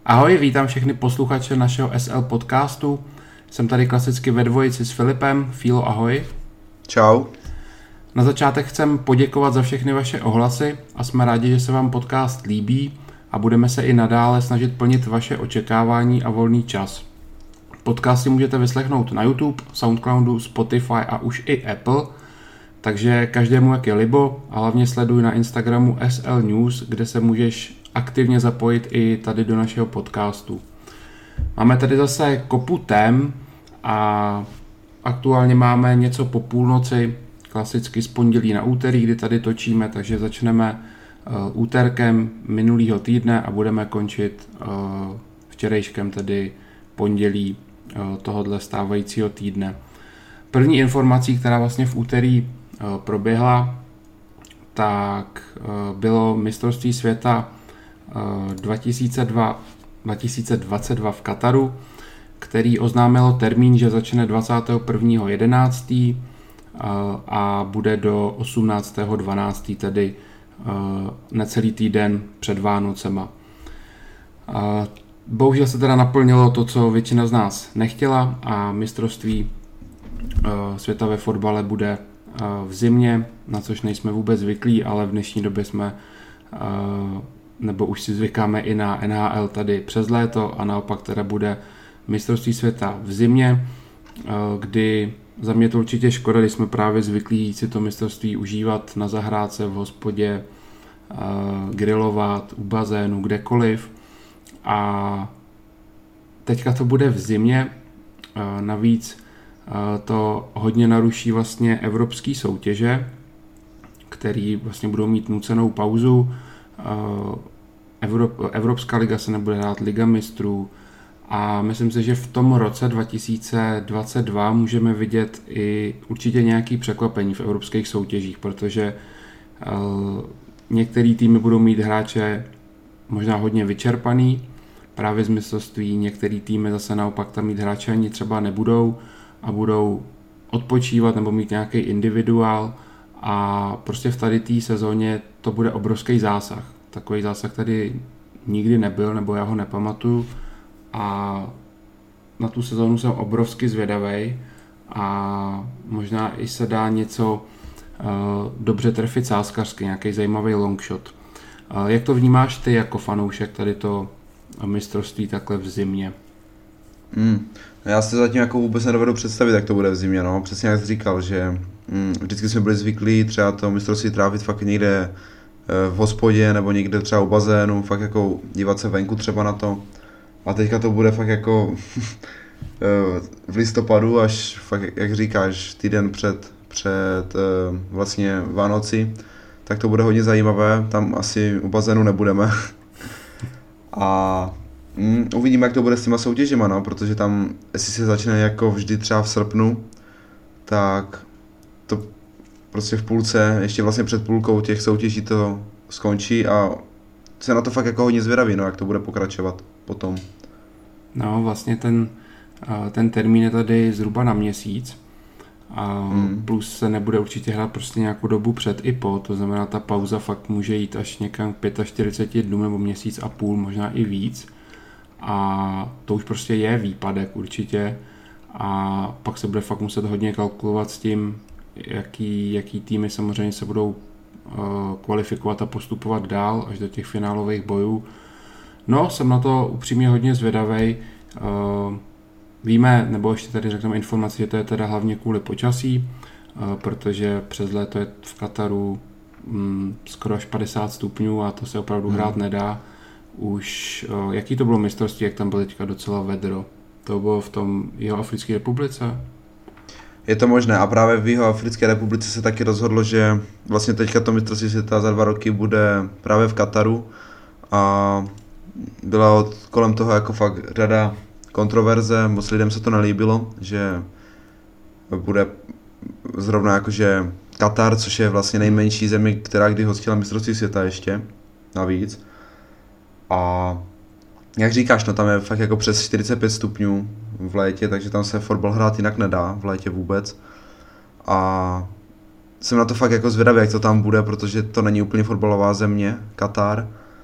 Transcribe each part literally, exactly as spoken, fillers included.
Ahoj, vítám všechny posluchače našeho S L podcastu. Jsem tady klasicky ve dvojici s Filipem. Fílo, ahoj. Čau. Na začátek chcem poděkovat za všechny vaše ohlasy a jsme rádi, že se vám podcast líbí a budeme se i nadále snažit plnit vaše očekávání a volný čas. Podcast si můžete vyslechnout na YouTube, Soundcloudu, Spotify a už i Apple, takže každému jak je libo a hlavně sleduj na Instagramu S L News, kde se můžeš aktivně zapojit i tady do našeho podcastu. Máme tady zase kopu tém a aktuálně máme něco po půlnoci, klasicky z pondělí na úterý, kdy tady točíme, takže začneme uh, úterkem minulého týdne a budeme končit uh, včerejškem, tedy pondělí uh, tohohle stávajícího týdne. První informací, která vlastně v úterý uh, proběhla, tak uh, bylo mistrovství světa uh, dva tisíce dvacet dva v Kataru, který oznámilo termín, že začne dvacátého prvního jedenáctého a bude do osmnáctého dvanáctého, tedy necelý týden před Vánocema. Bohužel se teda naplnilo to, co většina z nás nechtěla, a mistrovství světa ve fotbale bude v zimě, na což nejsme vůbec zvyklí, ale v dnešní době jsme, nebo už si zvykáme i na N H L tady přes léto, a naopak teda bude mistrovství světa v zimě, kdy za mě to určitě škoda, když jsme právě zvyklí si to mistrovství užívat na zahrádce, v hospodě, grilovat, u bazénu, kdekoliv. A teďka to bude v zimě, navíc to hodně naruší vlastně evropské soutěže, které vlastně budou mít nucenou pauzu. Evropská liga se nebude hrát, Liga mistrů, a myslím si, že v tom roce dva tisíce dvacet dva můžeme vidět i určitě nějaké překvapení v evropských soutěžích, protože uh, některé týmy budou mít hráče možná hodně vyčerpaný právě z mistrovství, některé týmy zase naopak tam mít hráče ani třeba nebudou a budou odpočívat nebo mít nějaký individuál, a prostě v tady té sezóně to bude obrovský zásah. Takový zásah tady nikdy nebyl, nebo já ho nepamatuju. A na tu sezónu jsem obrovsky zvědavej a možná i se dá něco uh, dobře trefit sázkařsky, nějaký zajímavý longshot. Uh, jak to vnímáš ty jako fanoušek tady to mistrovství takhle v zimě? Mm, já si zatím jako vůbec nedovedu představit, jak to bude v zimě, no. Přesně jak jsi říkal, že mm, vždycky jsme byli zvyklí třeba to mistrovství trávit fakt někde uh, v hospodě nebo někde třeba u bazénu, fakt jako dívat se venku třeba na to. A teďka to bude fakt jako v listopadu, až fakt, jak říkáš, týden před, před vlastně Vánoci, tak to bude hodně zajímavé, tam asi u bazénu nebudeme. A mm, uvidíme, jak to bude s těma soutěžima, no, protože tam, jestli se začne jako vždy třeba v srpnu, tak to prostě v půlce, ještě vlastně před půlkou těch soutěží to skončí a se na to fakt jako hodně zvědaví, no, jak to bude pokračovat potom. No, vlastně ten, ten termín je tady zhruba na měsíc, a hmm. plus se nebude určitě hrát prostě nějakou dobu před i po, to znamená, ta pauza fakt může jít až někam k čtyřicet pět dnů nebo měsíc a půl, možná i víc, a to už prostě je výpadek určitě, a pak se bude fakt muset hodně kalkulovat s tím, jaký, jaký týmy samozřejmě se budou uh, kvalifikovat a postupovat dál až do těch finálových bojů. No, jsem na to upřímně hodně zvědavej. Uh, víme, nebo ještě tady řekneme informaci, že to je teda hlavně kvůli počasí, uh, protože přes léto je v Kataru um, skoro až padesát stupňů a to se opravdu hmm. hrát nedá. Už, uh, jaký to bylo mistrovství, jak tam bylo teďka docela vedro? To bylo v tom Jihoafrické republice? Je to možné, a právě v Jihoafrické republice se taky rozhodlo, že vlastně teďka to mistrovství světa za dva roky bude právě v Kataru, a byla kolem toho jako fakt řada kontroverze, moc lidem se to nelíbilo, že bude zrovna jakože Katar, což je vlastně nejmenší zemi, která kdy hostila mistrovství světa ještě, navíc. A jak říkáš, no tam je fakt jako přes čtyřicet pět stupňů v létě, takže tam se fotbal hrát jinak nedá v létě vůbec. A jsem na to fakt jako zvědavý, jak to tam bude, protože to není úplně fotbalová země, Katar.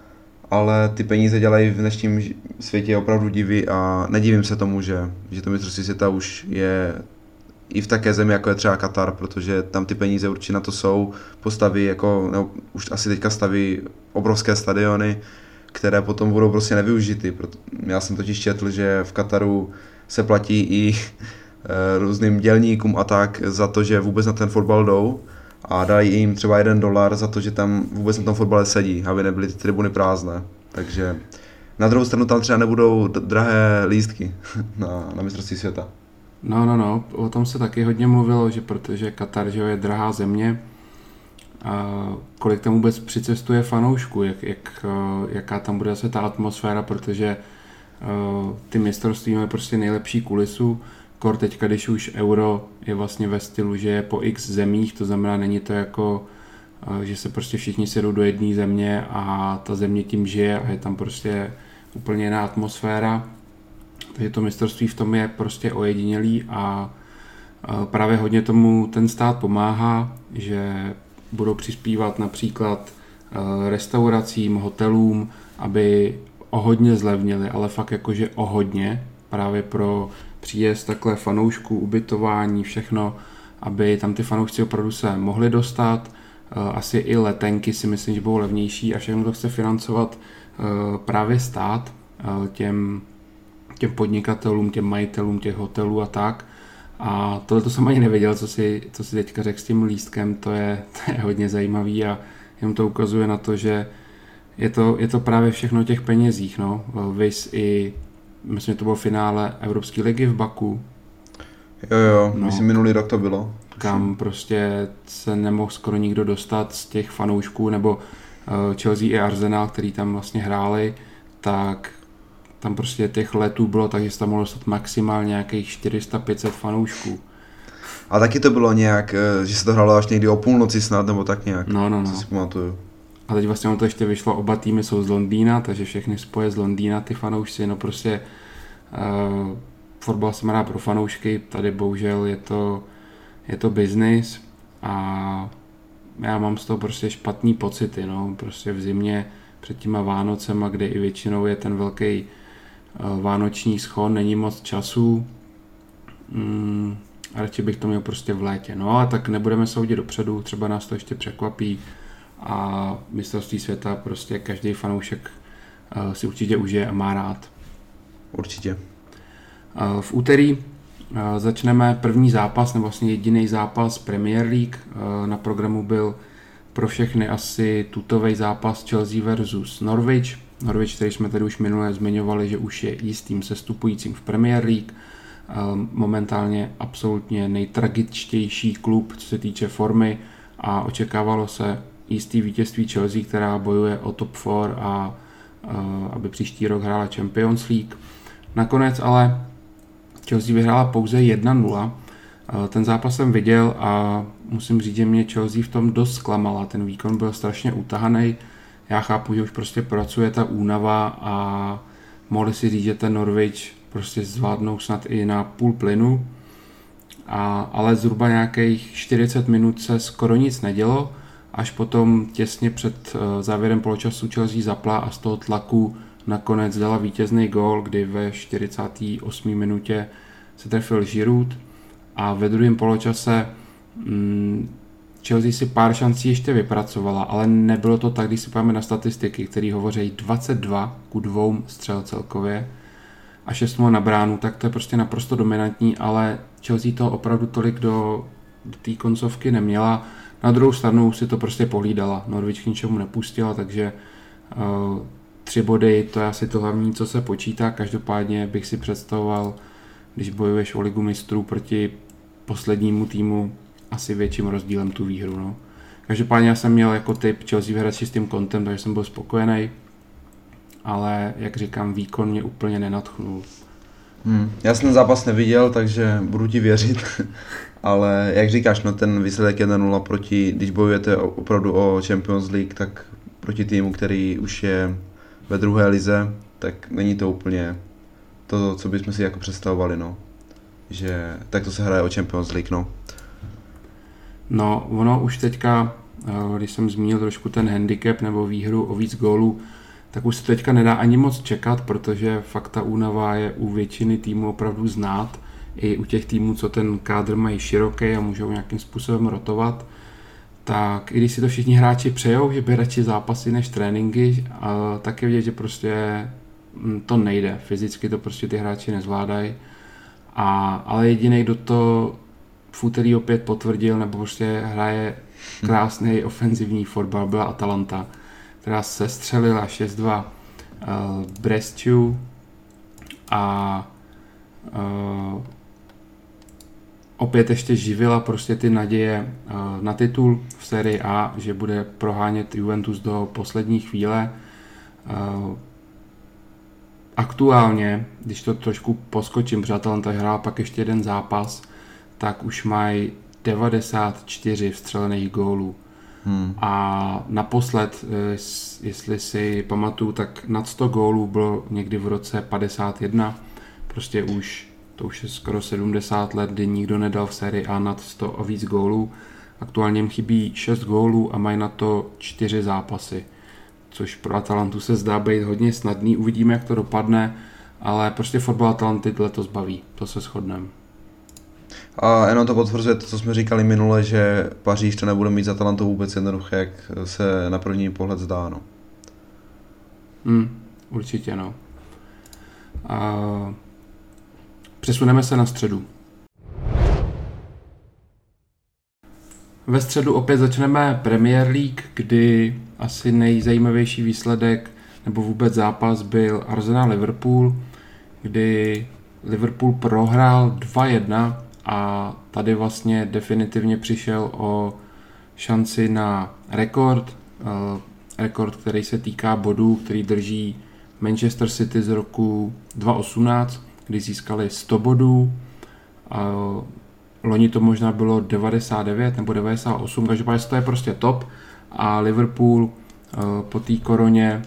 ale ty peníze dělají v dnešním světě opravdu divy a nedivím se tomu, že, že to mistrovství světa už je i v také zemi, jako je třeba Katar, protože tam ty peníze určitě na to jsou, postaví jako, no, už asi teďka staví obrovské stadiony, které potom budou prostě nevyužity. Já jsem totiž četl, že v Kataru se platí i různým dělníkům a tak za to, že vůbec na ten fotbal jdou a dají jim třeba jeden dolar za to, že tam vůbec na tom fotbale sedí, aby nebyly ty tribuny prázdné. Takže na druhou stranu tam třeba nebudou drahé lístky na, na mistrovství světa. No, no, no, o tom se taky hodně mluvilo, že protože Katar, že je drahá země, a kolik tam vůbec přicestuje fanoušků, jak, jak, jaká tam bude zase ta atmosféra, protože uh, ty mistrovství mají prostě nejlepší kulisu, kor teďka, když už euro je vlastně ve stylu, že je po x zemích, to znamená, není to jako, uh, že se prostě všichni sedou do jedné země a ta země tím žije a je tam prostě úplně jiná atmosféra. Takže to mistrovství v tom je prostě ojedinělý a právě hodně tomu ten stát pomáhá, že budou přispívat například restauracím, hotelům, aby o hodně zlevnili, ale fakt jakože o hodně, právě pro příjezd takhle fanoušků, ubytování, všechno, aby tam ty fanoušci opravdu se mohli dostat. Asi i letenky si myslím, že budou levnější a všechno to chce financovat právě stát těm těm podnikatelům, těm majitelům těch hotelů a tak. A tohle to jsem ani nevěděl, co si, co si teďka řekl s tím lístkem, to je, to je hodně zajímavý a jenom to ukazuje na to, že je to, je to právě všechno o těch penězích. No. Vys i, myslím, že to bylo finále Evropské ligy v Baku. Jo, jo, no, myslím, minulý rok to bylo. Kam prostě se nemohl skoro nikdo dostat z těch fanoušků, nebo Chelsea i Arsenal, který tam vlastně hráli, tak tam prostě těch letů bylo tak, že se tam mohlo dostat maximálně nějakých čtyři sta pět set fanoušků. A taky to bylo nějak, že se to hrálo až někdy o půlnoci snad, nebo tak nějak. No, no, no. Co si pamatuju. A teď vlastně to ještě vyšlo, oba týmy jsou z Londýna, takže všechny spoje z Londýna, ty fanoušci, no prostě uh, fotbal se má pro fanoušky, tady bohužel je to, je to business a já mám z toho prostě špatný pocity, no, prostě v zimě před těma Vánocema, kde i většinou je ten velký uh, vánoční schon, není moc času, mm, a radši bych to měl prostě v létě, no a tak nebudeme soudit dopředu, třeba nás to ještě překvapí a mistrovství světa prostě každý fanoušek uh, si určitě užije a má rád. Určitě. Uh, v úterý uh, začneme první zápas, nebo vlastně jediný zápas Premier League. Uh, na programu byl pro všechny asi tutový zápas Chelsea versus Norwich. Norwich, který jsme tady už minule zmiňovali, že už je jistým sestupujícím v Premier League. Uh, momentálně absolutně nejtragičtější klub, co se týče formy a očekávalo se jistý vítězství Chelsea, která bojuje o top čtyři a uh, aby příští rok hrála Champions League. Nakonec ale Chelsea vyhrála pouze jedna nula. Uh, ten zápas jsem viděl a musím říct, že mě Chelsea v tom dost zklamala. Ten výkon byl strašně utahaný. Já chápu, že už prostě pracuje ta únava a mohli si říct, že ten Norwich prostě zvládnou snad i na půl plynu. A, ale zhruba nějakých čtyřicet minut se skoro nic nedělo. Až potom těsně před závěrem poločasu Chelsea zapla a z toho tlaku nakonec dala vítězný gól, kdy ve čtyřicáté osmé minutě se trefil Giroud a ve druhém poločase mm, Chelsea si pár šancí ještě vypracovala, ale nebylo to tak, když si podíváme na statistiky, které hovoří dvacet dva ku dvou střel celkově a šest nula na bránu, tak to je prostě naprosto dominantní, ale Chelsea to opravdu tolik do, do té koncovky neměla. Na druhou stranu si to prostě pohlídala. Norwich k ničemu nepustila, takže uh, tři body, to je asi to hlavní, co se počítá. Každopádně bych si představoval, když bojuješ o ligu mistrů proti poslednímu týmu, asi větším rozdílem tu výhru. No. Každopádně já jsem měl jako typ Chelsea vyhrát čistým kontem, takže jsem byl spokojený, ale jak říkám, výkon mě úplně nenadchnul. Hmm. Já jsem ten zápas neviděl, takže budu ti věřit. Ale jak říkáš, no ten výsledek jedna nula proti, když bojujete opravdu o Champions League, tak proti týmu, který už je ve druhé lize, tak není to úplně to, co bychom si jako představovali, no. Že tak to se hraje o Champions League, no. No, ono už teďka, když jsem zmínil trošku ten handicap nebo výhru o víc gólů, tak už se teďka nedá ani moc čekat, protože fakt ta únava je u většiny týmů opravdu znát, i u těch týmů, co ten kádr mají široký a můžou nějakým způsobem rotovat, tak i když si to všichni hráči přejou, že by radši zápasy než tréninky, tak je vidět, že prostě to nejde, fyzicky to prostě ty hráči nezvládají, a, ale jediný, kdo to v úterý opět potvrdil, nebo prostě hraje krásný ofenzivní fotbal, byla Atalanta, která se střelila šest dva uh, Bresciu a uh, opět ještě živila prostě ty naděje uh, na titul v sérii A, že bude prohánět Juventus do poslední chvíle. Uh, aktuálně, když to trošku poskočím, protože Atalanta hrála pak ještě jeden zápas, tak už mají devadesát čtyři vstřelených gólů. Hmm. A naposled, jestli si pamatuju, tak nad sto gólů bylo někdy v roce padesát jedna. Prostě už, to už je skoro sedmdesát let, kdy nikdo nedal v sérii A nad sto a víc gólů. Aktuálně jim chybí šest gólů a mají na to čtyři zápasy, což pro Atalantu se zdá být hodně snadný. Uvidíme, jak to dopadne, ale prostě fotbal Atalanty letos baví, to se shodneme. A jenom to potvrzuje to, co jsme říkali minule, že Paříž to nebude mít za Atalantou vůbec jednoduché, jak se na první pohled zdá. No. Hmm, určitě no. A přesuneme se na středu. Ve středu opět začneme Premier League, kdy asi nejzajímavější výsledek nebo vůbec zápas byl Arsenal-Liverpool, kdy Liverpool prohrál dva jedna a tady vlastně definitivně přišel o šanci na rekord, rekord, který se týká bodů, který drží Manchester City z roku dva tisíce osmnáct, kdy získali sto bodů. Loni to možná bylo devadesát devět nebo devadesát osm, každopádně to je prostě top a Liverpool po té koroně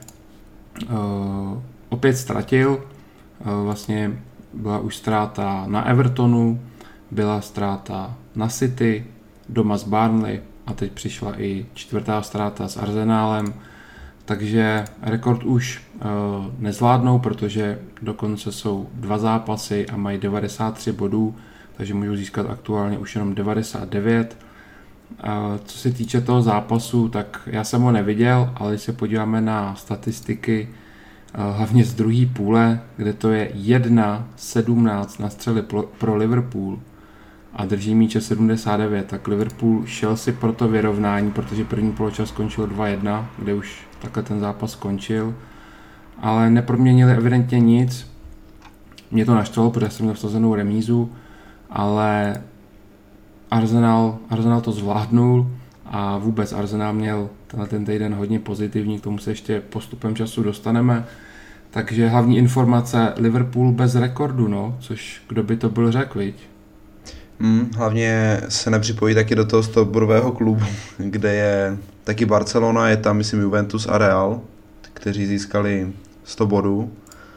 opět ztratil. Vlastně byla už ztráta na Evertonu, byla ztráta na City, doma s Burnley a teď přišla i čtvrtá ztráta s Arsenálem, takže rekord už uh, nezvládnou, protože dokonce jsou dva zápasy a mají devadesát tři bodů, takže můžou získat aktuálně už jenom devadesát devět. Uh, co se týče toho zápasu, tak já jsem ho neviděl, ale když se podíváme na statistiky, uh, hlavně z druhé půle, kde to je jedna sedmnáct na střely pro Liverpool a drží míče sedmdesát devět, tak Liverpool šel si pro to vyrovnání, protože první poločas skončil dva jedna, kde už takhle ten zápas skončil, ale neproměnili evidentně nic. Mě to naštvalo, protože jsem měl vsazenou remízu, ale Arsenal, Arsenal to zvládnul a vůbec Arsenal měl tenhle ten týden hodně pozitivní, k tomu se ještě postupem času dostaneme. Takže hlavní informace, Liverpool bez rekordu, no, což kdo by to byl řekl, viď? Hmm, hlavně se nepřipojí taky do toho stobodového klubu, kde je taky Barcelona, je tam myslím Juventus a Real, kteří získali sto bodů.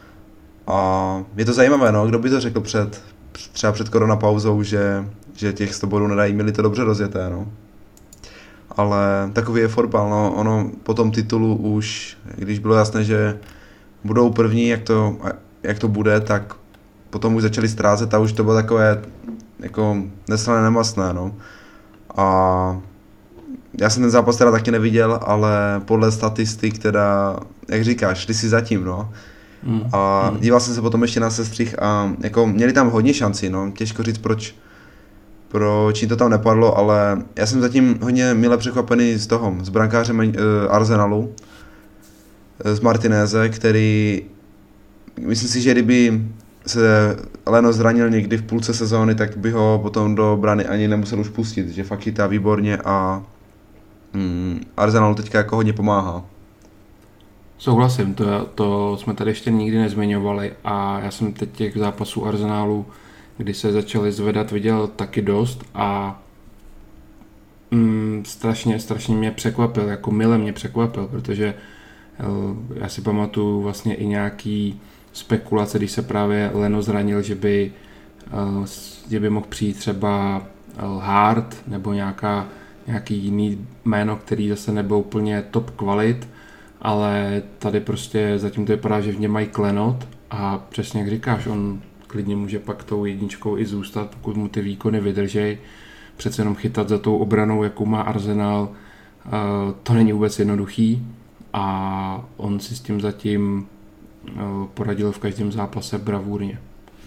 A je to zajímavé, no, kdo by to řekl před, třeba před koronapauzou, že, že těch sto bodů nedají, měli to dobře rozjeté, no. Ale takový je fotbal, no, ono po tom titulu už, když bylo jasné, že budou první, jak to, jak to bude, tak potom už začali ztrácet a už to bylo takové jako neslané nemastné, no. A já jsem ten zápas teda taky neviděl, ale podle statistik teda, jak říkáš, šli si zatím, no. Mm. A díval jsem se potom ještě na sestřih a jako měli tam hodně šancí, no. Těžko říct, proč, proč jim to tam nepadlo, ale já jsem zatím hodně mile překvapený z toho, z brankáře uh, Arsenalu, z Martineze, který, myslím si, že kdyby se Leno zranil někdy v půlce sezóny, tak by ho potom do brany ani nemusel už pustit, že fakt chytá výborně a mm, Arsenalu teďka jako hodně pomáhá. Souhlasím, to, to jsme tady ještě nikdy nezmiňovali a já jsem teď těch zápasů Arsenalu, kdy se začaly zvedat, viděl taky dost a mm, strašně, strašně mě překvapil, jako mile mě překvapil, protože já si pamatuju vlastně i nějaký spekulace, když se právě Leno zranil, že by, že by mohl přijít třeba Hart nebo nějaká, nějaký jiný jméno, který zase nebyl úplně top kvalit ale tady prostě zatím to vypadá, že v něm mají klenot a přesně jak říkáš, on klidně může pak tou jedničkou i zůstat, pokud mu ty výkony vydržej. Přece jenom chytat za tou obranou, jakou má Arsenal, to není vůbec jednoduchý a on si s tím zatím poradil v každém zápase bravurně.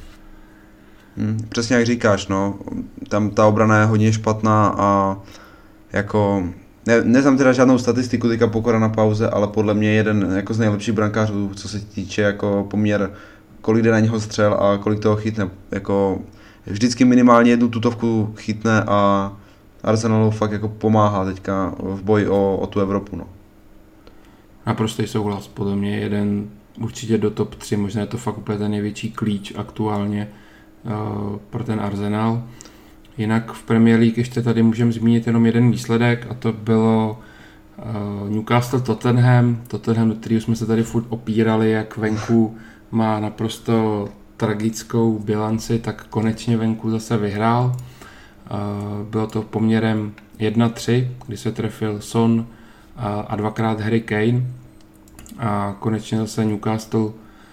Hmm, přesně jak říkáš, no, tam ta obrana je hodně špatná a jako, ne, neznám teda žádnou statistiku teďka pokora na pauze, ale podle mě jeden jako z nejlepších brankářů, co se týče jako poměr, kolik jde na něho střel a kolik toho chytne, jako vždycky minimálně jednu tutovku chytne a Arsenalu fakt jako pomáhá teďka v boji o, o tu Evropu, no. Naprostý souhlas, podle mě jeden určitě do top tři, možná je to fakt úplně ten největší klíč aktuálně uh, pro ten Arsenal. Jinak v Premier League ještě tady můžeme zmínit jenom jeden výsledek a to bylo uh, Newcastle Tottenham, Tottenham, do kterého jsme se tady furt opírali, jak venku má naprosto tragickou bilanci, tak konečně venku zase vyhrál. Uh, bylo to poměrem jedna tři, kdy se trefil Son uh, a dvakrát Harry Kane a konečně zase Newcastle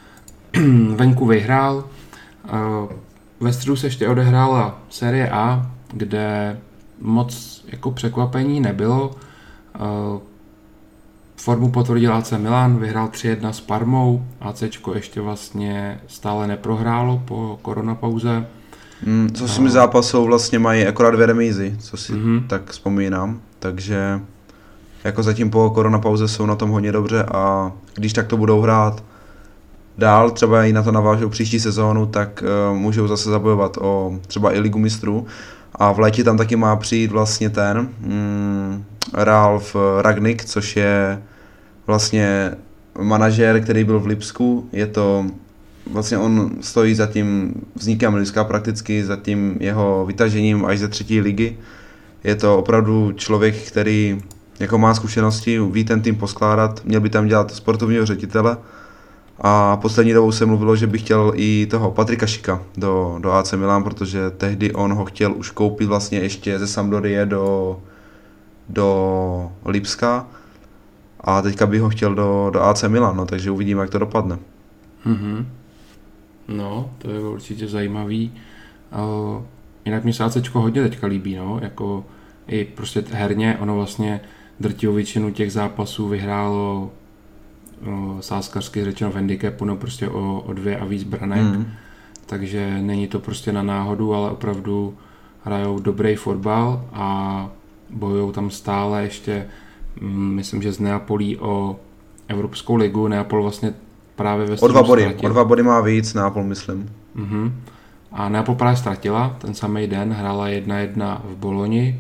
venku vyhrál. Uh, ve středu se ještě odehrála série A, kde moc jako překvapení nebylo. Uh, formu potvrdil A C Milan, vyhrál tři jedna s Parmou, ACčko ještě vlastně stále neprohrálo po koronapauze. Mm, co si mi zápasou vlastně mají akorát dvě remízy, co si mm-hmm. tak vzpomínám, takže jako zatím po koronapauze jsou na tom hodně dobře a když tak to budou hrát dál, třeba i na to navážou příští sezónu, tak uh, můžou zase zabojovat o třeba i Ligu mistrů a v létě tam taky má přijít vlastně ten mm, Ralf Rangnick, což je vlastně manažer, který byl v Lipsku, je to vlastně on stojí za tím vznikem Lipska prakticky, za tím jeho vytažením až ze třetí ligy. Je to opravdu člověk, který jako má zkušenosti, ví ten tým poskládat, měl by tam dělat sportovního ředitele a poslední dobou se mluvilo, že by chtěl i toho Patrika Šika do, do A C Milan, protože tehdy on ho chtěl už koupit vlastně ještě ze Sampdorie do, do Lipska a teďka by ho chtěl do, do A C Milan, no, takže uvidíme, jak to dopadne. Mm-hmm. No, to je určitě zajímavý. Uh, jinak mi se ACčko hodně teďka líbí, no, jako i prostě herně, ono vlastně drtivou většinu těch zápasů vyhrálo uh, sázkařsky řečeno v handicapu, no prostě o, o dvě a víc branek, mm. takže není to prostě na náhodu, ale opravdu hrajou dobrý fotbal a bojujou tam stále ještě, mm, myslím, že z Neapolí o Evropskou ligu, Neapol vlastně právě ve o dva body, o dva body má víc Neapol, myslím. Uh-huh. A Neapol právě ztratila, ten samý den hrála jedna jedna v Boloni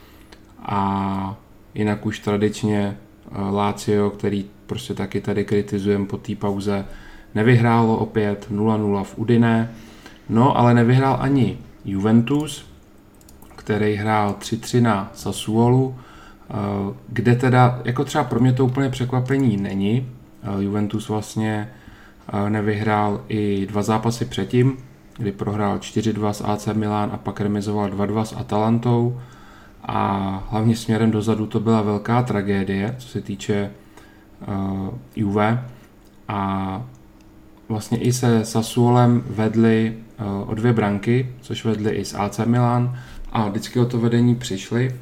a jinak už tradičně Lazio, který prostě taky tady kritizujeme po té pauze, nevyhrálo opět nula nula v Udine, no ale nevyhrál ani Juventus, který hrál tři tři na Sassuolu, kde teda, jako třeba pro mě to úplně překvapení není, Juventus vlastně nevyhrál i dva zápasy předtím, kdy prohrál čtyři dva s A C Milan a pak remizoval dva dva s Atalantou a hlavně směrem dozadu to byla velká tragédie, co se týče uh, Juve a vlastně i se Sassuolem vedli uh, o dvě branky, což vedli i s A C Milan a vždycky o to vedení přišli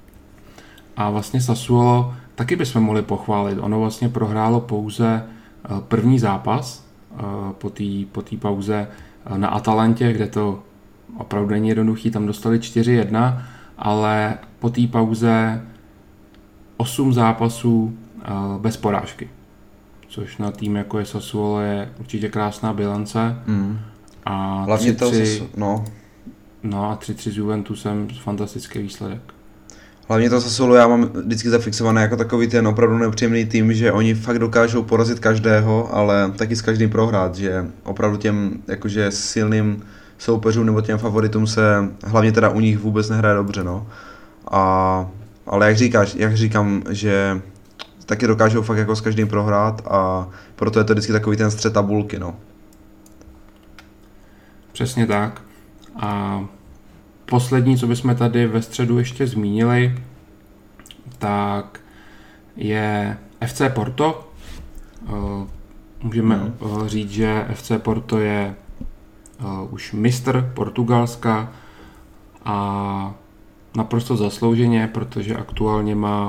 a vlastně Sassuolo taky bychom mohli pochválit. Ono vlastně prohrálo pouze první zápas po té po té pauze na Atalantě, kde to opravdu není jednoduchý, tam dostali čtyři jedna, ale po té pauze osm zápasů bez porážky. Což na tým jako je Sassuolo je určitě krásná bilance. Mm. A hlavně to zase, no. No a tři tři s Juventusem fantastický výsledek. Hlavně to Sassuolo já mám vždycky zafixované jako takový ten opravdu nepříjemný tým, že oni fakt dokážou porazit každého, ale taky s každým prohrát, že opravdu těm jakože silným soupeřům nebo těm favoritům se hlavně teda u nich vůbec nehraje dobře, no. A, ale jak říkáš, jak říkám, že taky dokážou fakt jako s každým prohrát a proto je to vždycky takový ten střet tabulky, no. Přesně tak. A poslední, co bychom tady ve středu ještě zmínili, tak je F C Porto, Můžeme mm. říct, že F C Porto je už mistr Portugalska a naprosto zaslouženě, protože aktuálně má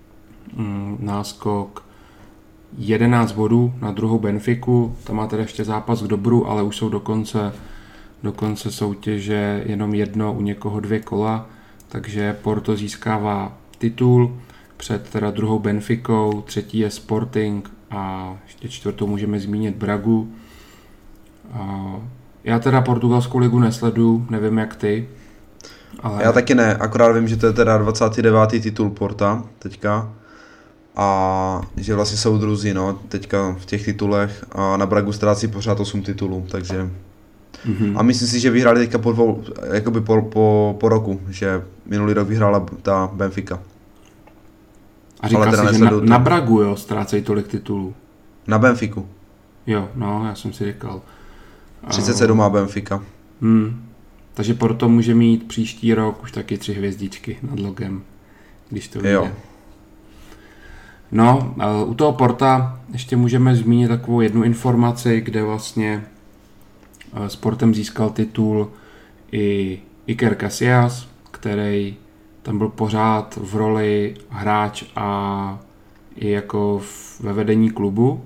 náskok jedenáct bodů na druhou Benfiku, tam má teda ještě zápas k dobru, ale už jsou do konce, do konce soutěže jenom jedno, u někoho dvě kola, takže Porto získává titul před teda druhou Benficou, třetí je Sporting a ještě čtvrtou můžeme zmínit Bragu. A já teda portugalskou ligu nesleduju, nevím jak ty. Ale... Já taky ne, akorát vím, že to je teda dvacátý devátý titul Porta teďka a že vlastně jsou druzí, no, teďka v těch titulech a na Bragu ztrácí pořád osm titulů, takže mm-hmm. a myslím si, že vyhráli teďka po dvou, jakoby po, po, po roku, že minulý rok vyhrála ta Benfica. A říká si, že na, na Bragu, jo, ztrácejí tolik titulů. Na Benfiku. Jo, no, já jsem si říkal. třicet sedm má Benfica. Hmm. Takže Porto může mít příští rok už taky tři hvězdičky nad logem, když to vyjde. No, u toho Porta ještě můžeme zmínit takovou jednu informaci, kde vlastně Sportem získal titul i Iker Casillas, který tam byl pořád v roli hráč a i jako ve vedení klubu,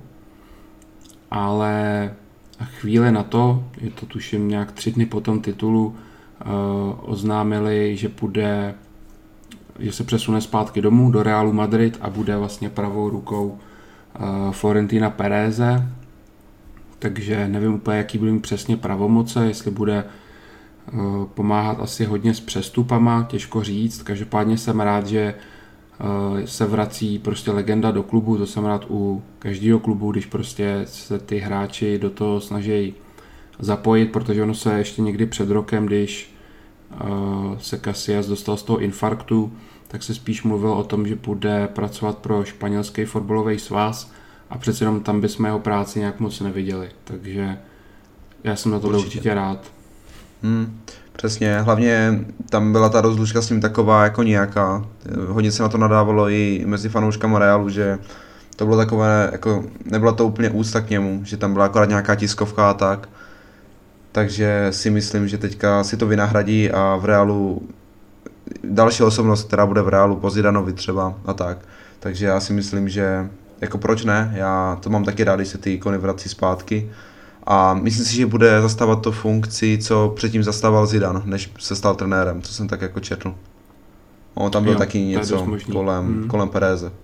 ale chvíli na to, je to tuším nějak tři dny po tom titulu, eh, oznámili, že půjde, že se přesune zpátky domů do Realu Madrid a bude vlastně pravou rukou eh, Florentina Pereze, takže nevím úplně, jaký bude mít přesně pravomoce, jestli bude eh, pomáhat asi hodně s přestupama, těžko říct, každopádně jsem rád, že se vrací prostě legenda do klubu, to jsem rád u každého klubu, když prostě se ty hráči do toho snaží zapojit, protože ono se ještě někdy před rokem, když se Casillas dostal z toho infarktu, tak se spíš mluvil o tom, že bude pracovat pro španělský fotbalový svaz a přece jenom tam bychom jeho práci nějak moc neviděli, takže já jsem na to určitě, určitě rád. Hmm. Přesně, hlavně tam byla ta rozlučka s ním taková jako nějaká, hodně se na to nadávalo i mezi fanouškama Realu, že to bylo takové, jako nebyla to úplně úcta k němu, že tam byla akorát nějaká tiskovka a tak, takže si myslím, že teďka si to vynahradí a v Realu další osobnost, která bude v Realu po Zidanovi třeba a tak, takže já si myslím, že jako proč ne, já to mám taky rád, když se ty ikony vrací zpátky. A myslím si, že bude zastávat to funkci, co předtím zastával Zidane, než se stal trenérem, co jsem tak jako četl. On tam byl jo, taky něco kolem, hmm. kolem Pereze.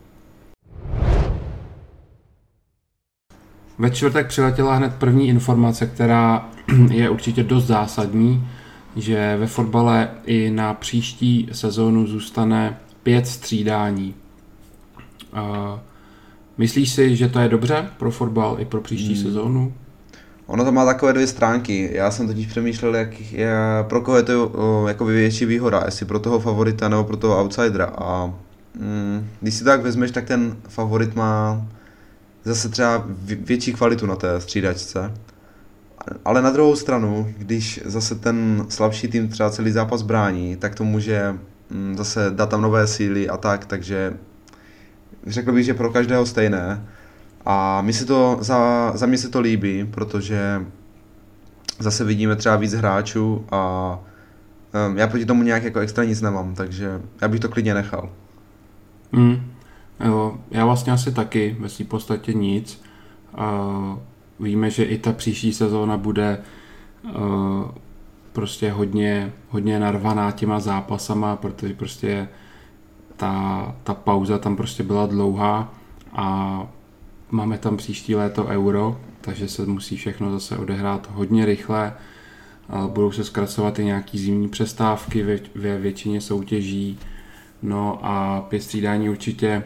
Ve čtvrtek přiletěla hned první informace, která je určitě dost zásadní, že ve fotbale i na příští sezónu zůstane pět střídání. Uh, myslíš si, že to je dobře pro fotbal i pro příští hmm. sezónu? Ono to má takové dvě stránky, já jsem totiž přemýšlel, jak, jak, pro koho je to o, jako větší výhoda, jestli pro toho favorita nebo pro toho outsidera a mm, když si to tak vezmeš, tak ten favorit má zase třeba větší kvalitu na té střídačce, ale na druhou stranu, když zase ten slabší tým třeba celý zápas brání, tak to může mm, zase dát tam nové síly a tak, takže řekl bych, že pro každého stejné. A mi se to, za, za mě se to líbí, protože zase vidíme třeba víc hráčů a um, já proti tomu nějak jako extra nic nemám, takže já bych to klidně nechal. Mm, jo, já vlastně asi taky, ve svým podstatě nic. Uh, víme, že i ta příští sezóna bude uh, prostě hodně, hodně narvaná těma zápasama, protože prostě ta, ta pauza tam prostě byla dlouhá a máme tam příští léto Euro, takže se musí všechno zase odehrát hodně rychle. Budou se zkracovat i nějaký zimní přestávky ve, ve většině soutěží. No a pět střídání určitě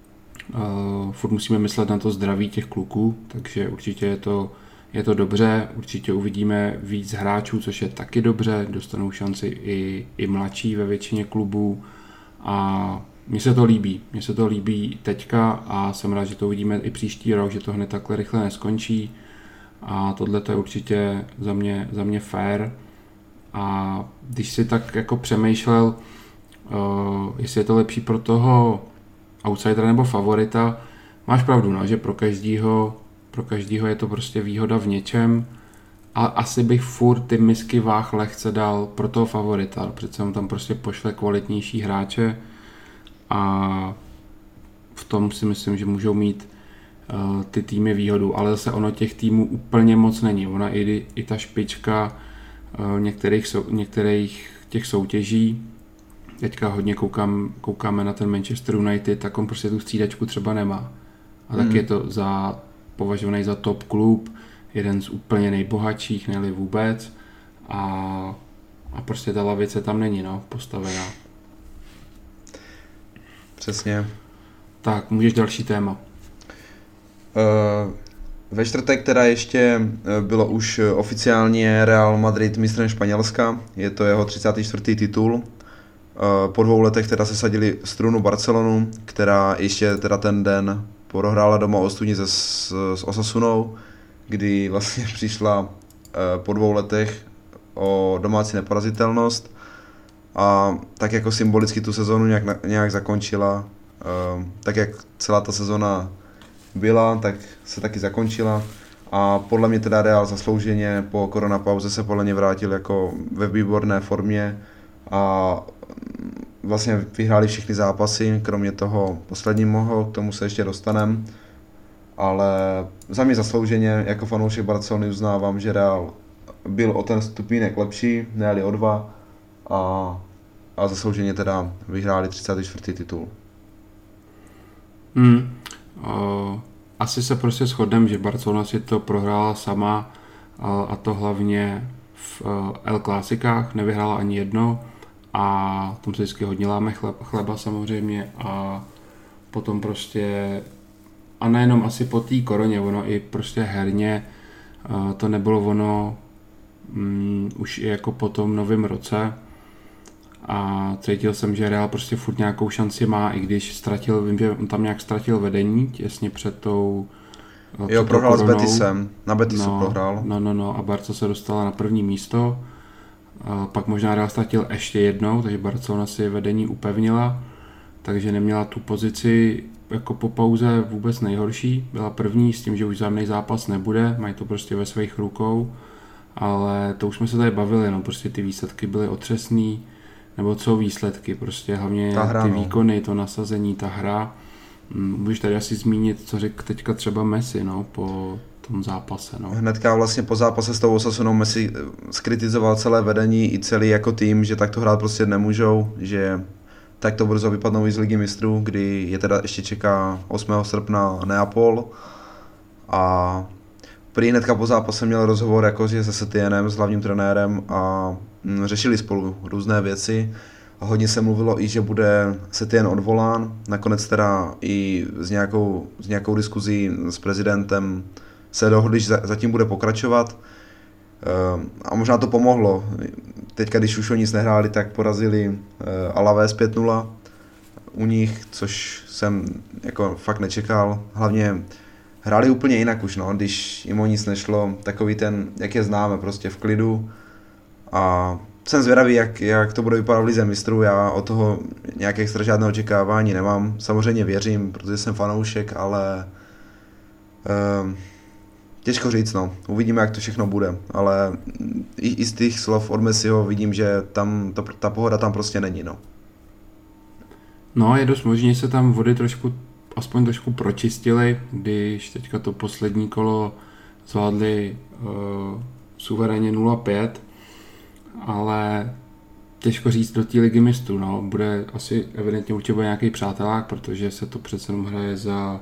uh, furt musíme myslet na to zdraví těch kluků, takže určitě je to, je to dobře. Určitě uvidíme víc hráčů, což je taky dobře. Dostanou šanci i, i mladší ve většině klubů a mně se to líbí, mně se to líbí teďka a jsem rád, že to uvidíme i příští rok, že to hned takhle rychle neskončí a tohle to je určitě za mě, za mě fair a když si tak jako přemýšlel, uh, jestli je to lepší pro toho outsidera nebo favorita, máš pravdu, no, že pro každýho, pro každýho je to prostě výhoda v něčem, a asi bych furt ty misky váh lehce dal pro toho favorita, přece on tam prostě pošle kvalitnější hráče a v tom si myslím, že můžou mít uh, ty týmy výhodu, ale zase ono těch týmů úplně moc není, ona i, i ta špička uh, některých, sou, některých těch soutěží, teďka hodně koukám, koukáme na ten Manchester United, tak on prostě tu střídačku třeba nemá a tak mm. je to za, považovaný za top klub, jeden z úplně nejbohatších, ne-li vůbec a, a prostě ta lavice tam není, no, postavená. Přesně. Tak, můžeš další téma. Uh, ve čtvrtek teda ještě bylo už oficiálně Real Madrid mistrem Španělska, je to jeho třicátý čtvrtý titul. Uh, po dvou letech teda se sadili strunu Barcelonu, která ještě teda ten den prohrála doma ostudně se, s, s Osasunou, kdy vlastně přišla uh, po dvou letech o domácí neporazitelnost a tak jako symbolicky tu sezonu nějak, nějak zakončila. Uh, tak jak celá ta sezona byla, tak se taky zakončila a podle mě teda Real zaslouženě po koronapauze se podle mě vrátil jako ve výborné formě a vlastně vyhráli všechny zápasy, kromě toho posledního, k tomu se ještě dostaneme, ale za mě zaslouženě jako fanoušek Barcelony uznávám, že Real byl o ten stupínek lepší, ne o dva a, a zaslouženě teda vyhráli třicátý čtvrtý titul. Hmm. Uh, asi se prostě shodneme, že Barcelona si to prohrála sama uh, a to hlavně v uh, El Clasicách, nevyhrála ani jedno a tam se vždycky hodně láme chleba, chleba samozřejmě a potom prostě a nejenom asi po té koroně, ono i prostě herně uh, to nebylo ono um, už i jako po tom novém roce. A cítil jsem, že Real prostě furt nějakou šanci má, i když ztratil, vím, že on tam nějak ztratil vedení těsně před tou před Jo, prohrál s Betisem, na Betisu no, prohrál. No, no, no, a Barca se dostala na první místo, a pak možná Real ztratil ještě jednou, takže Barcelona si vedení upevnila, takže neměla tu pozici jako po pauze vůbec nejhorší, byla první s tím, že už vzájemný zápas nebude, mají to prostě ve svých rukou, ale to už jsme se tady bavili, no, prostě ty výsledky byly otřesný, nebo co výsledky, prostě hlavně hra, ty no. výkony, to nasazení, ta hra. Můžeš tady asi zmínit, co řekl teďka třeba Messi, no, po tom zápase, no. Hnedka vlastně po zápase s tou Osasunou Messi skritizoval celé vedení i celý jako tým, že takto hrát prostě nemůžou, že takto brzo vypadnou i z Ligy mistrů, kdy je teda ještě čeká osmého srpna Neapol a prý hnedka po zápase měl rozhovor jako se Setienem, s hlavním trenérem a řešili spolu různé věci a hodně se mluvilo i, že bude Setien odvolán, nakonec teda i s nějakou, s nějakou diskuzí s prezidentem se dohodli, že zatím bude pokračovat a možná to pomohlo. Teďka, když už o nic nehráli, tak porazili Alaves pět nula u nich, což jsem jako fakt nečekal, hlavně hráli úplně jinak už, no, když jim o nic nešlo, takový ten, jak je známe, prostě v klidu a jsem zvědavý, jak, jak to bude vypadat v lize mistrů, já od toho nějaké extra žádné očekávání nemám, samozřejmě věřím, protože jsem fanoušek, ale uh, těžko říct, no, uvidíme, jak to všechno bude, ale i, i z těch slov od Messiho vidím, že tam to, ta pohoda tam prostě není, no. No, je dost možné, že se tam vody trošku aspoň trošku pročistili, když teďka to poslední kolo zvládli uh, suverénně nula pět, ale těžko říct do té ligy mistrů, no, bude asi evidentně určitě bude nějaký přátelák, protože se to přece jenom hraje za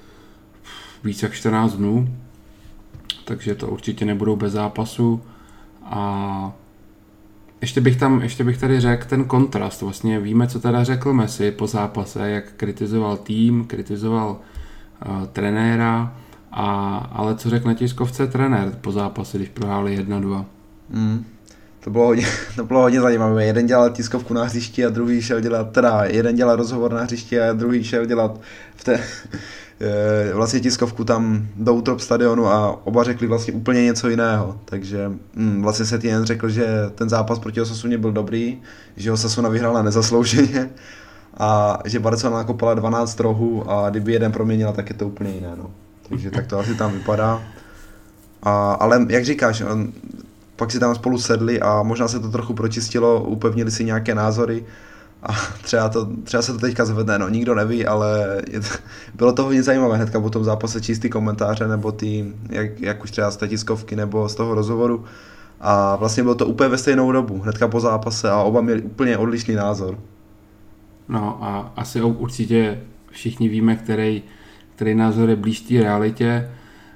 víc jak čtrnáct dnů, takže to určitě nebudou bez zápasu a Ještě bych, tam, ještě bych tady řekl ten kontrast. Vlastně víme, co teda řekl Messi po zápase, jak kritizoval tým, kritizoval uh, trenéra, a, ale co řekl na tiskovce trenér po zápase, když prohráli jedna dva. Mm, to, bylo hodně, to bylo hodně zajímavé. Jeden dělal tiskovku na hřišti a druhý šel dělat, teda jeden dělal rozhovor na hřišti a druhý šel dělat v té vlastně tiskovku tam do útrop stadionu a oba řekli vlastně úplně něco jiného, takže hm, vlastně Setien řekl, že ten zápas proti Osasuně byl dobrý, že Osasuna vyhrála nezaslouženě a že Barcelona kopala dvanáct rohů a kdyby jeden proměnila, tak je to úplně jiné. No. Takže tak to asi tam vypadá. A, ale jak říkáš, on, pak si tam spolu sedli a možná se to trochu pročistilo, upevnili si nějaké názory a třeba, to, třeba se to teďka zvedne, no nikdo neví, ale je to, bylo to hodně zajímavé hnedka po tom zápase číst ty komentáře nebo ty, jak, jak už třeba z té tiskovky nebo z toho rozhovoru a vlastně bylo to úplně ve stejnou dobu, hnedka po zápase a oba měli úplně odlišný názor. No a asi určitě všichni víme, který, který názor je blíž té realitě.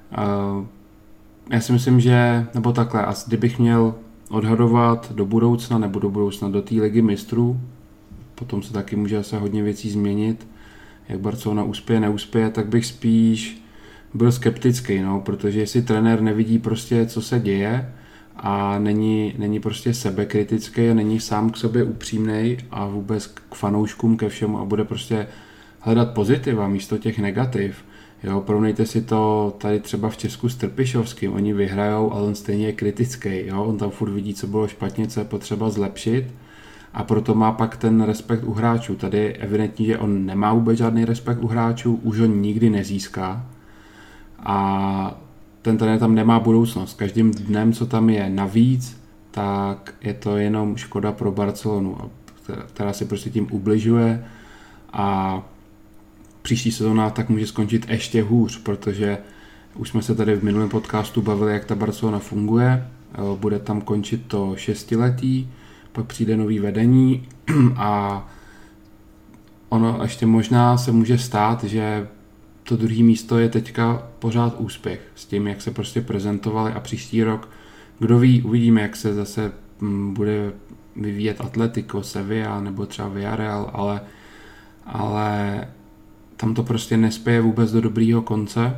Já si myslím, že, nebo takhle, a kdybych měl odhadovat do budoucna nebo do budoucna do té ligy mistrů, potom se taky může se hodně věcí změnit, jak Barcelona uspěje, neuspěje, tak bych spíš byl skeptický, no, protože jestli trenér nevidí prostě, co se děje a není, není prostě sebekritický a není sám k sobě upřímnej a vůbec k fanouškům, ke všemu a bude prostě hledat pozitiva místo těch negativ. Jo, porovnejte si to tady třeba v Česku s Trpišovským, oni vyhrajou, ale on stejně je kritický, jo, on tam furt vidí, co bylo špatně, co je potřeba zlepšit a proto má pak ten respekt u hráčů. Tady je evidentní, že on nemá vůbec žádný respekt u hráčů, už ho nikdy nezíská a ten trenér tam nemá budoucnost. Každým dnem, co tam je navíc, tak je to jenom škoda pro Barcelonu, která si prostě tím ubližuje a příští sezóna tak může skončit ještě hůř, protože už jsme se tady v minulém podcastu bavili, jak ta Barcelona funguje, bude tam končit to šestiletí, pak přijde nový vedení a ono ještě možná se může stát, že to druhé místo je teďka pořád úspěch s tím, jak se prostě prezentovali a příští rok, kdo ví, uvidíme, jak se zase bude vyvíjet Atletico, Sevilla nebo třeba Villarreal, ale, ale tam to prostě nespěje vůbec do dobrýho konce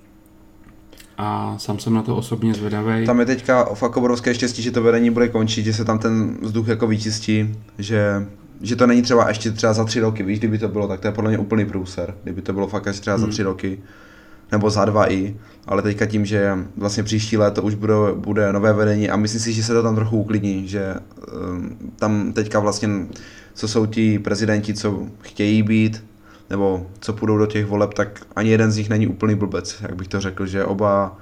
a sám jsem na to osobně zvědavej. Tam je teďka fakt obrovské štěstí, že to vedení bude končit, že se tam ten vzduch jako vyčistí, že, že to není třeba ještě třeba za tři roky, víš, kdyby to bylo, tak to je podle mě úplný průser, kdyby to bylo fakt až třeba hmm. za tři roky, nebo za dva i, ale teďka tím, že vlastně příští léto už bude, bude nové vedení a myslím si, že se to tam trochu uklidní, že um, tam teďka vlastně, co jsou ti prezidenti, co chtějí být, nebo co půjdou do těch voleb, tak ani jeden z nich není úplný blbec, jak bych to řekl, že oba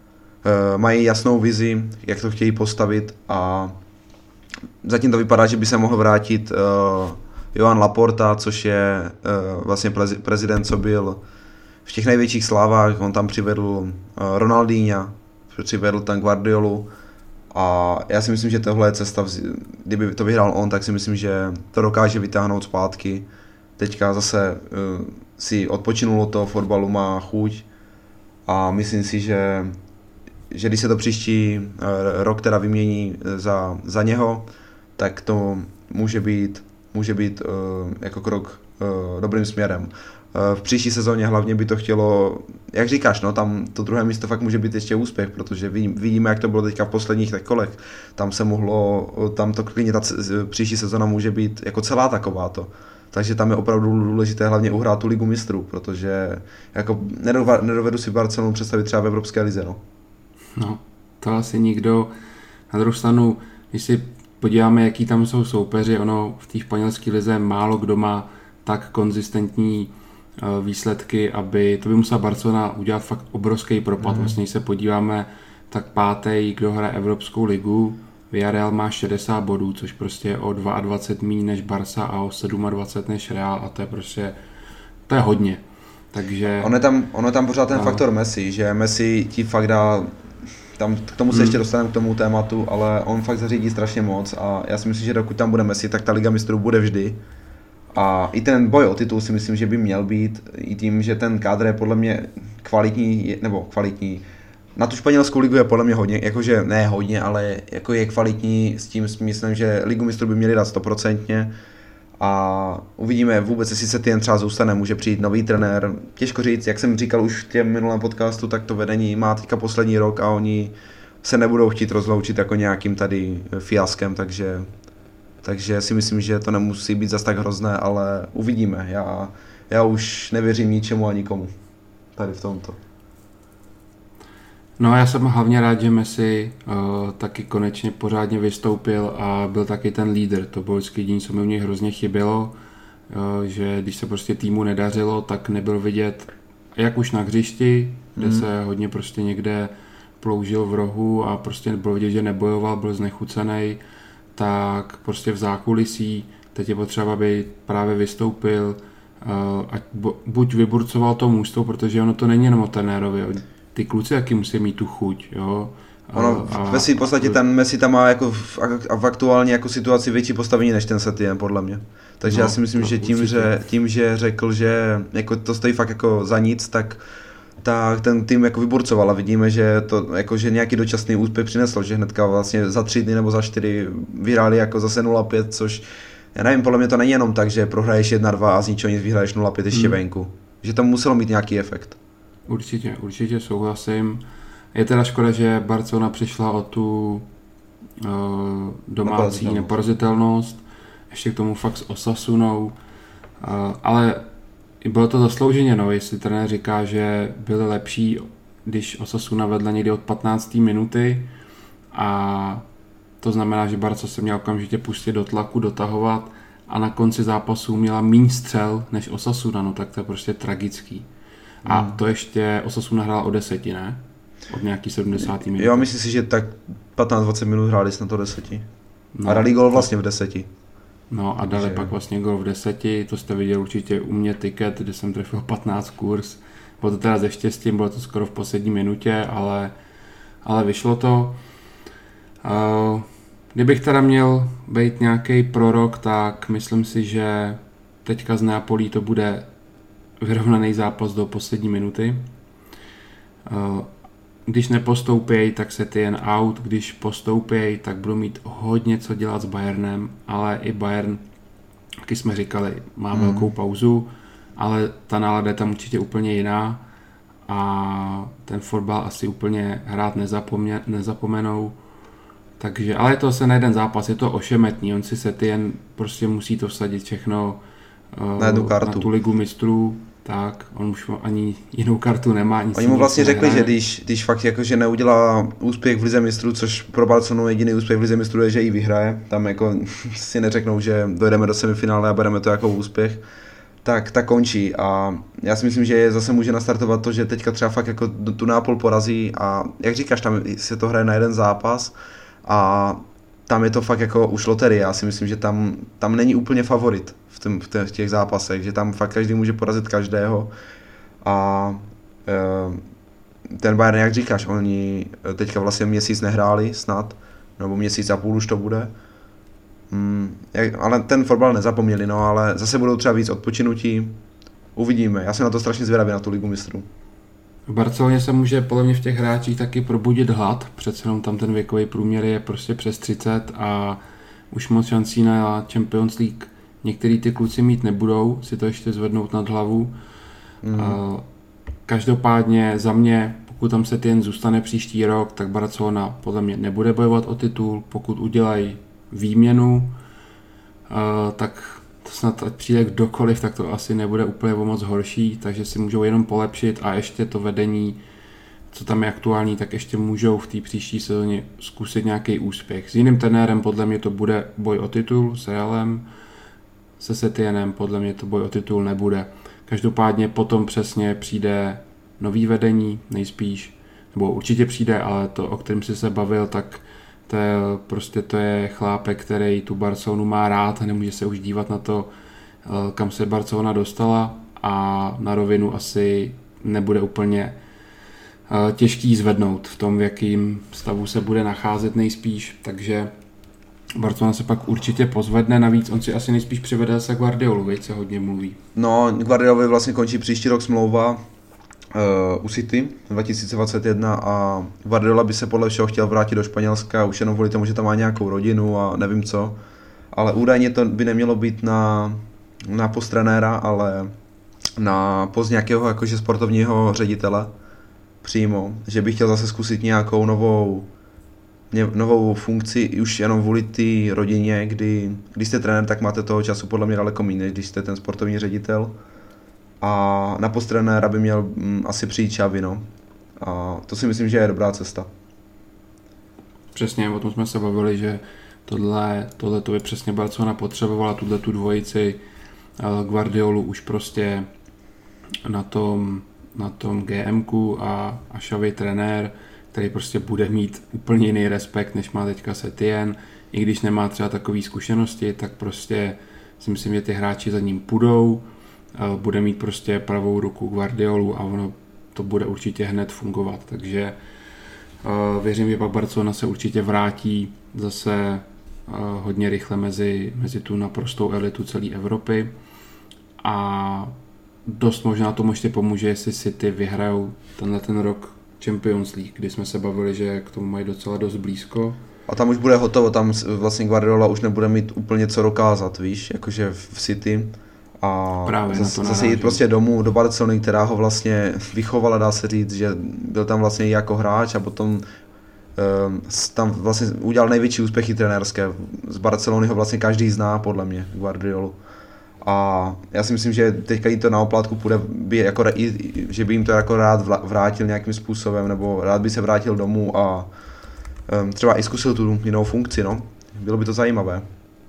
e, mají jasnou vizi, jak to chtějí postavit a zatím to vypadá, že by se mohl vrátit e, Joan Laporta, což je e, vlastně prezident, co byl v těch největších slávách, on tam přivedl e, Ronaldinha, přivedl tam Guardiolu a já si myslím, že tohle je cesta, kdyby to vyhrál on, tak si myslím, že to dokáže vytáhnout zpátky. Teďka zase uh, si odpočinulo to, fotbalu má chuť a myslím si, že, že když se to příští uh, rok teda vymění za, za něho, tak to může být, může být uh, jako krok uh, dobrým směrem. Uh, v příští sezóně hlavně by to chtělo, jak říkáš, no, tam to druhé místo fakt může být ještě úspěch, protože vidíme, jak to bylo teďka v posledních tak kolech. Tam se mohlo, tam to klidně ta příští sezóna může být jako celá takováto. Takže tam je opravdu důležité hlavně uhrát tu ligu mistrů, protože jako nedovedu si Barcelonu představit třeba v Evropské lize. No. no, to asi nikdo. Na druhou stranu, když si podíváme, jaký tam jsou soupeři, ono v té španělské lize málo kdo má tak konzistentní výsledky, aby to by musela Barcelona udělat fakt obrovský propad. Mm. Vlastně, když se podíváme, tak pátý, kdo hraje Evropskou ligu, Villarreal má šedesát bodů, což prostě je o dvacet dva míň než Barca a o dvacet sedm než Real a to je prostě, to je hodně. Takže... On je tam, on je tam pořád ten a... faktor Messi, že Messi ti fakt dá, tam k tomu se hmm. ještě dostaneme k tomu tématu, ale on fakt zařídí strašně moc a já si myslím, že dokud tam bude Messi, tak ta Liga mistrů bude vždy. A i ten boj o titul si myslím, že by měl být, i tím, že ten kádr je podle mě kvalitní, nebo kvalitní, na tu španělskou ligu je podle mě hodně, jakože ne hodně, ale jako je kvalitní, s tím myslím, že Ligu mistrů by měli dát stoprocentně a uvidíme vůbec, jestli se ten třeba zůstane, může přijít nový trenér, těžko říct, jak jsem říkal už v těm minulém podcastu, tak to vedení má teďka poslední rok a oni se nebudou chtít rozloučit jako nějakým tady fiaskem, takže, takže si myslím, že to nemusí být zas tak hrozné, ale uvidíme, já, já už nevěřím ničemu a nikomu tady v tomto. No já jsem hlavně rád, že Messi uh, taky konečně pořádně vystoupil a byl taky ten lídr. To bylo vždycky jediné, co mi u něj hrozně chybělo, že když se prostě týmu nedařilo, tak nebyl vidět jak už na hřišti, kde mm. se hodně prostě někde ploužil v rohu a prostě bylo vidět, že nebojoval, byl znechucený, tak prostě v zákulisí teď je potřeba, aby právě vystoupil, a buď vyburcoval to mužstvo, protože ono to není jenom o trenérovi, ty kluci taky musí mít tu chuť, jo. Ono v Messi v podstatě ten Messi tam má jako v, v aktuální jako situaci větší postavení než ten Setien, podle mě. Takže no, já si myslím, že tím, že tím, že řekl, že jako to stojí fakt jako za nic, tak tak ten tým jako vyburcoval a vidíme, že to jako, že nějaký dočasný úspěch přinesl, že hnedka vlastně za tři dny nebo za čtyři vyhráli jako zase nula pět, což já nevím, podle mě to není jenom tak, že prohraješ jedna dva a z ničeho nic vyhraješ nula pět ještě hmm. venku. Že to muselo mít nějaký efekt. Určitě, určitě souhlasím. Je teda škoda, že Barcelona přišla o tu uh, domácí neporazitelnost, ještě k tomu fakt s Osasunou, uh, ale bylo to zaslouženě, no, jestli trenér říká, že byli lepší, když Osasuna vedla někdy od patnácté minuty a to znamená, že Barca se měl okamžitě pustit do tlaku, dotahovat a na konci zápasu měla míň střel než Osasuna, no tak to je prostě tragický. A hmm. to ještě Osasuna hrála o deseti, ne? Od nějaký sedmdesáté minuty. Jo, myslím si, že tak patnáct dvacet minut hráli snad o deseti. No, a dali gol vlastně v deseti. No a dali Takže... pak vlastně gol v deseti, to jste viděl určitě u mě tiket, kde jsem trefil patnáct kurz. Bylo to teda ze štěstím, bylo to skoro v poslední minutě, ale, ale vyšlo to. Uh, kdybych teda měl být nějaký prorok, tak myslím si, že teďka z Neapolí to bude vyrovnaný zápas do poslední minuty. Uh, Když nepostoupěj, tak se ty jen out, když postoupěj, tak budou mít hodně co dělat s Bayernem, ale i Bayern, jak jsme říkali, má hmm. velkou pauzu, ale ta nálada je tam určitě úplně jiná a ten fotbal asi úplně hrát nezapomně, nezapomenou. Takže, ale je to se na jeden zápas, je to ošemetný, on si se ty jen prostě musí to vsadit všechno na, uh, na tu ligu mistrů. Tak, on už ani jinou kartu nemá. Nic Oni mu vlastně řekli, nehraje. Že když, když fakt jako, že neudělá úspěch v lize mistrů, což pro Barcelonu jediný úspěch v lize mistrů je, že ji vyhraje, tam jako si neřeknou, že dojdeme do semifinále a bereme to jako úspěch, tak tak končí a já si myslím, že zase může nastartovat to, že teďka třeba fakt jako tu Nápol porazí a jak říkáš, tam se to hraje na jeden zápas a tam je to fakt jako už loterie, já si myslím, že tam, tam není úplně favorit v, tém, v těch zápasech, že tam fakt každý může porazit každého a e, ten Bayern, jak říkáš, oni teďka vlastně měsíc nehráli snad, nebo měsíc a půl už to bude, mm, jak, ale ten fotbal nezapomněli, no, ale zase budou třeba víc odpočinutí, uvidíme, já jsem na to strašně zvědavý, na tu ligu mistrů. V Barceloně se může podle mě v těch hráčích taky probudit hlad, přece jenom tam ten věkový průměr je prostě přes třicet a už moc šancí na Champions League některý ty kluci mít nebudou, si to ještě zvednout nad hlavu. Mm. Každopádně za mě, pokud tam se jen zůstane příští rok, tak Barcelona podle mě nebude bojovat o titul, pokud udělají výměnu, tak to snad ať přijde kdokoliv, tak to asi nebude úplně o moc horší, takže si můžou jenom polepšit a ještě to vedení, co tam je aktuální, tak ještě můžou v té příští sezóně zkusit nějaký úspěch. S jiným trenérem podle mě to bude boj o titul, s Realem, se Setienem podle mě to boj o titul nebude. Každopádně potom přesně přijde nový vedení, nejspíš, nebo určitě přijde, ale to, o kterém jsi se bavil, tak to je, prostě to je chlápek, který tu Barcelonu má rád a nemůže se už dívat na to, kam se Barcelona dostala a na rovinu asi nebude úplně těžký zvednout v tom, v jakým stavu se bude nacházet nejspíš, takže Barcelona se pak určitě pozvedne, navíc on si asi nejspíš přivede se Guardiolu, veď se hodně mluví. No, Guardiolovi vlastně končí příští rok smlouva uh, u City dva tisíce dvacet jedna a Guardiola by se podle všeho chtěl vrátit do Španělska, už jenom kvůli tomu, že tam má nějakou rodinu a nevím co, ale údajně to by nemělo být na, na post trenéra, ale na post nějakého jakože sportovního ředitele přímo, že by chtěl zase zkusit nějakou novou novou funkci už jenom kvůli té rodině, kdy když jste trenér, tak máte toho času podle mě daleko méně, než když jste ten sportovní ředitel. A na post trenéra by měl mm, asi přijít Xavi, no. A to si myslím, že je dobrá cesta. Přesně, o tom jsme se bavili, že tohle, tohle to by přesně Barcelona potřebovala, tuhle tu dvojici Guardiolu už prostě na tom, na tom GMku a, a Xavi trenér, který prostě bude mít úplně jiný respekt, než má teďka Setien. I když nemá třeba takové zkušenosti, tak prostě si myslím, že ty hráči za ním půjdou, bude mít prostě pravou ruku Guardiolu a ono to bude určitě hned fungovat. Takže věřím, že pak Barcelona se určitě vrátí zase hodně rychle mezi, mezi tu naprostou elitu celé Evropy a dost možná tomu ještě pomůže, jestli City vyhrajou tenhle ten rok Champions League, kdy jsme se bavili, že k tomu mají docela dost blízko. A tam už bude hotovo, tam vlastně Guardiola už nebude mít úplně co dokázat, víš, jakože v City. A právě zase, zase jít prostě domů do Barcelony, která ho vlastně vychovala, dá se říct, že byl tam vlastně jako hráč a potom um, tam vlastně udělal největší úspěchy trenérské. Z Barcelony ho vlastně každý zná, podle mě, Guardiolu. A já si myslím, že teďka jim to na oplátku půjde, by jako, že by jim to jako rád vrátil nějakým způsobem, nebo rád by se vrátil domů a um, třeba i zkusil tu jinou funkci, no. Bylo by to zajímavé.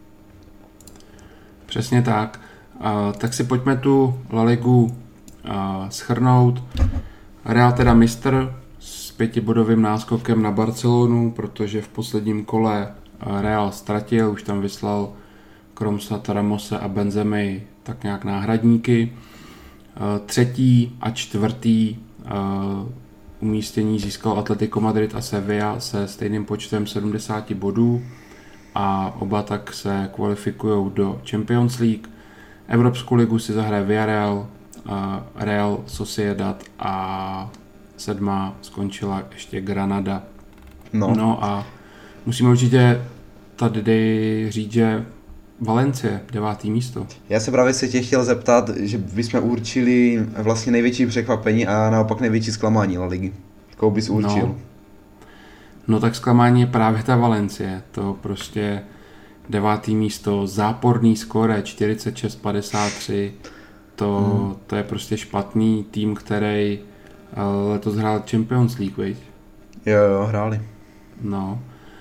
Přesně tak. Uh, tak si pojďme tu La Ligu uh, shrnout. Real teda mistr s pětibodovým náskokem na Barcelonu, protože v posledním kole uh, Real ztratil, už tam vyslal Kromsa, Ramose a Benzemy tak nějak náhradníky. Uh, třetí a čtvrtý uh, umístění získal Atletico Madrid a Sevilla se stejným počtem sedmdesát bodů a oba tak se kvalifikují do Champions League. Evropskou ligu si zahraje Villarreal, Real Sociedad a sedma skončila ještě Granada. No, no a musíme určitě tady říct, že Valencie, devátý místo. Já se právě se tě chtěl zeptat, že bychom určili vlastně největší překvapení a naopak největší zklamání La Ligy. Koho bys určil? No, no tak zklamání je právě ta Valencie. To prostě devátý místo, záporný skóre čtyřicet šest padesát tři, to, hmm. to je prostě špatný tým, který letos hrál Champions League, viď? Jo, jo, hráli. No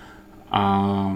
a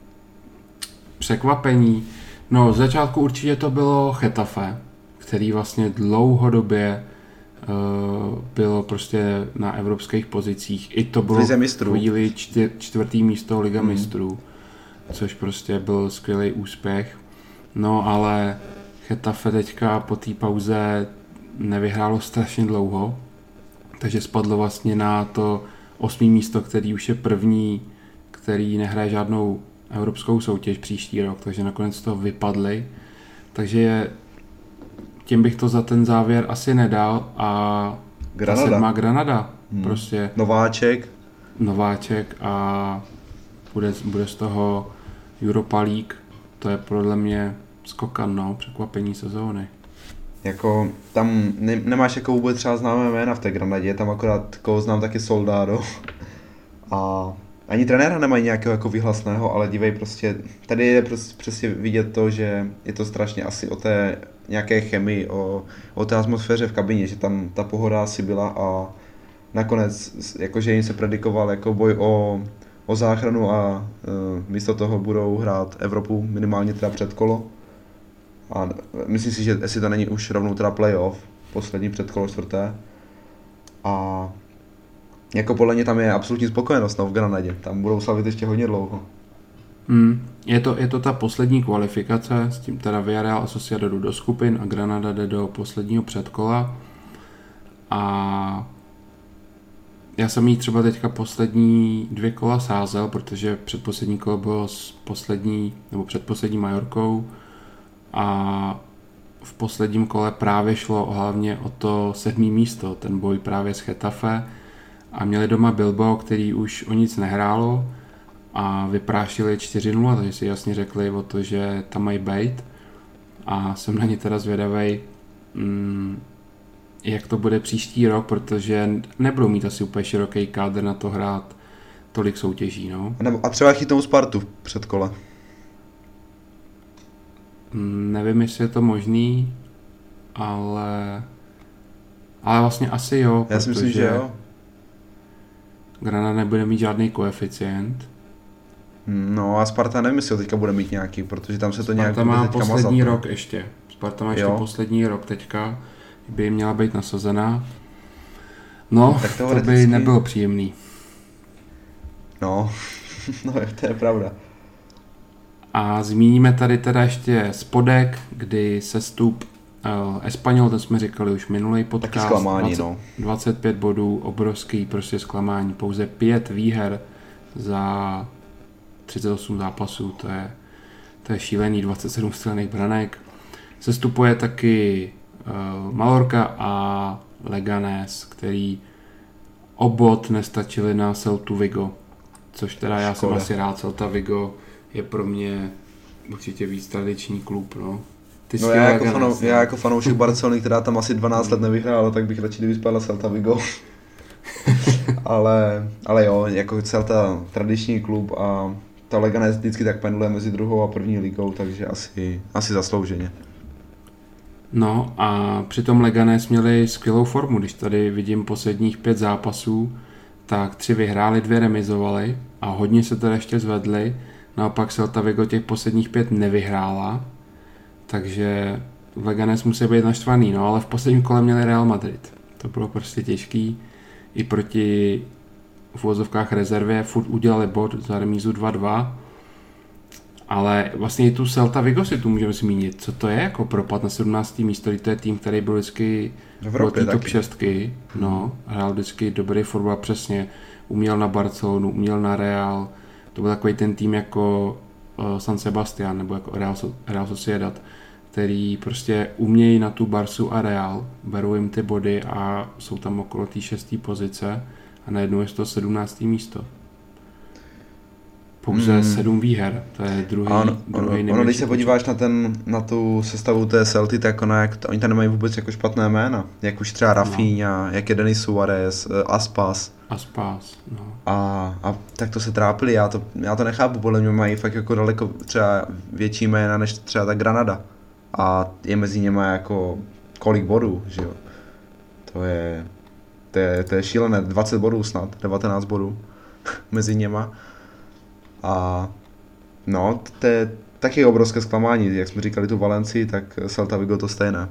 překvapení, no z začátku určitě to bylo Getafe, který vlastně dlouhodobě uh, bylo prostě na evropských pozicích, i to bylo chvíli čtyř, čtvrtý místo Liga hmm. mistrů, což prostě byl skvělý úspěch. No ale Getafe teďka po té pauze nevyhrálo strašně dlouho, takže spadlo vlastně na to osmý místo, který už je první, který nehraje žádnou evropskou soutěž příští rok, takže nakonec to vypadli. Takže je, tím bych to za ten závěr asi nedal a Granada. Ta sedmá Granada. Hmm. Prostě Nováček. Nováček a bude, bude z toho Europa League, to je podle mě skokan, no, překvapení sezóny. Jako tam ne, nemáš jako vůbec třeba známé jména v té Granadě, tam akorát koho znám taky Soldado. A ani trenéra nemají nějakého jako vyhlasného, ale dívej prostě, tady je prostě přesně vidět to, že je to strašně asi o té nějaké chemii, o, o té atmosféře v kabině, že tam ta pohoda asi byla a nakonec jakože jim se predikoval jako boj o, o záchranu a uh, místo toho budou hrát Evropu minimálně teda předkolo. A myslím si, že jestli to není už rovnou teda playoff, poslední předkolo čtvrté. A jako podle mě tam je absolutní spokojenost, no, v Granadě. Tam budou slavit ještě hodně dlouho. Hmm. Je, to, je to ta poslední kvalifikace, s tím teda Villarreal a Sociedad jdou do skupin a Granada jde do posledního předkola. A já jsem jí třeba teďka poslední dvě kola sázel, protože předposlední kolo bylo s poslední, nebo předposlední Majorkou a v posledním kole právě šlo hlavně o to sedmý místo, ten boj právě s Getafe a měli doma Bilbao, který už o nic nehrálo a vyprášili čtyři nula, takže si jasně řekli o to, že tam mají bejt a jsem na ně teda zvědavej, mm, jak to bude příští rok, protože nebudou mít asi úplně široký kádr na to hrát tolik soutěží, no. A třeba chytnou Spartu v předkole. Nevím, jestli je to možný, ale ale vlastně asi jo, já si myslím, že jo. Granada nebude mít žádný koeficient. No a Sparta nevím, jestli ho teďka bude mít nějaký, protože tam se to Sparta nějak má poslední mazat, rok ještě. Sparta má ještě poslední rok teďka, by měla být nasazená. No, tak to by nebylo příjemný. No, no to je pravda. A zmíníme tady teda ještě spodek, kdy sestup uh, Espanyol, ten jsme říkali už minulý podcast. Taky zklamání, dvacet, no. dvacet pět bodů, obrovský prostě zklamání, pouze pět výher za třicet osm zápasů, to je, to je šílený, dvacet sedm střelených branek. Sestupuje taky uh, Mallorca a Leganés, který o bod nestačili na Celtu Vigo, což teda já Škoda. jsem asi rád, Celta Vigo je pro mě určitě víc tradiční klub, no. Ty no já, jako fanou, já jako fanoušek Barcelony, která tam asi dvanáct let nevyhrála, tak bych radši, kdyby spadla Celta Vigo. ale, ale jo, jako Celta tradiční klub a ta Leganés vždycky tak pendluje mezi druhou a první ligou, takže asi, asi zaslouženě. No a přitom Leganés měli skvělou formu, když tady vidím posledních pět zápasů, tak tři vyhráli, dvě remizovali a hodně se teda ještě zvedli. Naopak Celta Vigo těch posledních pět nevyhrála, takže Leganés musí být naštvaný, no ale v posledním kole měli Real Madrid. To bylo prostě těžký. I proti v uvozovkách rezervě furt udělali bod za remízu dva dva. Ale vlastně i tu Celta Vigo si tu můžeme zmínit. Co to je jako propad na sedmnácté místo, to je tým, který byl vždycky v té top šestky. No, hrál vždycky dobrý fotbal, přesně. Uměl na Barcelonu, uměl na Real. To byl takový ten tým jako uh, San Sebastián nebo jako Real, Real Sociedad, který prostě umějí na tu Barsu a Real, berou jim ty body a jsou tam okolo té šesté pozice a najednou je to sedmnácté místo. Pouze hmm. sedm výher, to je druhý, ano, druhý největší. Ono, když se podíváš na, ten, na tu sestavu té Celty, tak ona, jak to, oni tam nemají vůbec jako špatné jména. Jak už třeba Rafinha, no. jak je Denis Suárez, Aspas. Aspas, no. A, a tak to se trápili, já to, já to nechápu, podle mě mají fakt jako daleko třeba větší jména než třeba ta Granada. A je mezi něma jako kolik bodů, že jo. To je, to je, to je šílené, dvacet bodů snad, devatenáct bodů mezi něma. A no, to je taky obrovské zklamání, jak jsme říkali tu Valencii, tak Celta Vigo to stejné.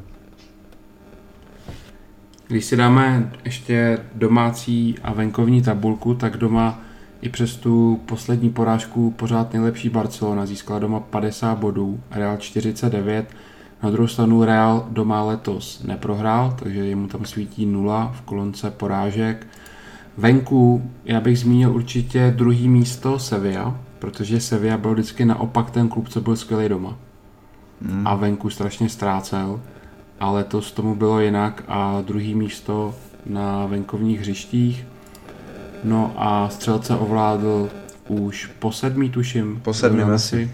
Když si dáme ještě domácí a venkovní tabulku, tak doma i přes tu poslední porážku pořád nejlepší Barcelona získala doma padesát bodů, Real čtyřicet devět. Na druhou stranu Real doma letos neprohrál, takže jemu tam svítí nula v kolonce porážek. Venku já bych zmínil určitě druhý místo Sevilla, protože Sevilla byl vždycky naopak ten klub, co byl skvělý doma. Mm. A venku strašně ztrácel, ale letos tomu bylo jinak a druhý místo na venkovních hřištích. No a střelce ovládl už po sedmý, tuším. Po sedmý Messi.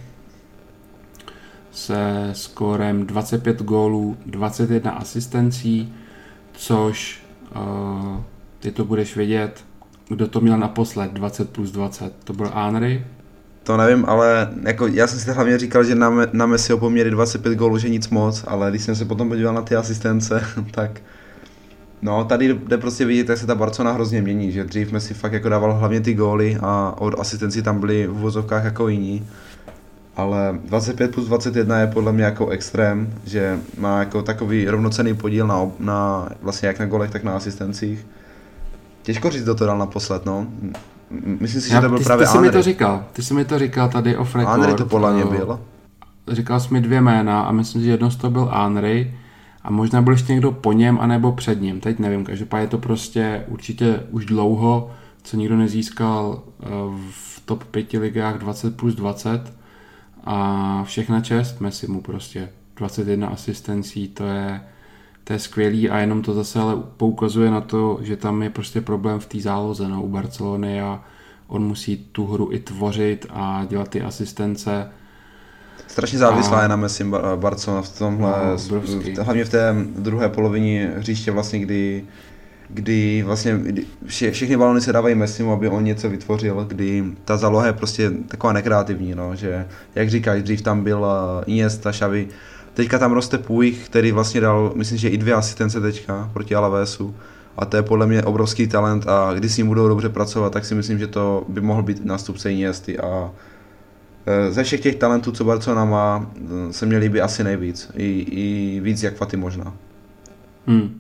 Se skórem dvacet pět gólů, dvacet jedna asistencí, což uh, ty to budeš vědět, kdo to měl naposled, dvacet plus dvacet, to byl Henry? To nevím, ale jako já jsem si hlavně říkal, že na, na Messiho poměry dvacet pět gólů, že nic moc, ale když jsem se potom podíval na ty asistence, tak no, tady jde prostě vidět, jak se ta Barcelona hrozně mění, že dřív Messi fakt jako dával hlavně ty góly a od asistenci tam byly v uvozovkách jako jiní. Ale dvacet pět plus dvacet jedna je podle mě jako extrém, že má jako takový rovnocenný podíl na, na vlastně jak na golech, tak na asistencích. Těžko říct, kdo to dal naposled, no. Myslím si, že Já, to byl ty, právě ty jsi Henry. mi to říkal, ty jsi mi to říkal tady off record. Henry to podle mě byl. Říkal jsi mi dvě jména a myslím, že jedno z toho byl Henry a možná byl ještě někdo po něm anebo před ním, teď nevím, každopádně je to prostě určitě už dlouho, co nikdo nezískal v top pěti ligách dvacet plus dvacet a všechna čest Messimu prostě, dvacet jedna asistencí, to je to je skvělý a jenom to zase ale poukazuje na to, že tam je prostě problém v té záloze, no, u Barcelony a on musí tu hru i tvořit a dělat ty asistence. Strašně závislá a... je na Messi Barcelona v tomhle, no, v, hlavně v té druhé polovině hřiště vlastně, kdy, kdy vlastně vše, všechny balony se dávají Messimu, aby on něco vytvořil, kdy ta záloha je prostě taková nekreativní, no, že jak říkáš, dřív tam byl Iniesta, Xavi, teďka tam roste Puig, který vlastně dal, myslím, že i dvě asistence teďka proti Alavesu. A to je podle mě obrovský talent a když s ním budou dobře pracovat, tak si myslím, že to by mohl být nástupce Iniesty a ze všech těch talentů, co Barcelona má, se mě líbí asi nejvíc. I, i víc jak Fati možná. Hmm.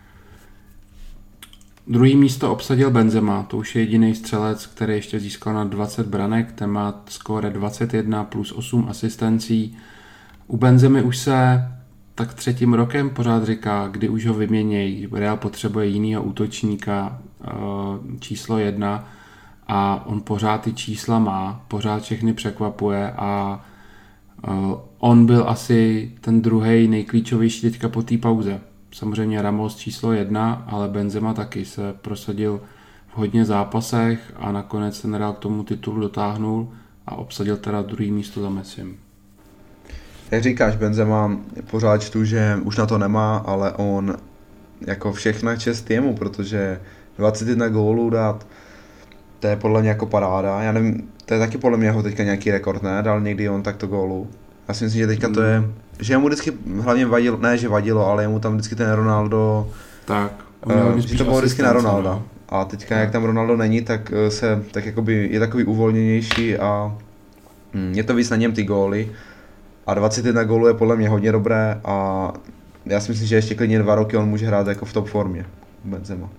Druhý místo obsadil Benzema, to už je jediný střelec, který ještě získal na dvacet branek, ten má skóre dvacet jedna plus osm asistencí. U Benzemy už se tak třetím rokem pořád říká, kdy už ho vyměnějí, Real potřebuje jinýho útočníka, číslo jedna, a on pořád ty čísla má, pořád všechny překvapuje a on byl asi ten druhej nejklíčovější teďka po té pauze. Samozřejmě Ramos číslo jedna, ale Benzema taky se prosadil v hodně zápasech a nakonec ten Real k tomu titulu dotáhnul a obsadil teda druhý místo za Messim. Jak říkáš, Benzema pořád čtu, že už na to nemá, ale on jako všechna čest jemu, protože dvacet jedna gólů dát, to je podle mě jako paráda. Já nevím, to je taky podle mě jeho teďka nějaký rekord, ne? Dal někdy on takto gólů. Já si myslím, že teďka to je, že mu vždycky hlavně vadilo, ne že vadilo, ale jemu tam vždycky ten Ronaldo, tak, uh, že to bylo vždycky na Ronalda. A teďka jak tam Ronaldo není, tak se tak jakoby je takový uvolněnější a hm, je to víc na něm ty góly. A dvacet jedna gólů je podle mě hodně dobré a já si myslím, že ještě klidně dva roky on může hrát jako v top formě Benzema.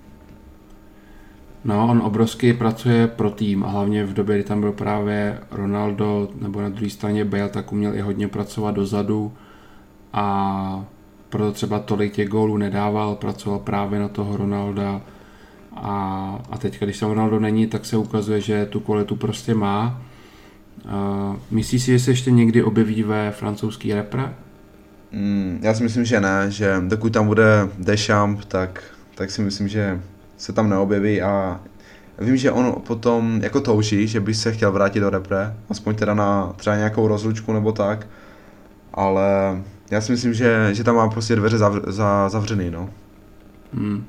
No, on obrovsky pracuje pro tým a hlavně v době, kdy tam byl právě Ronaldo nebo na druhé straně Bale, tak uměl i hodně pracovat dozadu a proto třeba tolik těch gólů nedával, pracoval právě na toho Ronalda a, a teď, když tam Ronaldo není, tak se ukazuje, že tu kvalitu prostě má. Uh, myslíš si, že se ještě někdy objeví ve francouzský repre? Mm, já si myslím, že ne, že dokud tam bude Deschamps, tak, tak si myslím, že se tam neobjeví a vím, že on potom jako touží, že by se chtěl vrátit do repre, aspoň teda na třeba nějakou rozlučku nebo tak, ale já si myslím, že, že tam má prostě dveře zavř, za, zavřený, no. Hmm.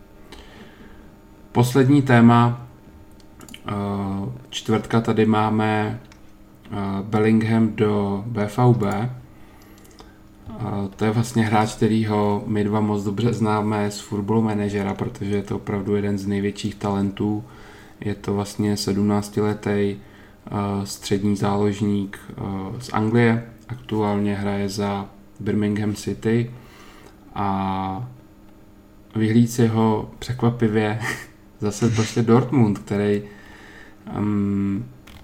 Poslední téma, uh, čtvrtka tady máme uh, Bellingham do B V B. Uh, to je vlastně hráč, kterýho my dva moc dobře známe z Football Managera, protože je to opravdu jeden z největších talentů. Je to vlastně sedmnáctiletý uh, střední záložník uh, z Anglie. Aktuálně hraje za Birmingham City a vyhlídci ho překvapivě zase prostě Dortmund, který um,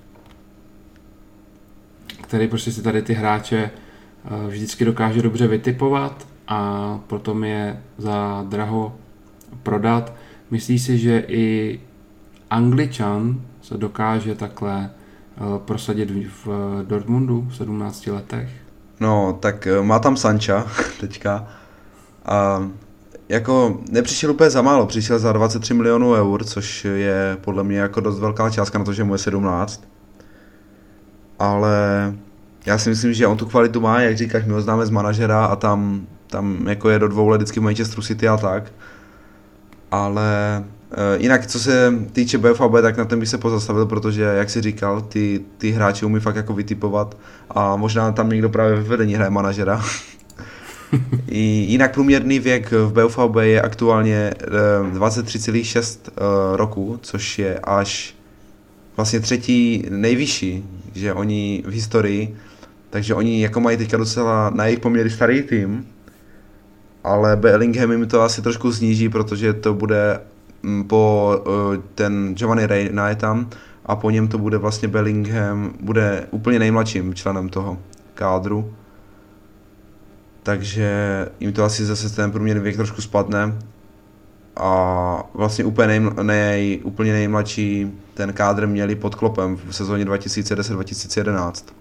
který prostě si tady ty hráče vždycky dokáže dobře vytipovat a potom je za draho prodat. Myslíš si, že i Angličan se dokáže takhle prosadit v Dortmundu v sedmnácti letech? No, tak má tam Sancha teďka. A jako nepřišel úplně za málo, přišel za dvacet tři milionů eur, což je podle mě jako dost velká částka na to, že mu je sedmnáct. Ale já si myslím, že on tu kvalitu má, jak říkáš, my ho známe z manažera a tam, tam jako je do dvou let vždycky v Manchesteru City a tak. Ale e, jinak, co se týče B V B, tak na ten bych se pozastavil, protože, jak jsi říkal, ty, ty hráči umí fakt jako vytipovat a možná tam někdo právě ve vedení hraje manažera. I, jinak průměrný věk v B V B je aktuálně e, dvacet tři celá šest e, roku, což je až vlastně třetí nejvyšší, že oni v historii, takže oni jako mají teďka docela na jejich poměry starý tým, ale Bellingham jim to asi trošku sníží, protože to bude po ten Giovanni Reina je tam a po něm to bude vlastně Bellingham, bude úplně nejmladším členem toho kádru, takže jim to asi zase ten průměrný věk trošku spadne a vlastně úplně, nej, nej, úplně nejmladší ten kádr měli pod Kloppem v sezóně dva tisíce deset dva tisíce jedenáct.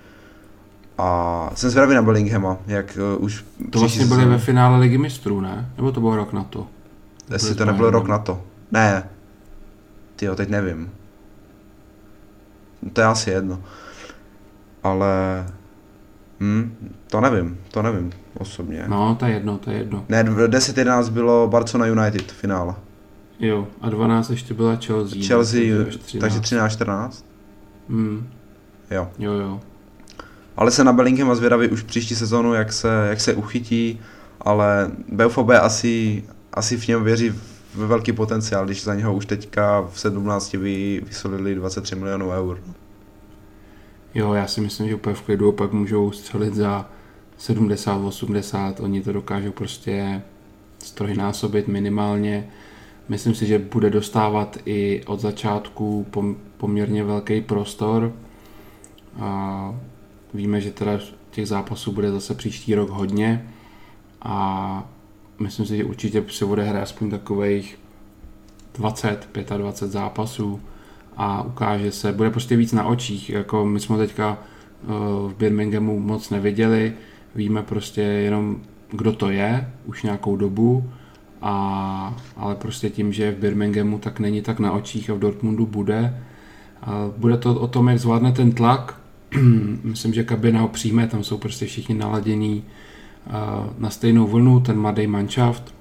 A jsem zvědavý na Bellinghama, jak uh, už... To vlastně byli ve finále Ligy mistrů, ne? Nebo to bylo rok na to? Jestli to nebylo rok na to. Ne. Tyjo, teď nevím. To je asi jedno. Ale... Hm, to nevím, to nevím osobně. No, to je jedno, to je jedno. Ne, deset jedenáct bylo Barcelona United finále. Jo, a dvanáct ještě byla Chelsea. Chelsea, takže třináct čtrnáct. Hmm. Jo. Jo, jo. Ale se na Bellinghama zvědavý už příští sezónu, jak se, jak se uchytí, ale B V B asi, asi v něm věří ve velký potenciál, když za něho už teďka v sedmnácti vy, vysolili dvacet tři milionů eur. Jo, já si myslím, že úplně v klidu pak můžou střelit za sedmdesát osmdesát, oni to dokážou prostě strojnásobit minimálně. Myslím si, že bude dostávat i od začátku poměrně velký prostor. A víme, že teda těch zápasů bude zase příští rok hodně a myslím si, že určitě se odehraje aspoň takových dvacet, dvacet pět zápasů a ukáže se, bude prostě víc na očích, jako my jsme teďka v Birminghamu moc neviděli, víme prostě jenom, kdo to je, už nějakou dobu, a, ale prostě tím, že je v Birminghamu, tak není tak na očích a v Dortmundu bude. A bude to o tom, jak zvládne ten tlak, myslím, že kabina ho přijme, tam jsou prostě všichni naladění na stejnou vlnu, ten mladý manšaft.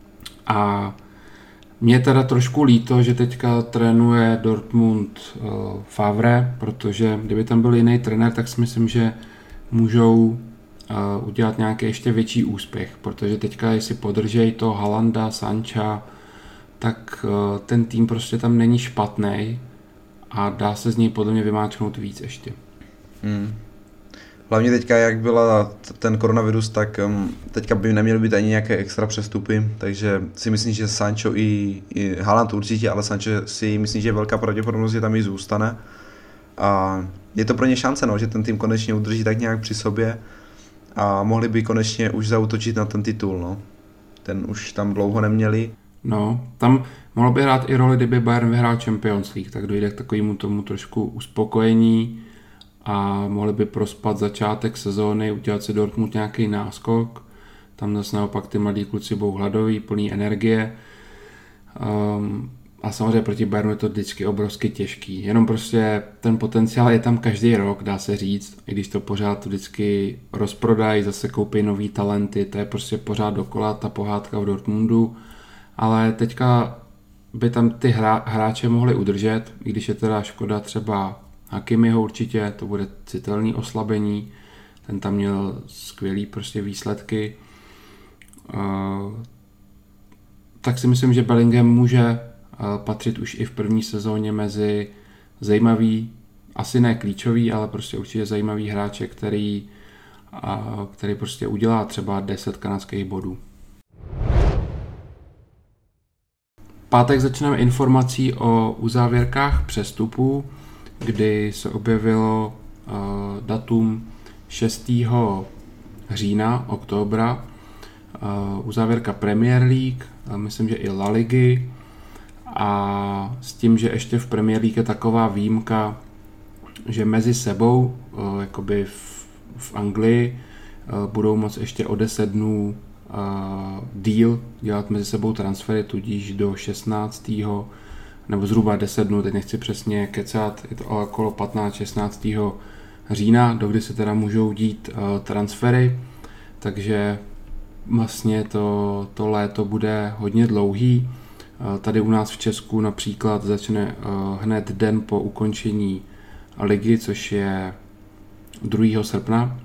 A mě teda trošku líto, že teďka trénuje Dortmund uh, Favre, protože kdyby tam byl jiný trenér, tak si myslím, že můžou uh, udělat nějaký ještě větší úspěch, protože teďka, jestli podržej to Haalanda, Sancha, tak uh, ten tým prostě tam není špatný a dá se z něj podle mě vymáčknout víc ještě. Hmm. Hlavně teďka, jak byla ten koronavirus, tak um, teďka by neměly být ani nějaké extra přestupy, takže si myslím, že Sancho i, i Haaland určitě, ale Sancho si myslím, že je velká pravděpodobnost, že tam i zůstane. A je to pro ně šance, no, že ten tým konečně udrží tak nějak při sobě a mohli by konečně už zaútočit na ten titul, no. Ten už tam dlouho neměli. No, tam mohlo by hrát i roli, kdyby Bayern vyhrál Champions League, tak dojde k takovému tomu trošku uspokojení a mohli by prospat začátek sezóny, udělat si Dortmund nějaký náskok. Tam zase naopak ty mladí kluci budou hladoví, plný energie. Um, a samozřejmě proti Bayernu je to vždycky obrovsky těžký. Jenom prostě ten potenciál je tam každý rok, dá se říct, i když to pořád vždycky rozprodají, zase koupí nový talenty, to je prostě pořád dokola ta pohádka v Dortmundu. Ale teďka by tam ty hra, hráče mohli udržet, i když je teda škoda třeba Hakimiho určitě, to bude citelný oslabení, ten tam měl skvělý prostě výsledky. Uh, tak si myslím, že Bellingham může uh, patřit už i v první sezóně mezi zajímavý, asi ne klíčový, ale prostě určitě zajímavý hráče, který, uh, který prostě udělá třeba deset kanadských bodů. Pátek začneme informací o uzávěrkách přestupů, kdy se objevilo uh, datum šestého října, oktobra, uh, uzávěrka Premier League, uh, myslím, že i La Ligy, a s tím, že ještě v Premier League je taková výjimka, že mezi sebou, uh, jakoby v, v Anglii, uh, budou moct ještě o deset dnů uh, deal dělat mezi sebou transfery, tudíž do šestnáctého nebo zhruba deset dnů, teď nechci přesně kecat, je to okolo patnáct šestnáct října, dokdy se teda můžou dít uh, transfery, takže vlastně to, to léto bude hodně dlouhý. Uh, tady u nás v Česku například začne uh, hned den po ukončení ligy, což je druhého srpna,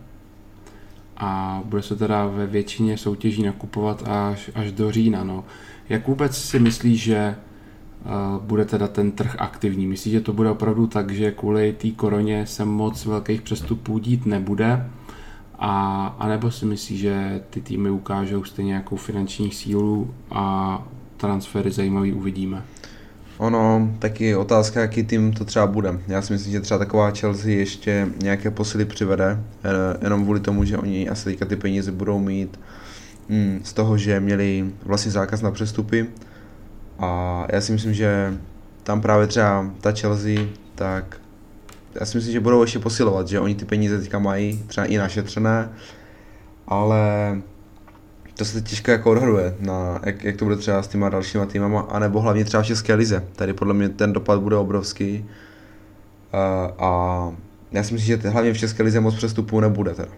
a bude se teda ve většině soutěží nakupovat až, až do října. No. Jak vůbec si myslíš, že bude teda ten trh aktivní? Myslíš, že to bude opravdu tak, že kvůli té koroně se moc velkých přestupů dít nebude? A, a nebo si myslíš, že ty týmy ukážou stejně nějakou finanční sílu a transfery zajímavý uvidíme? Ono, taky otázka, jaký tým to třeba bude. Já si myslím, že třeba taková Chelsea ještě nějaké posily přivede, jenom kvůli tomu, že oni asi teďka ty peníze budou mít mm, z toho, že měli vlastně zákaz na přestupy. A já si myslím, že tam právě třeba ta Chelsea, tak já si myslím, že budou ještě posilovat, že oni ty peníze teďka mají třeba i našetřené, ale to se těžko jako odhaduje, na, jak, jak to bude třeba s těma dalšíma týmama, anebo hlavně třeba v České lize. Tady podle mě ten dopad bude obrovský a, a já si myslím, že hlavně v České lize moc přestupů nebude teda.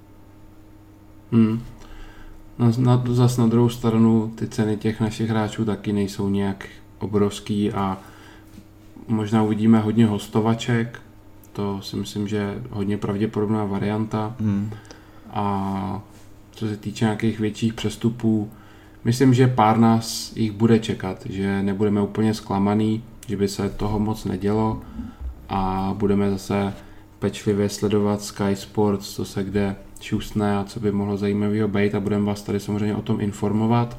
Hmm. Na, na, zas na druhou stranu ty ceny těch našich hráčů taky nejsou nějak obrovský a možná uvidíme hodně hostovaček, to si myslím, že je hodně pravděpodobná varianta. Hmm. A co se týče nějakých větších přestupů, myslím, že pár nás jich bude čekat, že nebudeme úplně zklamaný, že by se toho moc nedělo a budeme zase pečlivě sledovat Sky Sports, co se kde šustne a co by mohlo zajímavého být a budeme vás tady samozřejmě o tom informovat.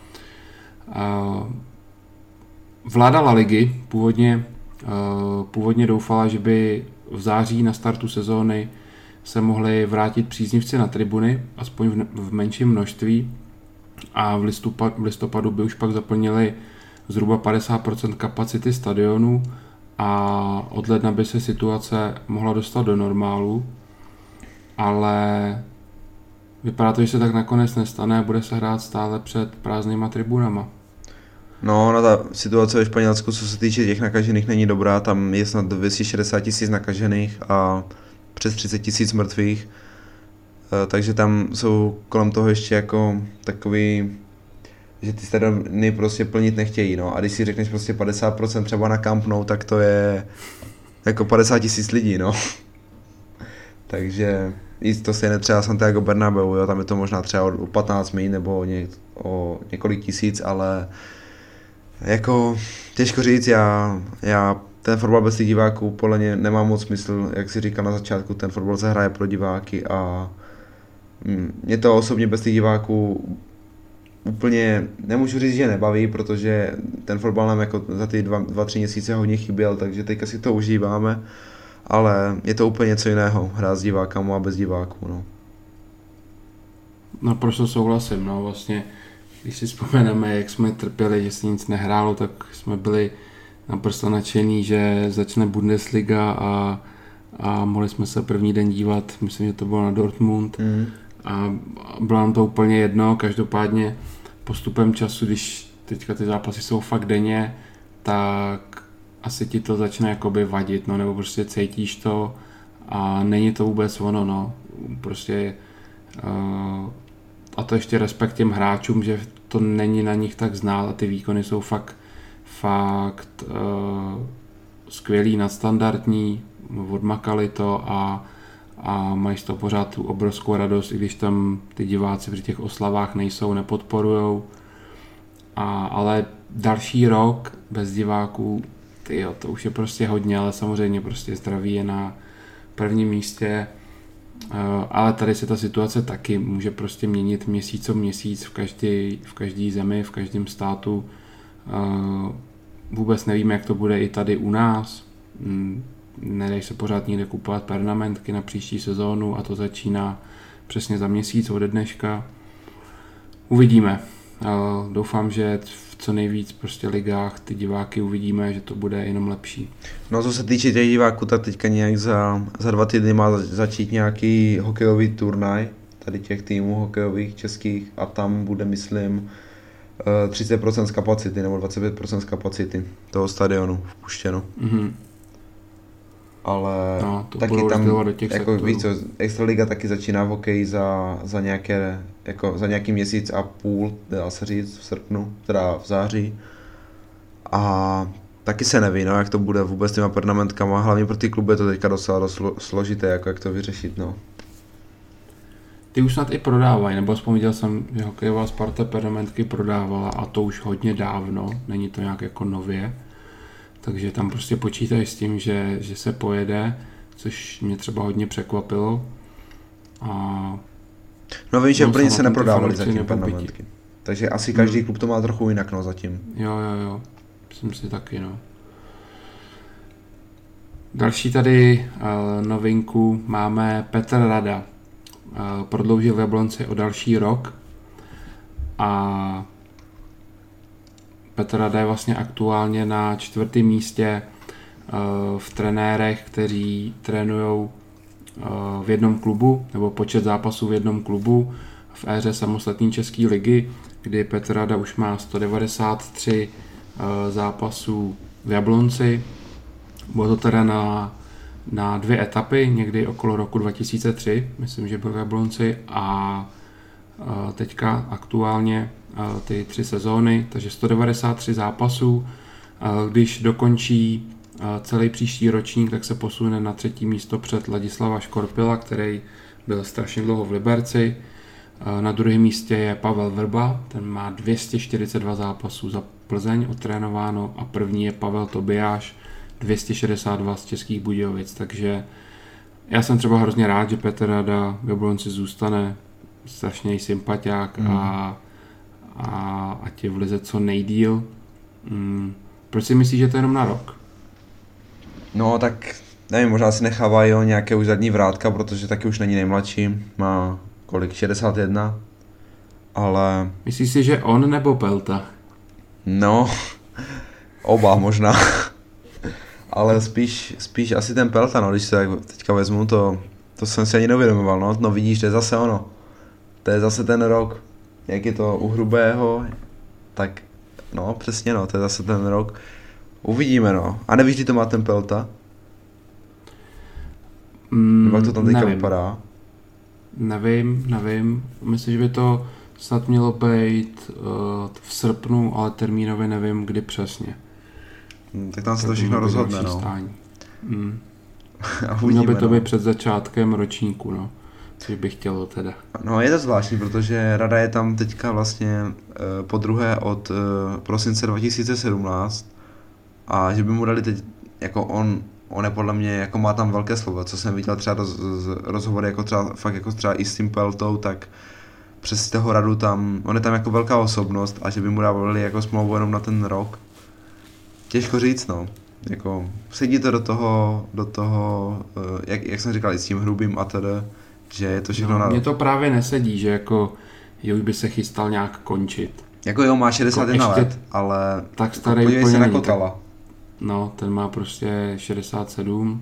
Vláda La Ligy původně, původně doufala, že by v září na startu sezóny se mohli vrátit příznivci na tribuny, aspoň v menším množství, a v listopadu, v listopadu by už pak zaplnili zhruba padesát procent kapacity stadionu a od ledna by se situace mohla dostat do normálu, ale vypadá to, že se tak nakonec nestane a bude se hrát stále před prázdnýma tribunama. No, no ta situace ve Španělsku, co se týče těch nakažených, není dobrá, tam je snad dvě stě šedesát tisíc nakažených a přes třicet tisíc mrtvých, takže tam jsou kolem toho ještě jako takový, že ty stadiony prostě plnit nechtějí, no, a když si řekneš prostě padesát procent třeba na Camp Nou, tak to je jako padesát tisíc lidí, no. Takže i to stejné třeba Santiago Bernabéu, jo, tam je to možná třeba o patnáct míň nebo o, ně, o několik tisíc, ale jako těžko říct, já, já ten fotbal bez těch diváků podle mě nemá moc smysl, jak si říkal na začátku, ten fotbal se hraje pro diváky a mě to osobně bez těch diváků úplně, nemůžu říct, že nebaví, protože ten fotbal nám jako za ty dva, dva, tři měsíce hodně chyběl, takže teďka si to užíváme, ale je to úplně něco jiného, hrát s divákama a bez diváků, no. Naprosto souhlasím, no, vlastně, když si vzpomeneme, jak jsme trpěli, že se nic nehrálo, tak jsme byli naprosto nadšený, že začne Bundesliga a, a mohli jsme se první den dívat, myslím, že to bylo na Dortmund, mm. a bylo nám to úplně jedno, každopádně postupem času, když teďka ty zápasy jsou fakt denně, tak asi ti to začne jakoby vadit, no, nebo prostě cítíš to a není to vůbec ono, no, prostě uh, a to ještě respekt těm hráčům, že to není na nich tak znát a ty výkony jsou fakt fakt uh, skvělý, nadstandardní, odmakali to a, a mají z toho pořád tu obrovskou radost, i když tam ty diváci při těch oslavách nejsou, nepodporujou. A, ale další rok bez diváků, tyjo, to už je prostě hodně, ale samozřejmě prostě zdraví je na prvním místě. Uh, ale tady se ta situace taky může prostě měnit měsíc co měsíc v každé v každý zemi, v každém státu. Uh, vůbec nevíme, jak to bude i tady u nás. Mm, nedají se pořád nikde kupovat pernamentky na příští sezónu a to začíná přesně za měsíc ode dneška. Uvidíme. Uh, doufám, že v co nejvíc prostě ligách ty diváky uvidíme, že to bude jenom lepší. No co se týče těch diváků, tak teďka nějak za, za dva týdny má začít nějaký hokejový turnaj, tady těch týmů hokejových českých a tam bude, myslím, třicet procent z kapacity nebo dvacet pět procent z kapacity toho stadionu vpuštěno. Mm-hmm. Ale no, to taky tam, do těch jako víš co, Extraliga taky začíná v hokeji za, za, nějaké, jako za nějaký měsíc a půl, dá se říct, v srpnu, teda v září. A taky se neví, no, jak to bude vůbec těma permanentkama, hlavně pro ty kluby je to teďka docela dost složité, jako jak to vyřešit, no. Ty už snad i prodávají, nebo aspoň viděl jsem, že hokejová Sparta pernamentky prodávala a to už hodně dávno, není to nějak jako nově, takže tam prostě počítají s tím, že, že se pojede, což mě třeba hodně překvapilo. A no vím, že úplně se neprodávaly zatím pernamentky, takže asi každý hmm. klub to má trochu jinak, no, zatím. Jo, jo, jo, myslím si taky, no. Další tady uh, novinku máme Petr Rada. Prodloužil v Jablonci o další rok a Petr Rada je vlastně aktuálně na čtvrtém místě v trenérech, kteří trénujou v jednom klubu, nebo počet zápasů v jednom klubu v éře samostatné české ligy, kdy Petr Rada už má sto devadesát tři zápasů v Jablonci. Bylo to teda na na dvě etapy, někdy okolo roku dva tisíce tři, myslím, že byl v Jablonci a teďka aktuálně ty tři sezóny, takže sto devadesát tři zápasů. Když dokončí celý příští ročník, tak se posune na třetí místo před Ladislava Škorpila, který byl strašně dlouho v Liberci. Na druhém místě je Pavel Vrba, ten má dvě stě čtyřicet dva zápasů za Plzeň odtrénováno a první je Pavel Tobiáš, dvě stě šedesát dva z Českých Budějovic, takže Já jsem třeba hrozně rád, že Petr Rada v Jablonci zůstane, strašný sympatiák mm. a, a ať je v lize co nejdýl. Mm. Proč si myslíš, že to je jenom na rok? No tak, nevím, možná si nechávají jo, nějaké už zadní vrátka, protože taky už není nejmladší, má kolik, šedesát jedna, ale... Myslíš si, že on nebo Pelta? No, oba možná. Ale spíš, spíš asi ten Pelta, no, když se teďka vezmu, to, to jsem si ani neuvědomoval, no, no vidíš, to je zase ono. To je zase ten rok, jak je to u Hrubého, tak no, přesně no, to je zase ten rok. Uvidíme, no. A nevíš, kdy to má ten Pelta? Mm, jak to tam teďka nevím. vypadá? Nevím, nevím. Myslím, že by to snad mělo být uh, v srpnu, ale termínově nevím, kdy přesně. Hmm, tak tam se to všechno rozhodne, no. Mm. A uvidíme, Mělo by to no. být před začátkem ročníku, no. Což bych chtělo teda. No je to zvláštní, protože Rada je tam teďka vlastně uh, po druhé od uh, prosince dva tisíce sedmnáct a že by mu dali teď, jako on, on je podle mě, jako má tam velké slovo, co jsem viděl třeba roz, rozhovory jako třeba, fakt jako třeba i s tím Peltou, tak přes toho Radu tam, on je tam jako velká osobnost a že by mu dávali jako smlouvu jenom na ten rok. Těžko říct, no. Jako, sedí to do toho, do toho, uh, jak, jak jsem říkal, i s tím Hrubým a tedy, že je to všechno no, na rok. Mně to právě nesedí, že jako jo, by se chystal nějak končit. Jako jo, má šedesát jedna jako let, ale tak starý podívej úplně se na není, Kotala. tak, no, ten má prostě šedesát sedm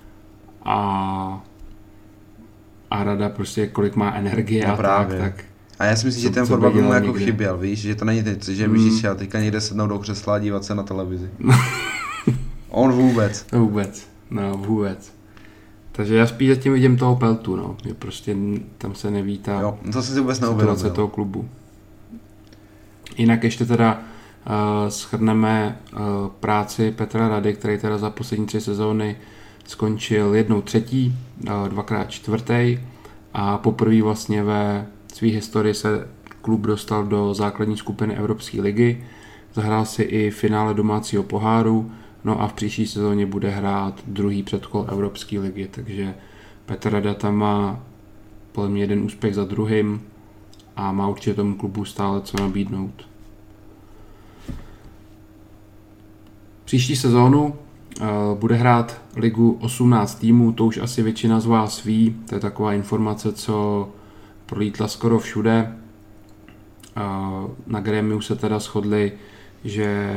a a Rada prostě kolik má energie no a právě. tak, tak. A já si myslím, co, že ten fotbal by mu jako někde. chyběl, víš, že to není teď, že Hmm. můžeš já teďka někde sednout do křesla a dívat se na televizi. On vůbec. Vůbec, no vůbec. Takže já spíš zatím vidím toho Peltu, no, že prostě tam se neví ta Jo, to jsem si vůbec situace neuvědomil. toho klubu. Jinak ještě teda uh, shrneme uh, práci Petra Rady, který teda za poslední tři sezóny skončil jednou třetí, uh, dvakrát čtvrtý a poprvé vlastně ve své historii se klub dostal do základní skupiny Evropské ligy, zahrál si i finále domácího poháru, no a v příští sezóně bude hrát druhý předkol Evropské ligy, takže Petr Rada tam má podle mě jeden úspěch za druhým a má určitě tomu klubu stále co nabídnout. Příští sezónu uh, bude hrát ligu osmnáct týmů, to už asi většina z vás ví, to je taková informace, co prolítla skoro všude. Uh, na grémiu se teda shodli, že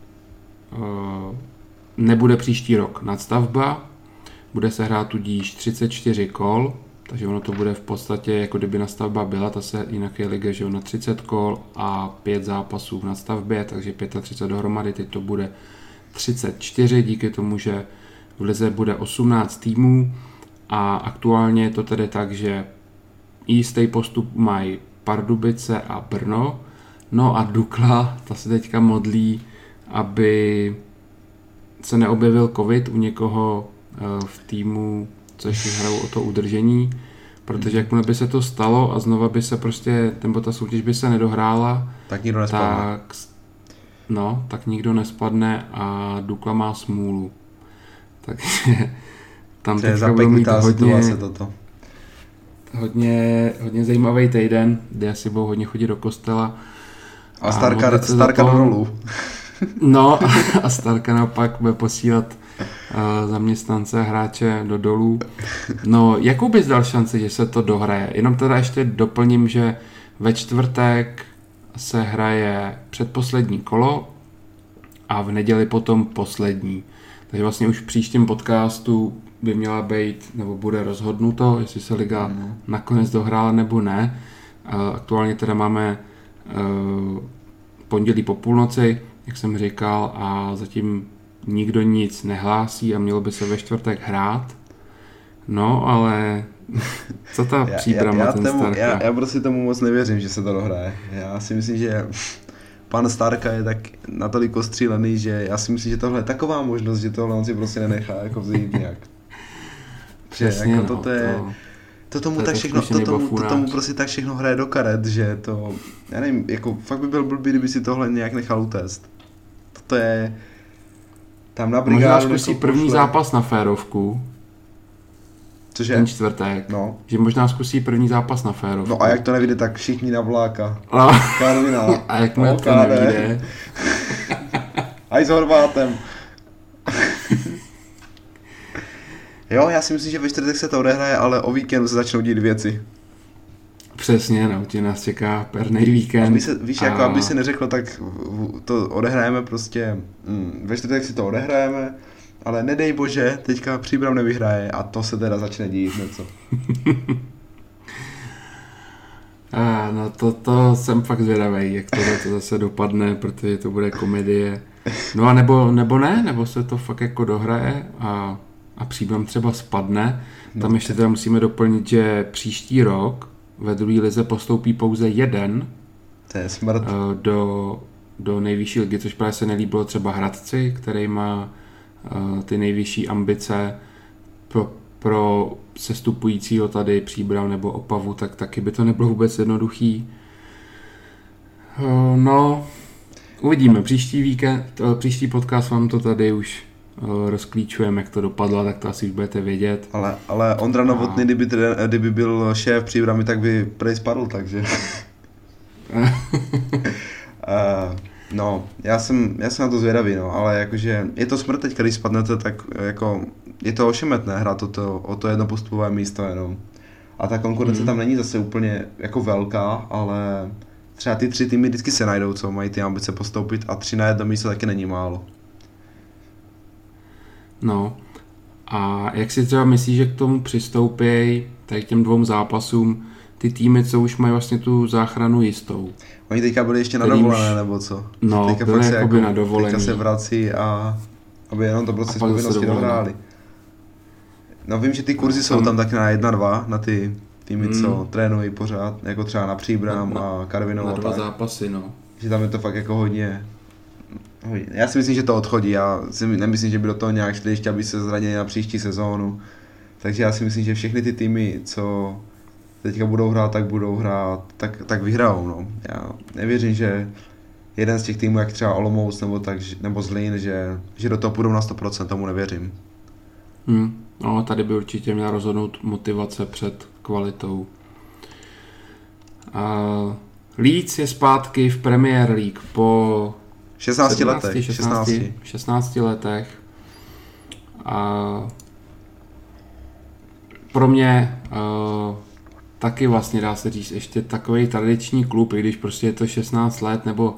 uh, nebude příští rok nadstavba, bude se hrát tudíž třicet čtyři kol, takže ono to bude v podstatě, jako kdyby nastavba byla, ta se jinak je liga, že na třicet kol a pět zápasů v nadstavbě, takže třicet pět dohromady, teď to bude třicet čtyři, díky tomu, že v lize bude osmnáct týmů a aktuálně je to tedy tak, že jistý postup mají Pardubice a Brno, no a Dukla, ta se teďka modlí, aby se neobjevil covid u někoho v týmu, co ještě hrajou o to udržení, protože jakmile by se to stalo a znova by se prostě, nebo ta soutěž by se nedohrála, tak nikdo nespadne. Tak, no, tak nikdo nespadne a Dukla má smůlu. Takže tam to je teďka budou mít hodně, toto. hodně, hodně zajímavý týden, kde asi budou hodně chodit do kostela. A, a Starka, starka do rolů. No a Starka naopak bude posílat uh, zaměstnance a hráče do dolů. No, jakou bys dal šanci, že se to dohraje? Jenom teda ještě doplním, že ve čtvrtek se hraje předposlední kolo a v neděli potom poslední. Takže vlastně už v příštím podcastu by měla být, nebo bude rozhodnuto, jestli se liga mm. nakonec dohrála nebo ne. Uh, aktuálně teda máme uh, pondělí po půlnoci, jak jsem říkal, a zatím nikdo nic nehlásí a mělo by se ve čtvrtek hrát. No, ale co ta příprava, já, já, ten tému, Starka? Já, já prostě tomu moc nevěřím, že se to dohraje. Já si myslím, že pan Starka je tak natolik ostřílený, že já si myslím, že tohle je taková možnost, že tohle on si prostě nenechá jako vzít nějak. Přesně, jako no, toto je... to... To tomu, to tak všechno, to, tomu, to tomu prostě tak všechno hraje do karet, že to, já nevím, jako fakt by byl blbý, kdyby si tohle nějak nechal utéct. To je, tam na brigádu... Možná zkusí první pošle. zápas na férovku. Cože? Ten čtvrtek. No. Že možná zkusí první zápas na férovku. No a jak to nevyjde, tak všichni na Vláka. No. Karvina. A jak mu to nevyjde. A i s Horvátem. Jo, já si myslím, že ve čtvrtek se to odehraje, ale o víkendu se začnou dít věci. Přesně, no, tě nás čeká pernej víkend. Aby se, víš, a... jako aby se neřeklo, tak to odehrajeme prostě, mm, ve čtvrtek si to odehrajeme, ale nedej bože, teďka Příbram nevyhraje a to se teda začne dít něco. a, no to, to jsem fakt zvědavý, jak to, to zase dopadne, protože to bude komedie. No a nebo, nebo ne, nebo se to fakt jako dohraje a, a Příbram třeba spadne. Tam no, ještě teda musíme doplnit, že příští rok ve druhé lize postoupí pouze jeden to je smrt. Do, do nejvyšší ligy, což právě se nelíbilo třeba Hradci, který má uh, ty nejvyšší ambice pro, pro sestupujícího tady Příbram nebo Opavu, tak taky by to nebylo vůbec jednoduchý. Uh, no, uvidíme. Příští víkend, uh, příští podcast vám to tady už rozklíčujeme, jak to dopadlo, tak to asi už budete vědět. Ale, ale Ondra Novotný, kdyby, kdyby byl šéf Příbramy, tak by prej spadl, takže... uh, no, já jsem, já jsem na to zvědavý, no, ale jakože je to smrt teď, když spadnete, tak jako je to ošemetné hrát o to, o to jedno postupové místo jenom. A ta konkurence mm. tam není zase úplně jako velká, ale třeba ty tři týmy vždycky se najdou, co mají ty ambice postoupit a tři na jedno místo taky není málo. No a jak si třeba myslíš, že k tomu přistoupí tady k těm dvou zápasům ty týmy, co už mají vlastně tu záchranu jistou? Oni teďka byli ještě na dovolené, už... nebo co? No, teďka byli se jako jako, na dovolený. Teďka se vrací a aby jenom to prostě z povinnosti dohráli. No vím, že ty kurzy jsou tam tak na jedna dva, na ty týmy, hmm. co trénují pořád, jako třeba na Příbram na, a Karvinou. Na dva tak. zápasy, no. Že tam je to fakt jako hodně... Já si myslím, že to odchodí, já si nemyslím, že by do toho nějak šli ještě, aby se zranili na příští sezónu. Takže já si myslím, že všechny ty týmy, co teďka budou hrát, tak budou hrát, tak, tak vyhrajou. No. Já nevěřím, že jeden z těch týmů, jak třeba Olomouc nebo, tak, nebo Zlín, že, že do toho půjdou na sto procent, tomu nevěřím. Hmm. No, tady by určitě měla rozhodnout motivace před kvalitou. Uh, Leeds je zpátky v Premier League po šestnácti letech. šestnácti. šestnácti letech. A pro mě uh, taky vlastně dá se říct ještě takový tradiční klub, i když prostě je to šestnáct let, nebo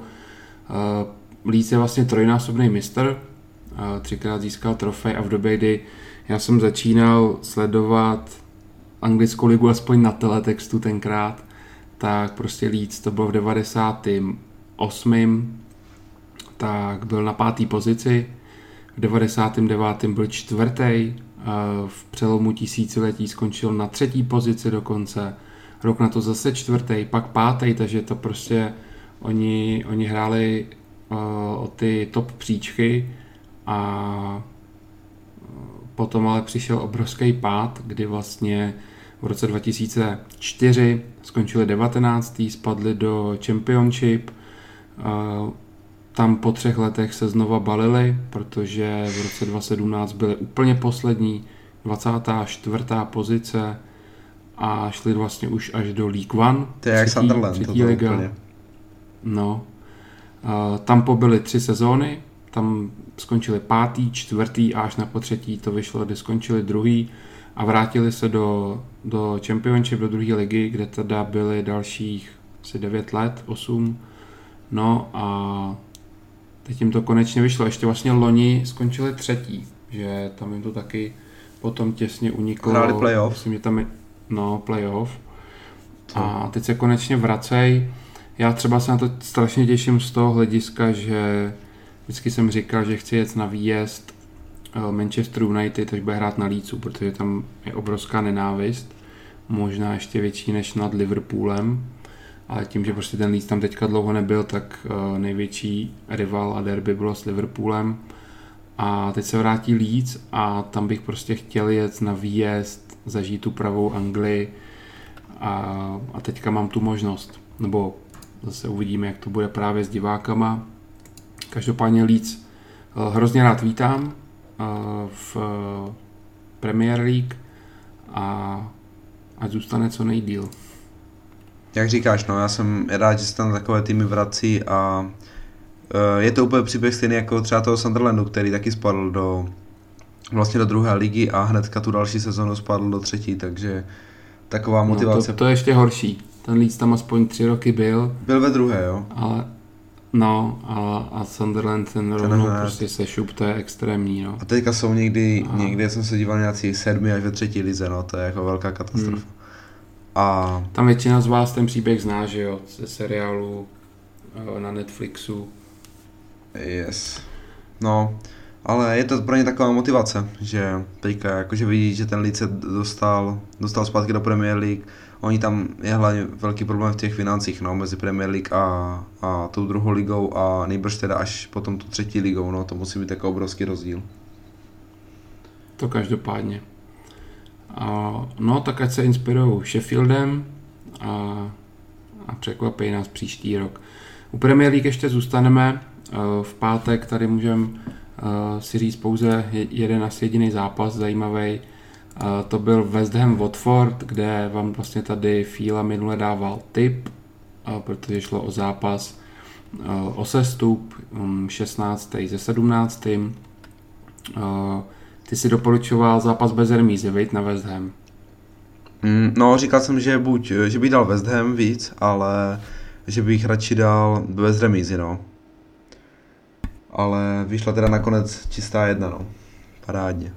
uh, Leeds je vlastně trojnásobný mistr, uh, třikrát získal trofej a v době, kdy já jsem začínal sledovat anglickou ligu aspoň na teletextu tenkrát, tak prostě Leeds to bylo v devadesátém osmém tak byl na pátý pozici, v devadesátém devátém byl čtvrtý, v přelomu tisíciletí skončil na třetí pozici dokonce, rok na to zase čtvrtý, pak pátý, takže to prostě oni, oni hráli uh, o ty top příčky a potom ale přišel obrovský pád, kdy vlastně v roce dva tisíce čtyři skončili devatenáctý spadli do Championship, uh, tam po třech letech se znova balili, protože v roce dva tisíce sedmnáct byli úplně poslední, dvacátá čtvrtá pozice a šli vlastně už až do League One. To je jak Sunderland, třetí liga. Úplně. No. Uh, tam pobyli tři sezóny, tam skončili pátý, čtvrtý a až na potřetí to vyšlo, kdy skončili druhý a vrátili se do, do Championship, do druhé ligy, kde teda byli dalších asi devět let, osm. No a teď jim to konečně vyšlo. Ještě vlastně loni skončili třetí, že tam jim to taky potom těsně uniklo. Hráli playoff. Myslím, že tam je, no, playoff. Co? A teď se konečně vracej. Já třeba se na to strašně těším z toho hlediska, že vždycky jsem říkal, že chci jet na výjezd Manchester United, až bude hrát na Leedsu, protože tam je obrovská nenávist. Možná ještě větší než nad Liverpoolem. Ale tím, že prostě ten Leeds tam teďka dlouho nebyl, tak uh, největší rival a derby bylo s Liverpoolem. A teď se vrátí Leeds a tam bych prostě chtěl jet na výjezd, zažít tu pravou Anglii a, a teďka mám tu možnost. Nebo zase uvidíme, jak to bude právě s divákama. Každopádně Leeds uh, hrozně rád vítám uh, v uh, Premier League a ať zůstane co nejdýl. Jak říkáš, no, já jsem rád, že se tam takové týmy vrací a uh, je to úplně příběh stejný jako třeba toho Sunderlandu, který taky spadl do vlastně do druhé ligy a hnedka tu další sezonu spadl do třetí, takže taková motivace. No to, to je ještě horší. Ten Leeds tam aspoň tři roky byl. Byl ve druhé, jo. Ale no a, a Sunderland ten rovnou prostě se šup, to je extrémní, no. A teďka jsou někdy, a... někdy jsem se díval na nějaký sedmi až ve třetí lize, no, to je jako velká katastrofa. Hmm. A... Tam většina z vás ten příběh zná, že jo, ze seriálu na Netflixu. Yes. No, ale je to pro ně taková motivace, že teďka jakože vidí, že ten Leeds se dostal, dostal zpátky do Premier League. Oni tam je hlavně velký problém v těch financích, no, mezi Premier League a, a tou druhou ligou a nejbrž teda až potom tu třetí ligou, no, to musí být jako obrovský rozdíl. To každopádně. A, no, tak ať se inspirujou Sheffieldem a, a překvapí nás příští rok. U Premier League ještě zůstaneme. V pátek tady můžeme si říct pouze jeden asi jediný zápas zajímavý. To byl West Ham Watford, kde vám vlastně tady Fíla minule dával tip, protože šlo o zápas o sestup šestnáctý ze sedmnáctým Ty si doporučoval zápas bez remízy, viď, na West Ham? Mm, no, říkal jsem, že buď, že bych dal West Ham víc, ale že bych radši dal bez remízy, no. Ale vyšla teda nakonec čistá jedna, no. Parádně.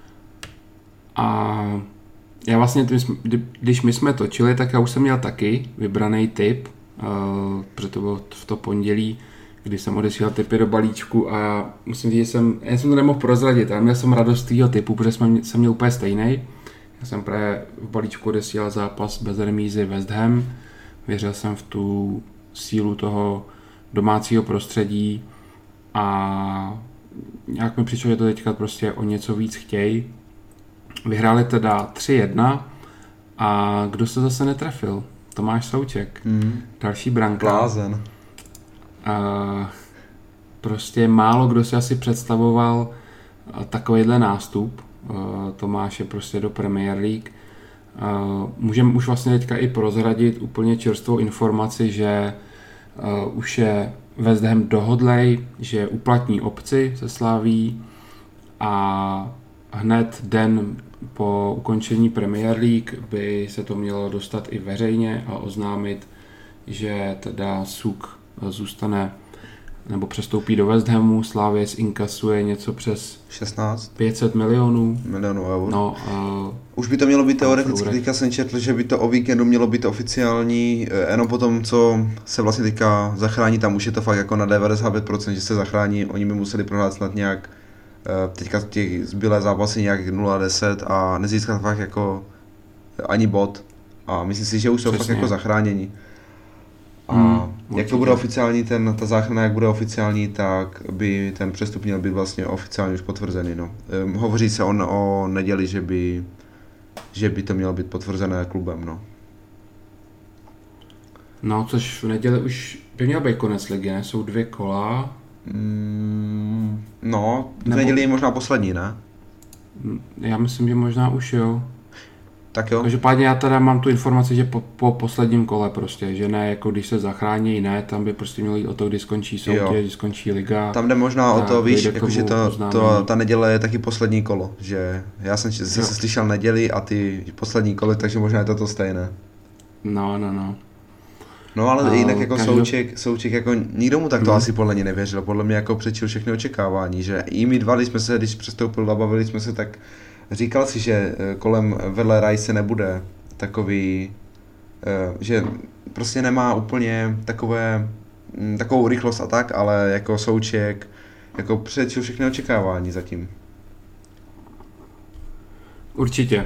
A já vlastně, když my jsme točili, tak já už jsem měl taky vybraný tip, protože to bylo v to pondělí, kdy jsem odesílal tipy do balíčku a musím říct, že jsem, já jsem to nemohl prozradit, ale měl jsem radost tvýho tipu, protože jsem, jsem měl úplně stejný. Já jsem právě v balíčku odesílal zápas bez remízy West Ham, věřil jsem v tu sílu toho domácího prostředí a nějak mi přišlo, že to teďka prostě o něco víc chtějí. Vyhráli teda tři jedna a kdo se zase netrefil? Tomáš Souček. Mm. Další branka. Blázen. A prostě málo kdo si asi představoval takovýhle nástup Tomáše prostě do Premier League. Můžeme už vlastně teďka i prozradit úplně čerstvou informaci, že už je West Ham dohodlej, že uplatní opci se Slaví a hned den po ukončení Premier League by se to mělo dostat i veřejně a oznámit, že teda Suk zůstane nebo přestoupí do West Hamu. Slavia zinkasuje něco přes šestnáct pět set milionů. Milionů eur. No, uh, Už by to mělo být teoreticky, teďka jsem četl, že by to o víkendu mělo být oficiální, jenom po tom, co se vlastně teďka zachrání, tam už je to fakt jako na devadesát pět procent, že se zachrání, oni by museli prohrát snad nějak teďka těch zbylé zápasy nějak nula deset a nezískat fakt jako ani bod a myslím si, že už jsou Přesně. fakt jako zachráněni. A hmm, jak to bude oficiální, ten, ta záchrana, jak bude oficiální, tak by ten přestup měl být vlastně oficiálně už potvrzený. No. Um, hovoří se o, o neděli, že by, že by to mělo být potvrzené klubem. No, no což v neděli už by měl být konec ligy, ne? Jsou dvě kola. Mm, no, v Nebo... neděli je možná poslední, ne? Já myslím, že možná už jo. Tak jo. Každopádně já teda mám tu informaci, že po, po posledním kole prostě, že ne, jako když se zachrání, ne, tam by prostě mělo jít o to, kdy skončí soutěž, kdy skončí liga. Tam jde možná o to, víš, jakože to, to, ta neděle je taky poslední kolo, že já jsem se slyšel neděli a ty poslední kolo, takže možná je to to stejné. No, no, no. No ale uh, jinak jako každou... Souček, Souček jako nikdo mu tak to hmm. asi podle mě nevěřil, podle mě jako přečil všechny očekávání, že i my dva, když jsme se, když přestoupil a bavili jsme se, tak říkal si, že kolem vedle Rice nebude takový, že prostě nemá úplně takové, takovou rychlost a tak, ale jako Souček jako přečil všechny očekávání zatím. Určitě.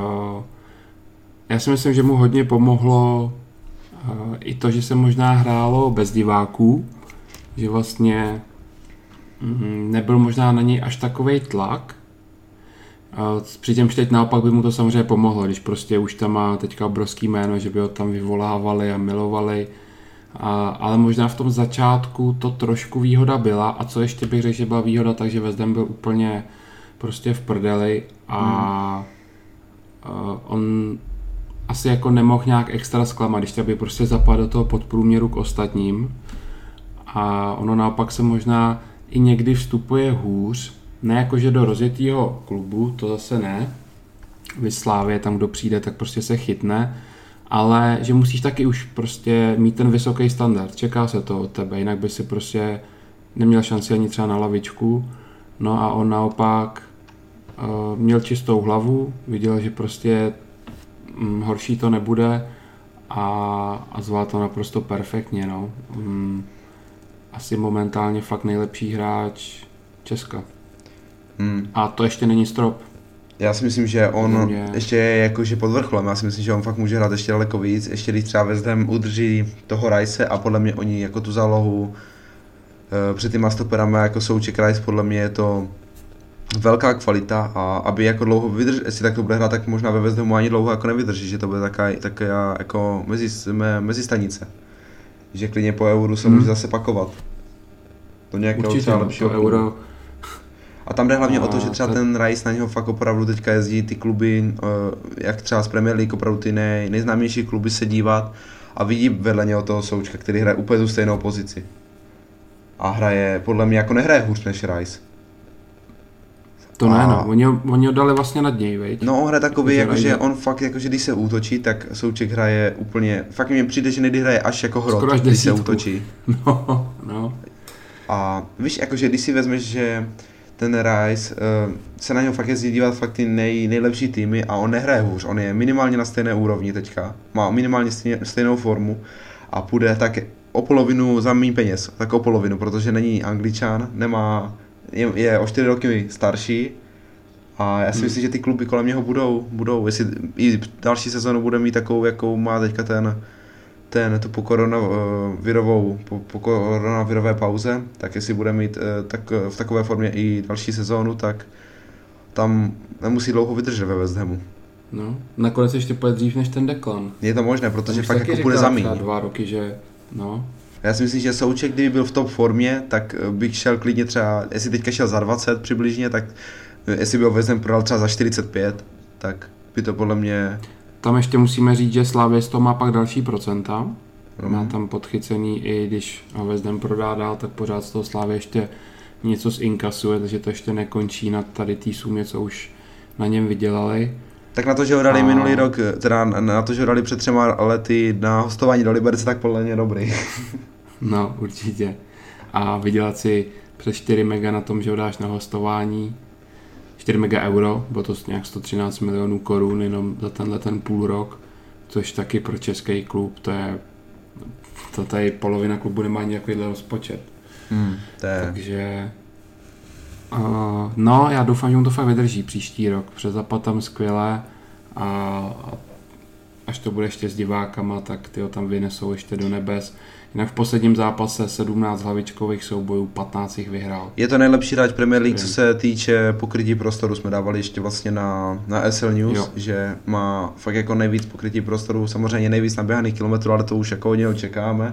Já si myslím, že mu hodně pomohlo i to, že se možná hrálo bez diváků, že vlastně nebyl možná na něj až takovej tlak. Přičemž teď naopak by mu to samozřejmě pomohlo, když prostě už tam má teďka obrovský jméno, že by ho tam vyvolávali a milovali. A, ale možná v tom začátku to trošku výhoda byla a co ještě bych řekl, že byla výhoda, takže West Ham byl úplně prostě v prdeli a, uh, on asi jako nemohl nějak extra zklamat, když by prostě zapadl do toho podprůměru k ostatním. A ono naopak se možná i někdy vstupuje hůř, ne jakože do rozjetýho klubu, to zase ne, vy Slávě, tam kdo přijde, tak prostě se chytne, ale že musíš taky už prostě mít ten vysoký standard, čeká se to od tebe, jinak by si prostě neměl šanci ani třeba na lavičku. No a on naopak uh, měl čistou hlavu, viděl, že prostě um, horší to nebude a, a zvládl to naprosto perfektně, no. Um, asi momentálně fakt nejlepší hráč Česka. Hmm. A to ještě není strop. Já si myslím, že on mě... ještě je jakože pod vrcholem, já si myslím, že on fakt může hrát ještě daleko víc, ještě když třeba West Ham udrží toho Rice a podle mě oni jako tu zálohu e, před těma stoperama jako Souček Rice, podle mě je to velká kvalita a aby jako dlouho vydrží, jestli tak to bude hrát, tak možná ve West Hamu ani dlouho jako nevydrží, že to bude taková, taková jako mezi, mezi stanice. Že klidně po euru se hmm. může zase pakovat. Do nějakého třeba lepšího euro. A tam jde hlavně a o to, že třeba to... ten Rice na něho fakt opravdu teďka jezdí ty kluby, jak třeba z Premier League, opravdu ty nej, nejznámější kluby se dívat a vidí vedle něho toho Součka, který hraje úplně tu stejnou pozici. A hraje, podle mě jako nehraje hůř než Rice. To a... ne, no, oni ho, oni ho dali vlastně nad něj, veď? No on hraje takový, jako, že on fakt, jako, že když se útočí, tak Souček hraje úplně, fakt mi přijde, že někdy hraje až jako hrot, až když se útočí. No, no. A víš, jakože když si vezmeš, že ten Rice uh, se na něho fakt jezdí dívat fakt ty nej, nejlepší týmy a on nehraje hůř, on je minimálně na stejné úrovni teďka, má minimálně stejně, stejnou formu a půjde tak o polovinu za méně peněz, tak o polovinu, protože není Angličan, nemá, je, je o čtyři roky starší a já si hmm. myslím, že ty kluby kolem něho budou, budou, jestli i další sezonu bude mít takovou, jakou má teďka ten ten, tu po koronavirovou, po, po koronavirové pauze, tak jestli bude mít tak, v takové formě i další sezónu, tak tam nemusí dlouho vydržet ve West Hamu. No, nakonec ještě pojede dřív než ten Declan. Je to možné, protože fakt jako bude za míň. dva roky, že no. Já si myslím, že Souček, kdyby byl v top formě, tak bych šel klidně třeba, jestli teďka šel za dvacet přibližně, tak jestli by ho West Ham prodal třeba za čtyřicet pět, tak by to podle mě... Tam ještě musíme říct, že Slavia to má pak další procenta. Mm. Má tam podchycený, i když ho West Ham prodá dál, tak pořád z toho Slavia ještě něco zinkasuje, takže to ještě nekončí na tady té sumě, co už na něm vydělali. Tak na to, že ho dali a... minulý rok, teda na to, že ho dali před třema lety na hostování do Liberce, tak podle mě dobrý. No, určitě. A vydělat si přes čtyři mega na tom, že ho dáš na hostování, čtyři mega euro, bylo to nějak sto třináct milionů korun jenom za tenhle ten půl rok, což taky pro český klub, to je, to tady polovina klubu nemá ani takovýhle rozpočet. Hmm, to je... Takže, uh, no já doufám, že mu to fakt vydrží příští rok, přezapad tam skvěle a, a až to bude ještě s divákama, tak ty ho tam vynesou ještě do nebes. Jinak v posledním zápase sedmnáct hlavičkových soubojů, patnáct jich vyhrál. Je to nejlepší hráč Premier League, co se týče pokrytí prostoru. Jsme dávali ještě vlastně na, na S L News, jo. Že má fakt jako nejvíc pokrytí prostoru, samozřejmě nejvíc naběhaných kilometrů, ale to už jako od něho čekáme.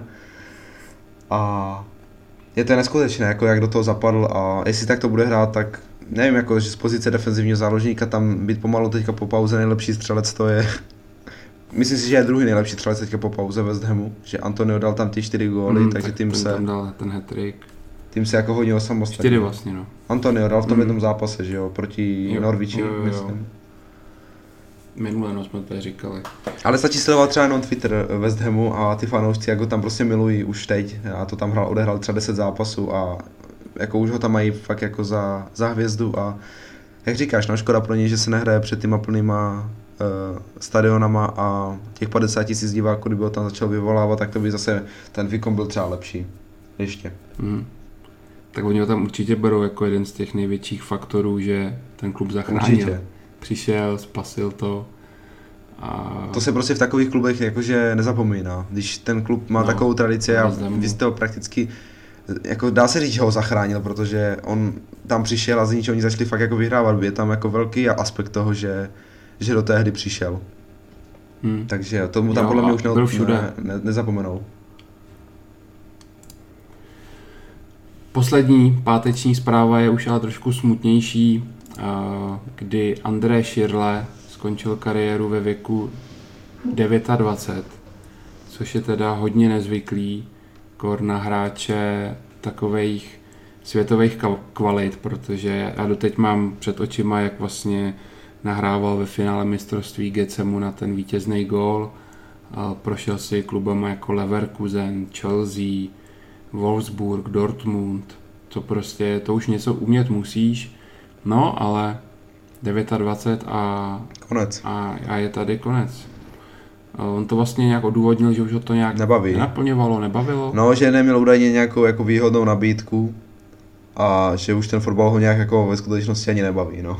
A je to neskutečné, jako jak do toho zapadl a jestli tak to bude hrát, tak nevím, jako že z pozice defenzivního záložníka tam být pomalu teďka po pauze nejlepší střelec, to je... Myslím si, že je druhý nejlepší střelec teďka po pauze West Hamu, že Antonio dal tam ty čtyři góly, mm, takže tak tým se... tam dal ten hat-trick. Tým se jako hodně osamostatnil. Čtyři vlastně, no. Antonio dal v tom mm. jednom zápase, že jo, proti jo, Norwichi, jo, jo, myslím. Jo. Minule, no, jsme to říkali. Ale stačí sledovat třeba jenom Twitter West Hamu a ty fanoušci, jak ho tam prostě milují už teď. Já to tam hrál, odehrál třeba deset zápasů a jako už ho tam mají fakt jako za, za hvězdu a jak říkáš, no škoda pro něj, že se nehraje před těma plnýma uh, stadionama a těch padesát tisíc diváků, kdyby ho tam začal vyvolávat, tak to by zase ten výkon byl třeba lepší. Ještě. Mm. Tak oni ho tam určitě berou jako jeden z těch největších faktorů, že ten klub zachránil. Určitě. Přišel, spasil to. A... To se prostě v takových klubech jakože nezapomíná. Když ten klub má no, takovou tradici a vy jste ho prakticky, jako dá se říct, že ho zachránil, protože on tam přišel a z ničeho oni začali fakt jako vyhrávat. Je tam jako velký aspekt toho, že, že do té hry přišel. Hmm. Takže tomu tam jo, podle mě už ne, ne, ne, nezapomenou. Poslední páteční zpráva je už ale trošku smutnější, kdy André Schürrle skončil kariéru ve věku dvacet devět, což je teda hodně nezvyklý kor na hráče takových světových kvalit, protože já doteď mám před očima, jak vlastně nahrával ve finále mistrovství G C M u na ten vítězný gól. Prošel si klubama jako Leverkusen, Chelsea, Wolfsburg, Dortmund. To prostě, to už něco umět musíš. No, ale dvacet devět a, konec. a, a je tady konec. On to vlastně nějak odůvodnil, že už ho to nějak nebaví. Nenaplňovalo, nebavilo. No, že neměl údajně nějakou jako výhodnou nabídku a že už ten fotbal ho nějak jako ve skutečnosti ani nebaví, no.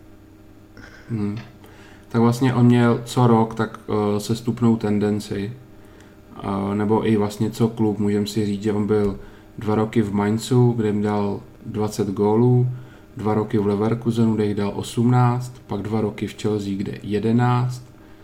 Hmm. Tak vlastně on měl co rok tak uh, sestupnou tendenci, uh, nebo i vlastně co klub, můžeme si říct, že on byl dva roky v Mainzu, kde jim dal dvacet gólů, dva roky v Leverkusenu, kde jich dal osmnáct, pak dva roky v Chelsea, kde jedenáct,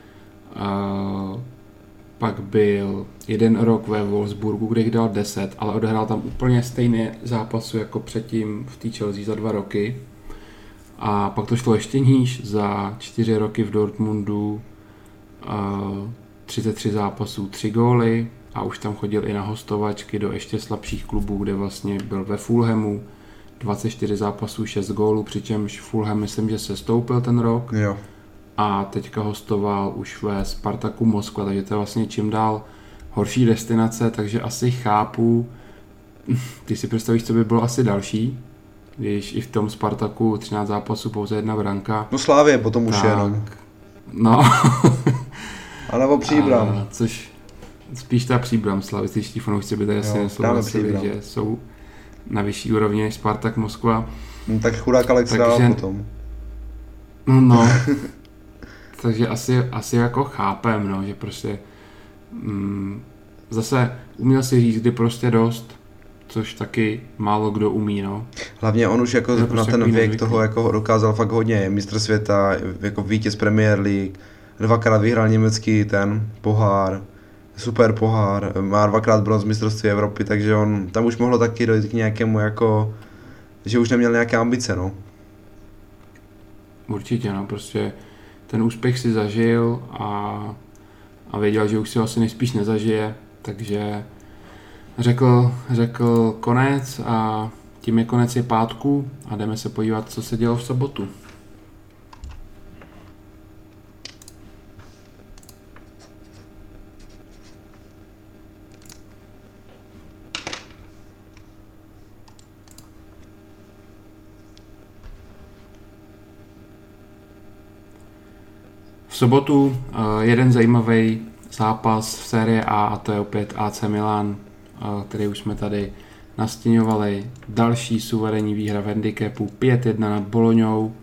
uh, pak byl jeden rok ve Wolfsburgu, kde jich dal deset, ale odehrál tam úplně stejné zápasy jako předtím v té Chelsea za dva roky. A pak to šlo ještě níž, za čtyři roky v Dortmundu, uh, třicet tři zápasů, tři góly a už tam chodil i na hostovačky do ještě slabších klubů, kde vlastně byl ve Fulhamu, dvacet čtyři zápasů, šest gólů, přičemž Fulham myslím, že se stoupil ten rok. Jo. A teďka hostoval už ve Spartaku Moskva, takže to je vlastně čím dál horší destinace, takže asi chápu, ty si představíš, co by bylo asi další, když i v tom Spartaku třináct zápasů, pouze jedna branka. No Slávě potom tak, už jenom. No. A nebo Příbram. A, což spíš ta Příbram, slavističtí fanoušci by tady asi nesouhlasili, že jsou na vyšší úrovni než Spartak Moskva. No, tak chudák Alex dál potom. No, no. Takže asi, asi jako chápem, no, že prostě mm, zase uměl si říct, kdy prostě dost, což taky málo kdo umí, no. Hlavně on už jako na prostě ten věk nezvyklý. toho jako dokázal fakt hodně, je mistr světa, jako vítěz Premier League, dvakrát vyhrál německý ten pohár, super pohár, má dvakrát bronz mistrovství Evropy, takže on tam už mohlo taky dojít k nějakému jako, že už neměl nějaké ambice, no. Určitě, no, prostě ten úspěch si zažil a, a věděl, že už si ho asi nejspíš nezažije, takže řekl, řekl konec a tím je konec je pátku a jdeme se podívat, co se dělo v sobotu. V sobotu uh, jeden zajímavý zápas v série A a to je opět A C Milan, uh, který už jsme tady nastěňovali. Další suverénní výhra v handicapu pět jedna nad Boloňou uh,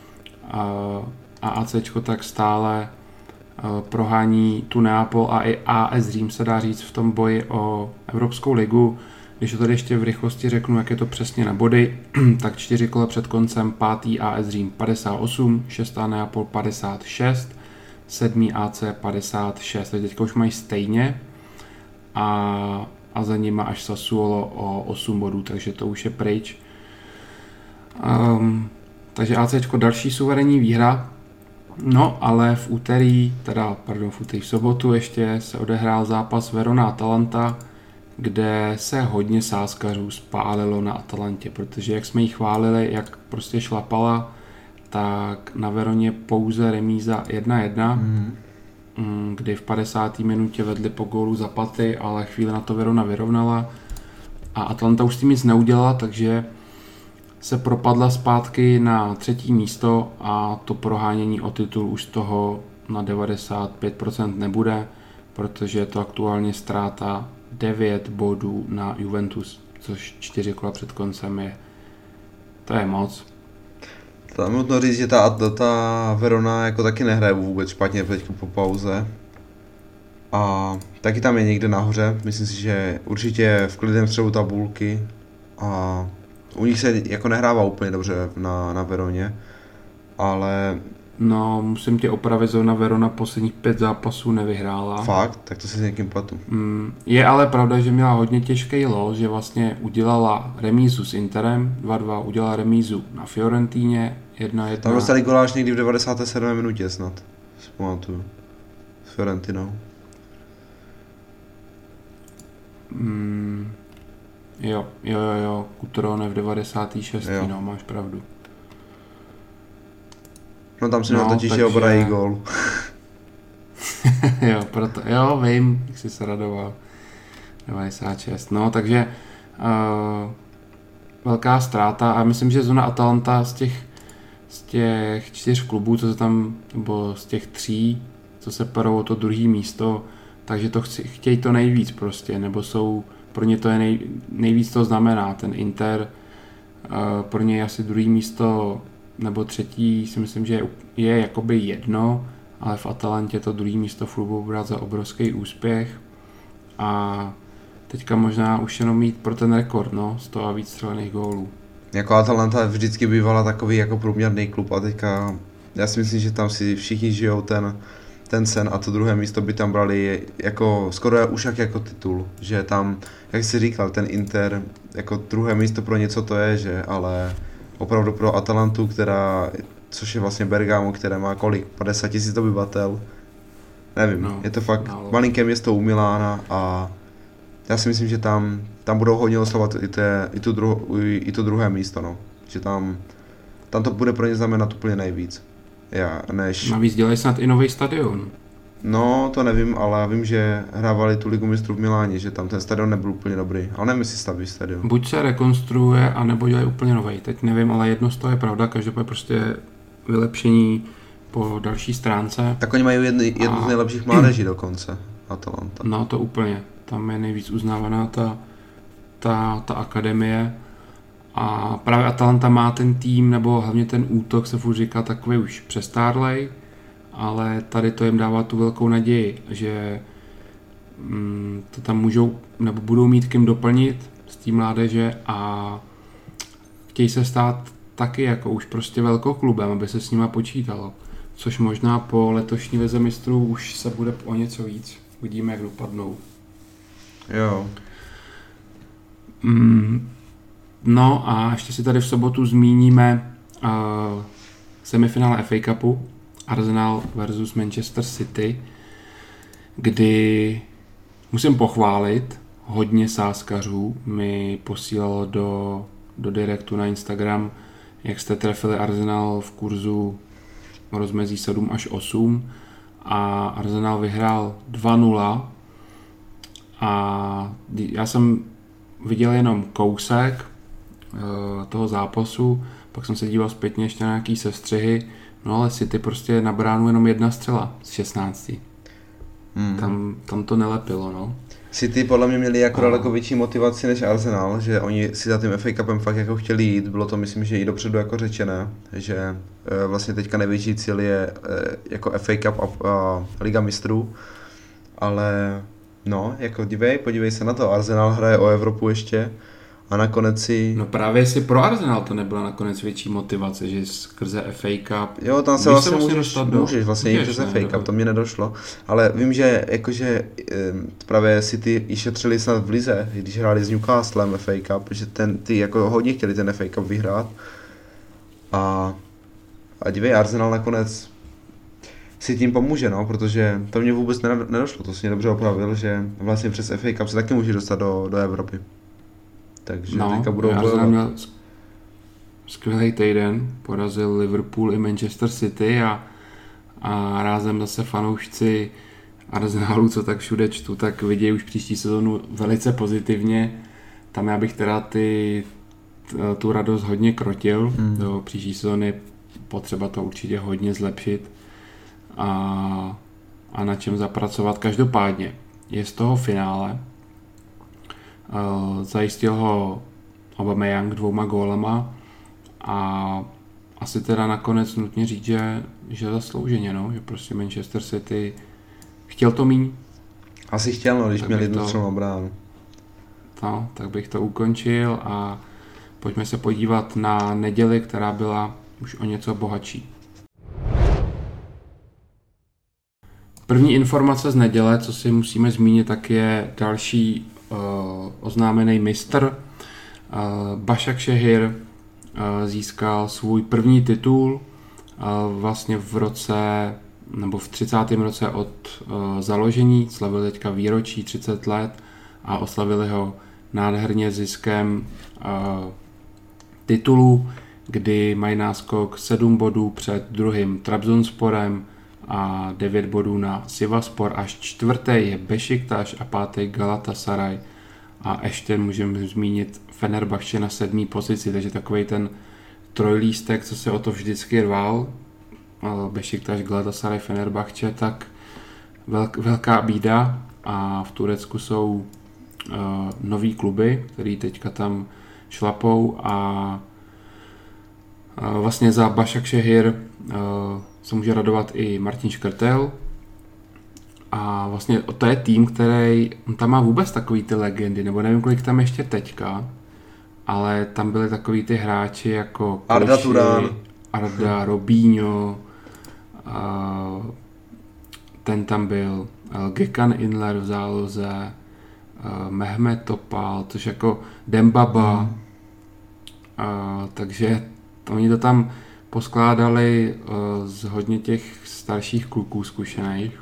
a ACčko tak stále uh, prohání tu Neapol a i A S Řím se dá říct v tom boji o Evropskou ligu. Když to tady ještě v rychlosti řeknu, jak je to přesně na body, tak čtyři kola před koncem pátý A S Řím padesát osm, šestá Neapol padesát šest, sedmý A C padesát šest, takže teďka už mají stejně a, a za nima až Sassuolo o osm bodů, takže to už je pryč. Um, takže ACčko další suverénní výhra, no ale v úterý, teda pardon, v úterý v sobotu ještě se odehrál zápas Verona Atalanta, kde se hodně sázkařů spálilo na Atalantě, protože jak jsme ji chválili, jak prostě šlapala, tak na Veroně pouze remíza jedna jedna, mm. kdy v padesáté minutě vedli po gólu Zapaty, ale chvíli na to Verona vyrovnala a Atalanta už s tím nic neudělala, takže se propadla zpátky na třetí místo a to prohánění o titul už z toho na devadesát pět procent nebude, protože je to aktuálně ztráta devět bodů na Juventus, což čtyři kola před koncem je, to je moc. Tam nutno říct, že ta, ta Verona jako taky nehraje vůbec špatně teď po pauze. A taky tam je někde nahoře, myslím si, že určitě v klidném středu tabulky a u nich se jako nehrává úplně dobře na, na Veroně, ale No, musím tě opravit, zrovna Verona posledních pět zápasů nevyhrála. Fakt? Tak to si s někým platu. Mm, je ale pravda, že měla hodně těžký los, že vlastně udělala remízu s Interem, dva dva, udělala remízu na Fiorentíně, jedna jedna. Tam dostali goláž někdy v devadesáté sedmé minutě snad. Vzpamatuju. S Fiorentinou. Mm, jo, jo, jo, jo, Cutrone v devadesáté šesté Jo. no, máš pravdu. No tam si No, měl totiž takže- je obrají gól. Jo, proto, jo, vím, jak jsi se radoval. devadesát šest, no, takže uh, velká ztráta a myslím, že zóna Atalanta z těch, z těch čtyř klubů, co se tam, nebo z těch tří, co se perou o to druhé místo, takže to chci, chtějí to nejvíc prostě, nebo jsou, pro ně to je nej, nejvíc to znamená, ten Inter, uh, pro ně je asi druhé místo, nebo třetí, si myslím, že je, je jakoby jedno, ale v Atalantě to druhé místo v klubu brát za obrovský úspěch a teďka možná už jenom mít pro ten rekord, no, sto a víc střelených gólů. Jako Atalanta vždycky bývala takový jako průměrný klub a teďka já si myslím, že tam si všichni žijou ten, ten sen a to druhé místo by tam brali jako skoro už jak jako titul, že tam, jak jsi říkal, ten Inter, jako druhé místo pro něco to je, že, ale opravdu pro Atalantu, která, což je vlastně Bergamo, které má kolik, padesát tisíc obyvatel, nevím, No, je to fakt málo. malinké město u Milána a já si myslím, že tam, tam budou hodně oslavovat i, té, i, tu druho, i, i to druhé místo, no. Že tam, tam to bude pro ně znamenat úplně nejvíc. Já, než, Navíc dělají snad i nový stadion. no to nevím, ale vím, že hrávali tu ligu mistrů v Miláně, že tam ten stadion nebyl úplně dobrý, ale nevím, jestli staví stadion. Buď se rekonstruuje, anebo dělají úplně nový. Teď nevím, ale jedno z toho je pravda, každopádně prostě vylepšení po další stránce. Tak oni mají jedny, jednu A- z nejlepších mládeží dokonce, Atalanta. No to úplně, tam je nejvíc uznávaná ta, ta, ta akademie a právě Atalanta má ten tým, nebo hlavně ten útok se furt říká takový už přestárlej, ale tady to jim dává tu velkou naději, že mm, to tam můžou, nebo budou mít kým doplnit z té mládeže a chtějí se stát taky jako už prostě velkoklubem, aby se s nima počítalo. Což možná po letošní lize mistrů už se bude o něco víc. Uvidíme, jak dopadnou. Jo, Mm, no a ještě si tady v sobotu zmíníme uh, semifinále F A Cupu Arsenal versus Manchester City, kdy musím pochválit, hodně sázkařů mi posílalo do, do directu na Instagram, jak jste trefili Arsenal v kurzu rozmezí sedm až osm a Arsenal vyhrál dva nula a já jsem viděl jenom kousek uh, toho zápasu, pak jsem se díval zpětně ještě na nějaký sestřihy, no ale City prostě na bránu jenom jedna střela z šestnácti. hmm. Tam, tam to nelepilo, no. City podle mě měli jako A- daleko větší motivaci než Arsenal, že oni si za tím F A Cupem fakt jako chtěli jít, bylo to myslím, že i dopředu jako řečené, že e, vlastně teďka největší cíl je e, jako F A Cup a, a Liga mistrů, ale no, jako dívej, podívej se na to, Arsenal hraje o Evropu ještě a nakonec si... No právě si pro Arsenal to nebyla nakonec větší motivace, že skrze F A Cup. Jo, tam se Můžeš vlastně se vlastně můžeš, dostat do- můžeš vlastně i můžeš, přes ne, F A Cup, nebo- to mě nedošlo, ale vím, že jakože em, právě City i šetřili snad v lize, když hráli s Newcastlem F A Cup, že ten, ty jako hodně chtěli ten F A Cup vyhrát a, a dívej, Arsenal nakonec si tím pomůže, no, protože to mě vůbec ne- nedošlo, to si mě dobře opravil, že vlastně přes F A Cup se taky může dostat do, do Evropy. Takže No, teďka budou Arsenal bojovat. měl sk- skvělý týden, porazil Liverpool i Manchester City a, a rázem zase fanoušci Arsenalu, co tak všude čtu, tak vidějí už příští sezonu velice pozitivně. Tam já bych teda ty, t- tu radost hodně krotil. Hmm. Do příští sezony potřeba to určitě hodně zlepšit a, a na čem zapracovat. Každopádně je z toho finále. Uh, zajistil ho Aubameyang dvouma gólama a asi teda nakonec nutně říct, že, že zaslouženě, no, že prostě Manchester City chtěl to míň, Asi chtěl, no, když Tak měl bych jednu to- střelnou bránu. no, tak bych to ukončil a pojďme se podívat na neděli, která byla už o něco bohatší. První informace z neděle, co si musíme zmínit, tak je další uh, oznámený mistr. Uh, Başakşehir uh, získal svůj první titul uh, vlastně v roce, nebo v třicátém roce od uh, založení, slavil teďka výročí třicet let a oslavili ho nádherně ziskem uh, titulu, kdy mají náskok sedm bodů před druhým Trabzonsporem a devět bodů na Sivasspor, až čtvrtý je Beşiktaş a pátý Galatasaray a ještě můžeme zmínit Fenerbahce na sedmý pozici, takže takový ten trojlístek, co se o to vždycky rval, Beşiktaş, Galatasaray, Fenerbahce, tak velk, velká bída a v Turecku jsou uh, nový kluby, který teďka tam šlapou a uh, vlastně za Başakşehir uh, se může radovat i Martin Škrtel a vlastně to je tým, který tam má vůbec takový ty legendy, nebo nevím, kolik tam ještě teďka, ale tam byly takový ty hráči jako Arda Turan, Arda, Robinho, uh, ten tam byl, uh, Gökhan Inler v záloze, uh, Mehmet Topal, což jako Dembaba, mm. uh, takže to, oni to tam poskládali uh, z hodně těch starších kluků zkušených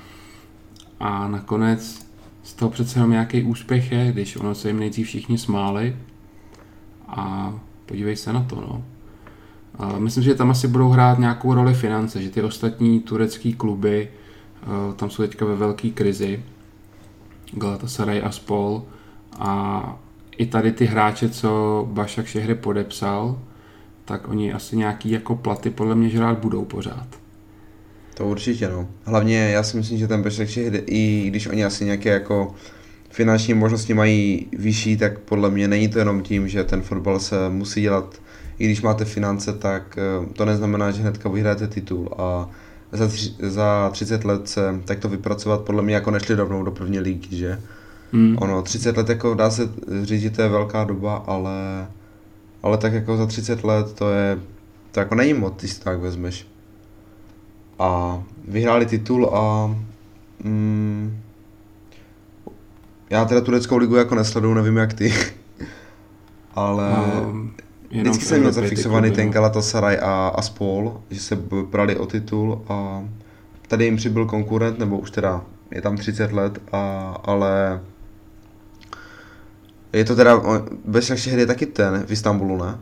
a nakonec z toho přece jenom nějaký úspěch je, když ono se jim nejdřív všichni smáli a podívej se na to, no. Uh, myslím si, že tam asi budou hrát nějakou roli finance, že ty ostatní turecký kluby uh, tam jsou teďka ve velké krizi, Galatasaray a spol a i tady ty hráče, co Başakşehir podepsal, tak oni asi nějaký jako platy podle mě žrát budou pořád. To určitě, no. Hlavně já si myslím, že ten Başakşehir, i když oni asi nějaké jako finanční možnosti mají vyšší, tak podle mě není to jenom tím, že ten fotbal se musí dělat, i když máte finance, tak to neznamená, že hnedka vyhráte titul a za, tři, za třicet let se takto vypracovat podle mě jako nešli rovnou do první ligy, že? Hmm. Ono, třicet let jako dá se říct, že to je velká doba, ale ale tak jako za třicet let to je, to jako není moc, když si tak vezmeš. A vyhráli titul a mm, já teda tureckou ligu jako nesleduju, nevím jak ty, ale um, vždycky jsem měl zafixovaný ten Galatasaray a, a spol, že se brali o titul a tady jim přibyl konkurent, nebo už teda je tam třicet let, a, ale je to teda, Başakşehir je taky ten v Istanbulu, ne?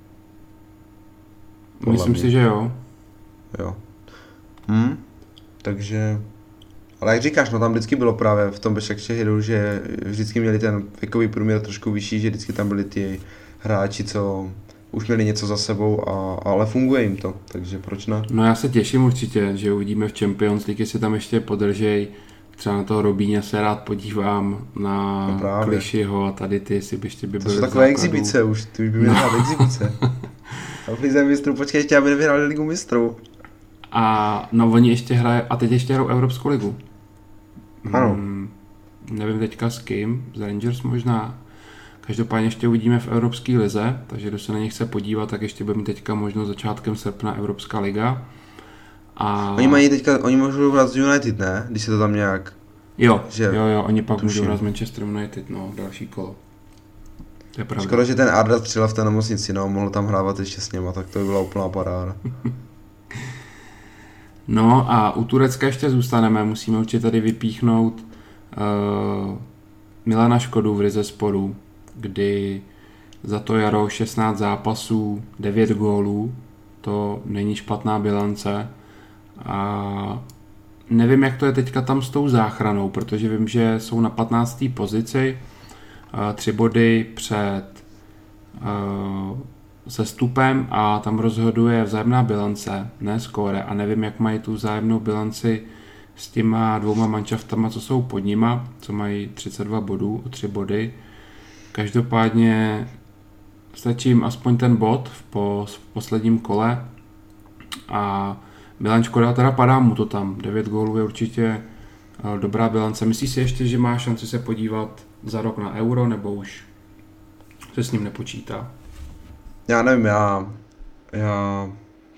Podle Myslím mě. si, že jo. Jo. Hm, takže, ale jak říkáš, no tam vždycky bylo právě v tom Başakşehiru, že vždycky měli ten věkový průměr trošku vyšší, že vždycky tam byli ty hráči, co už měli něco za sebou, a, ale funguje jim to, takže proč ne? No já se těším určitě, že uvidíme v Champions League, jestli tam ještě podržej. Třeba na toho Robíně se rád podívám, na no Klišiho a tady ty, jestli by ještě by byly. To jsou takové exibice už, ty už by měly hrát exibice. A v Lize mistrů, počkej, ještě aby nevyhráli Ligu mistrů. A no oni ještě hrají, a teď ještě hrajou Evropskou ligu. Ano. Hmm, nevím teďka s kým, z Rangers možná. Každopádně ještě uvidíme v Evropské lize, takže kdo se na ně chce podívat, tak ještě bude mít teďka možnost začátkem srpna Evropská liga. A... Oni mají teďka, oni můžou hrát z United, ne? Když se to tam nějak... Jo, že jo, jo, oni pak tuším. Můžou hrát z Manchester United, no, další kolo. To je pravda. Škoda, že ten Arda střelil v té nemocnici, no, mohl tam hrávat ještě s něma, tak to by byla úplná paráda. No a u Turecka ještě zůstaneme, musíme určitě tady vypíchnout uh, Milana Škodu v Rizesporu, kdy za to jaro šestnáct zápasů, devět gólů, to není špatná bilance. A nevím, jak to je teďka tam s tou záchranou, protože vím, že jsou na patnácté pozici, tři body před uh, sestupem a tam rozhoduje vzájemná bilance, ne skóre, a nevím, jak mají tu vzájemnou bilanci s těma dvouma manšaftama, co jsou pod nima, co mají třicet dva bodů, o tři body. Každopádně stačí jim aspoň ten bod v, po, v posledním kole a Milan Škoda teda padá mu to tam, devět gólů je určitě dobrá bilance. Myslíš si ještě, že má šanci se podívat za rok na Euro, nebo už se s ním nepočítá? Já nevím, já, já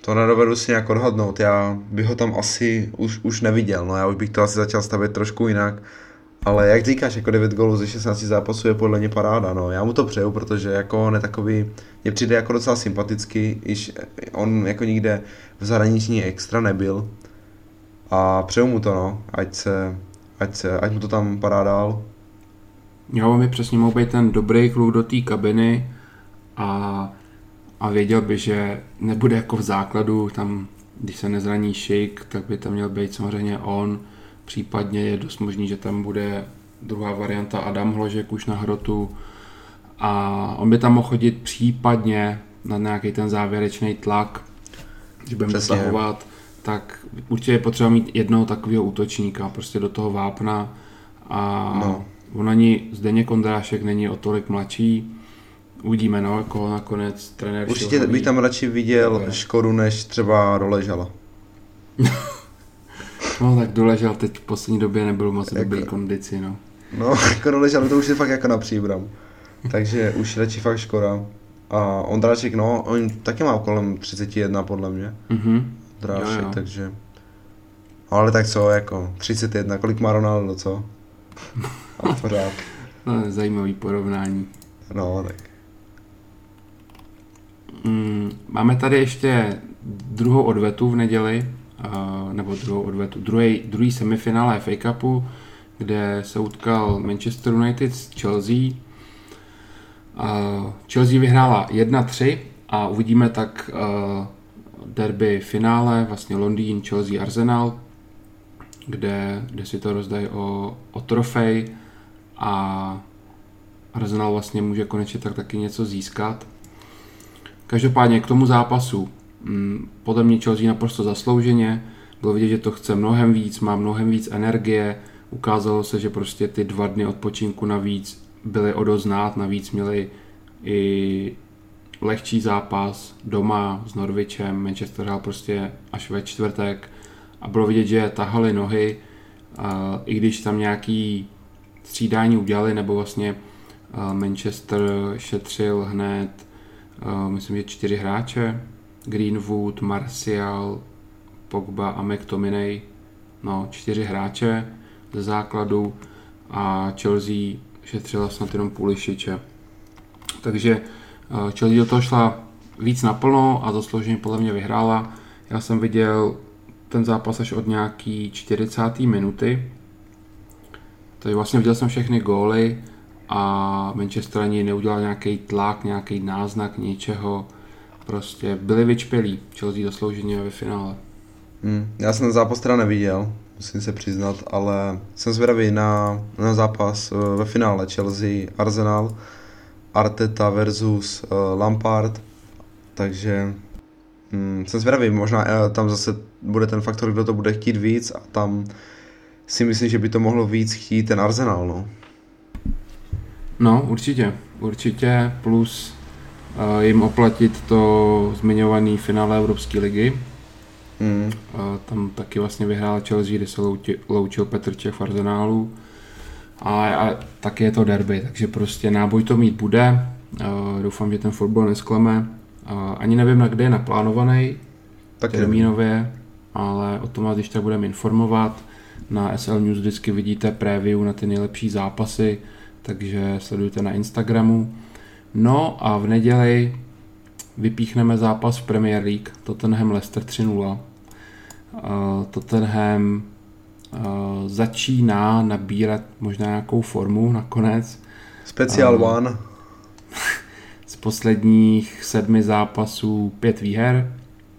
To nedovedu si nějak odhadnout, já bych ho tam asi už, už neviděl, no já už bych to asi začal stavět trošku jinak, ale jak říkáš, jako devět gólů ze šestnácti zápasů je podle mě paráda, no já mu to přeju, protože jako on je takový, mě přijde jako docela sympatický, iž on jako nikde v zahraničí extra nebyl a přeju mu to, no, ať se, ať se, ať mu to tam padá dál. Jo, mi přesně mohl být ten dobrý kluk do té kabiny a A věděl by, že nebude jako v základu, tam, když se nezraní Šik, tak by tam měl být samozřejmě on. Případně je dost možný, že tam bude druhá varianta Adam Hložek už na hrotu. A on by tam mohl chodit případně na nějaký ten závěrečný tlak, když budeme dosahovat, tak určitě je potřeba mít jednoho takového útočníka, prostě do toho vápna. A no. On ani Zdeněk Ondrášek není o tolik mladší. Uvidíme, no, jako nakonec trenér. Určitě bych tam radši viděl Dobre. Škodu, než třeba Doležala. No tak Doležal teď v poslední době nebyl moc jako, dobrý kondici, no. No, jako Doležal, to už je fakt jako na příbram. Takže už radši fakt Škoda. A Ondráček, no, on taky má kolem třicet jedna podle mě. Mhm. Ondráček, jo, jo. Takže. Ale tak co, jako třicet jedna, kolik má Ronaldo, co? A pořád. No, zajímavý porovnání. No, tak. Máme tady ještě druhou odvetu v neděli, nebo druhou odvetu, druhý, druhý semifinále F A Cupu, kde se utkal Manchester United s Chelsea. Chelsea vyhrála jedna tři a uvidíme tak derby finále, vlastně Londýn, Chelsea, Arsenal, kde, kde si to rozdají o, o trofej a Arsenal vlastně může konečně tak taky něco získat. Každopádně k tomu zápasu, podle mě Chelsea naprosto zaslouženě, bylo vidět, že to chce mnohem víc, má mnohem víc energie, ukázalo se, že prostě ty dva dny odpočinku navíc byly o dost znát, navíc měli i lehčí zápas doma s Norwichem, Manchester hrál prostě až ve čtvrtek a bylo vidět, že tahali nohy, i když tam nějaký střídání udělali, nebo vlastně Manchester šetřil hned Uh, myslím, že čtyři hráče, Greenwood, Martial, Pogba a McTominay, no čtyři hráče ze základu a Chelsea šetřila snad jenom Pulisiče. Takže uh, Chelsea do toho šla víc naplno a zaslouženě podle mě vyhrála. Já jsem viděl ten zápas až od nějaký čtyřicáté minuty, takže vlastně viděl jsem všechny góly a Manchester ani neudělal nějaký tlak, nějaký náznak něčeho. Prostě byli vyčpělí, Chelsea zaslouženě ve finále. Hmm, já jsem ten zápas teda neviděl, musím se přiznat, ale jsem zvědavý na, na zápas ve finále Chelsea Arsenal, Arteta versus uh, Lampard, takže hmm, jsem zvědavý, možná uh, tam zase bude ten faktor, kdo to bude chtít víc a tam si myslím, že by to mohlo víc chtít ten Arsenal, no. No, určitě, určitě, plus uh, jim oplatit to zmiňované finále Evropské ligy. Mm. Uh, tam taky vlastně vyhrál Chelsea, kde se louči, loučil Petr Čech v Arsenálu. A, a taky je to derby, takže prostě náboj to mít bude. Uh, doufám, že ten fotbal nesklame. Uh, ani nevím, na kde je naplánovaný termínově, ale o tom vás když tak budeme informovat. Na S L News vždycky vidíte preview na ty nejlepší zápasy, takže sledujte na Instagramu. No a v neděli vypíchneme zápas v Premier League, Tottenham Leicester tři nula. Uh, Tottenham uh, začíná nabírat možná nějakou formu nakonec. Special uh, one. Z posledních sedmi zápasů pět výher.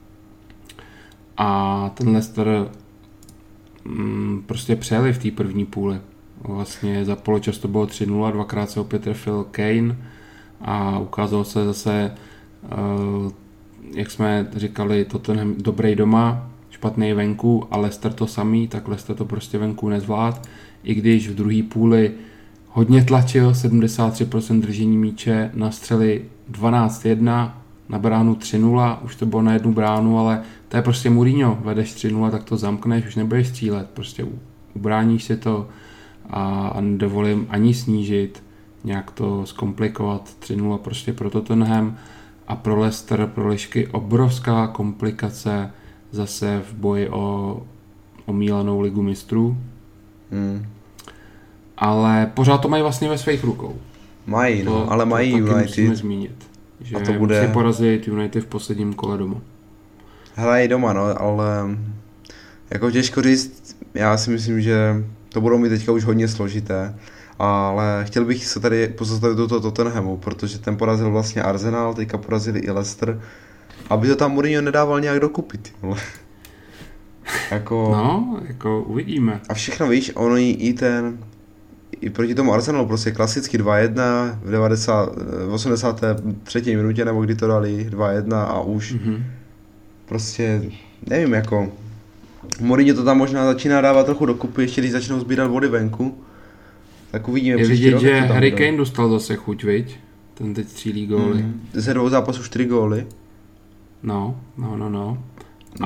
A ten Leicester mm, prostě přejeli v té první půli. Vlastně za poločas to bylo tři nula, dvakrát se opět trefil Kane a ukázalo se zase, uh, jak jsme říkali, Tottenham dobrý doma, špatný venku a Leicester to samý, tak Leicester to prostě venku nezvlád, i když v druhé půli hodně tlačil, sedmdesát tři procent držení míče, nastřeli dvanáct jedna, na bránu tři nula, už to bylo na jednu bránu, ale to je prostě Mourinho, vedeš tři nula, tak to zamkneš, už nebudeš střílet, prostě ubráníš si to a nedovolím ani snížit, nějak to zkomplikovat, tři nula prostě pro Tottenham A pro Leicester, pro Lišky obrovská komplikace zase v boji o omílanou ligu mistrů. Hmm. Ale pořád to mají vlastně ve svých rukou. Mají, no, to, ale to mají United. Musíme zmínit, že a to bude... musí porazit United v posledním kole doma. Hele, i doma, no, ale jako těžko říct, já si myslím, že to budou mít teďka už hodně složité, ale chtěl bych se tady pozastavit do toho Tottenhamu, protože ten porazil vlastně Arsenal, teďka porazili i Leicester, aby to tam Mourinho nedával nějak dokupit, ale... jako... No, jako uvidíme. A všechno víš, ono i ten, i proti tomu Arsenalu prostě klasicky dva jedna v devadesát, v osmdesáté třetí minutě, nebo kdy to dali dva jedna a už mm-hmm. prostě, nevím, jako Mourinho to tam možná začíná dávat trochu dokupy, ještě když začnou sbírat vody venku, tak uvidíme. Je vidět, že Harry Kane dostal zase chuť, viď? Ten teď střílí góly. Mm. Ze dvou zápasů čtyři góly. No, no, no, no. Mm. A,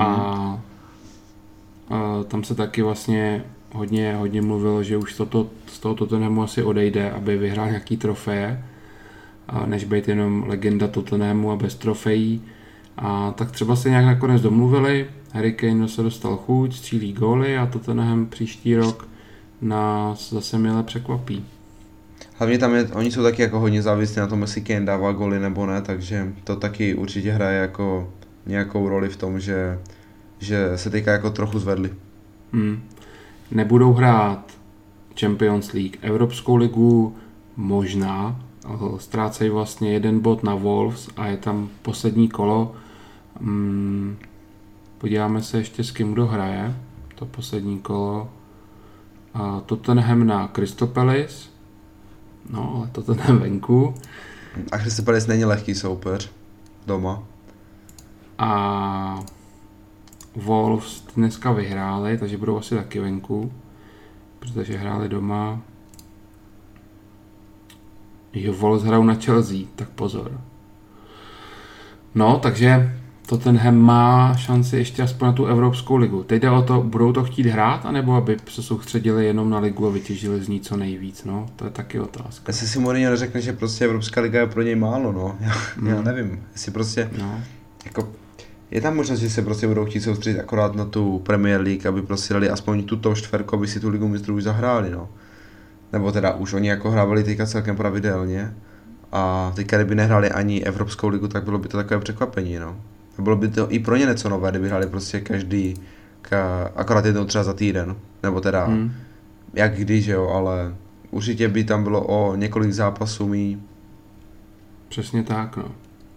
a tam se taky vlastně hodně, hodně mluvilo, že už toto, z toho Tottenhamu asi odejde, aby vyhrál nějaký trofeje, a než být jenom legenda Tottenhamu a bez trofejí. A tak třeba se nějak nakonec domluvili, Harry Kane se dostal chuť, střílí góly a Tottenham příští rok nás zase mile překvapí. Hlavně tam je, oni jsou taky jako hodně závislí na tom, jestli Kane dává góly nebo ne, takže to taky určitě hraje jako nějakou roli v tom, že, že se teďka jako trochu zvedli. Hmm. Nebudou hrát Champions League, Evropskou ligu možná, ztrácejí vlastně jeden bod na Wolves a je tam poslední kolo. Hmm. Podíváme se ještě s kým kdo hraje, to poslední kolo. A Tottenham na Crystal Palace, no ale Tottenham venku. A Crystal Palace není lehký soupeř doma. A Wolves dneska vyhráli, takže budou asi taky venku, protože hráli doma. Jo, Wolves hrajou na Chelsea, tak pozor. No, takže Tottenham má šanci ještě aspoň na tu Evropskou ligu. Teď jde o to, budou to chtít hrát, anebo aby se soustředili jenom na ligu a vytěžili z ní co nejvíc, no? To je taky otázka. Jestli si Mourinho neřekne, že prostě Evropská liga je pro něj málo, no. Já, mm. já nevím, jestli prostě, no. jako, je tam možnost, že se prostě budou chtít soustředit akorát na tu Premier League, aby prostě dali aspoň tuto čtverku, aby si tu ligu mistrů už zahráli, no. Nebo teda už oni jako hrávali teďka celkem pravidelně a teďka kdyby nehráli ani Evropskou ligu, tak bylo by to takové překvapení, no. Bylo by to i pro ně něco nové, kdyby hráli prostě každý, ka, akorát jednou třeba za týden, nebo teda, hmm. jak když, jo, ale určitě by tam bylo o několik zápasů mý. Přesně tak, no.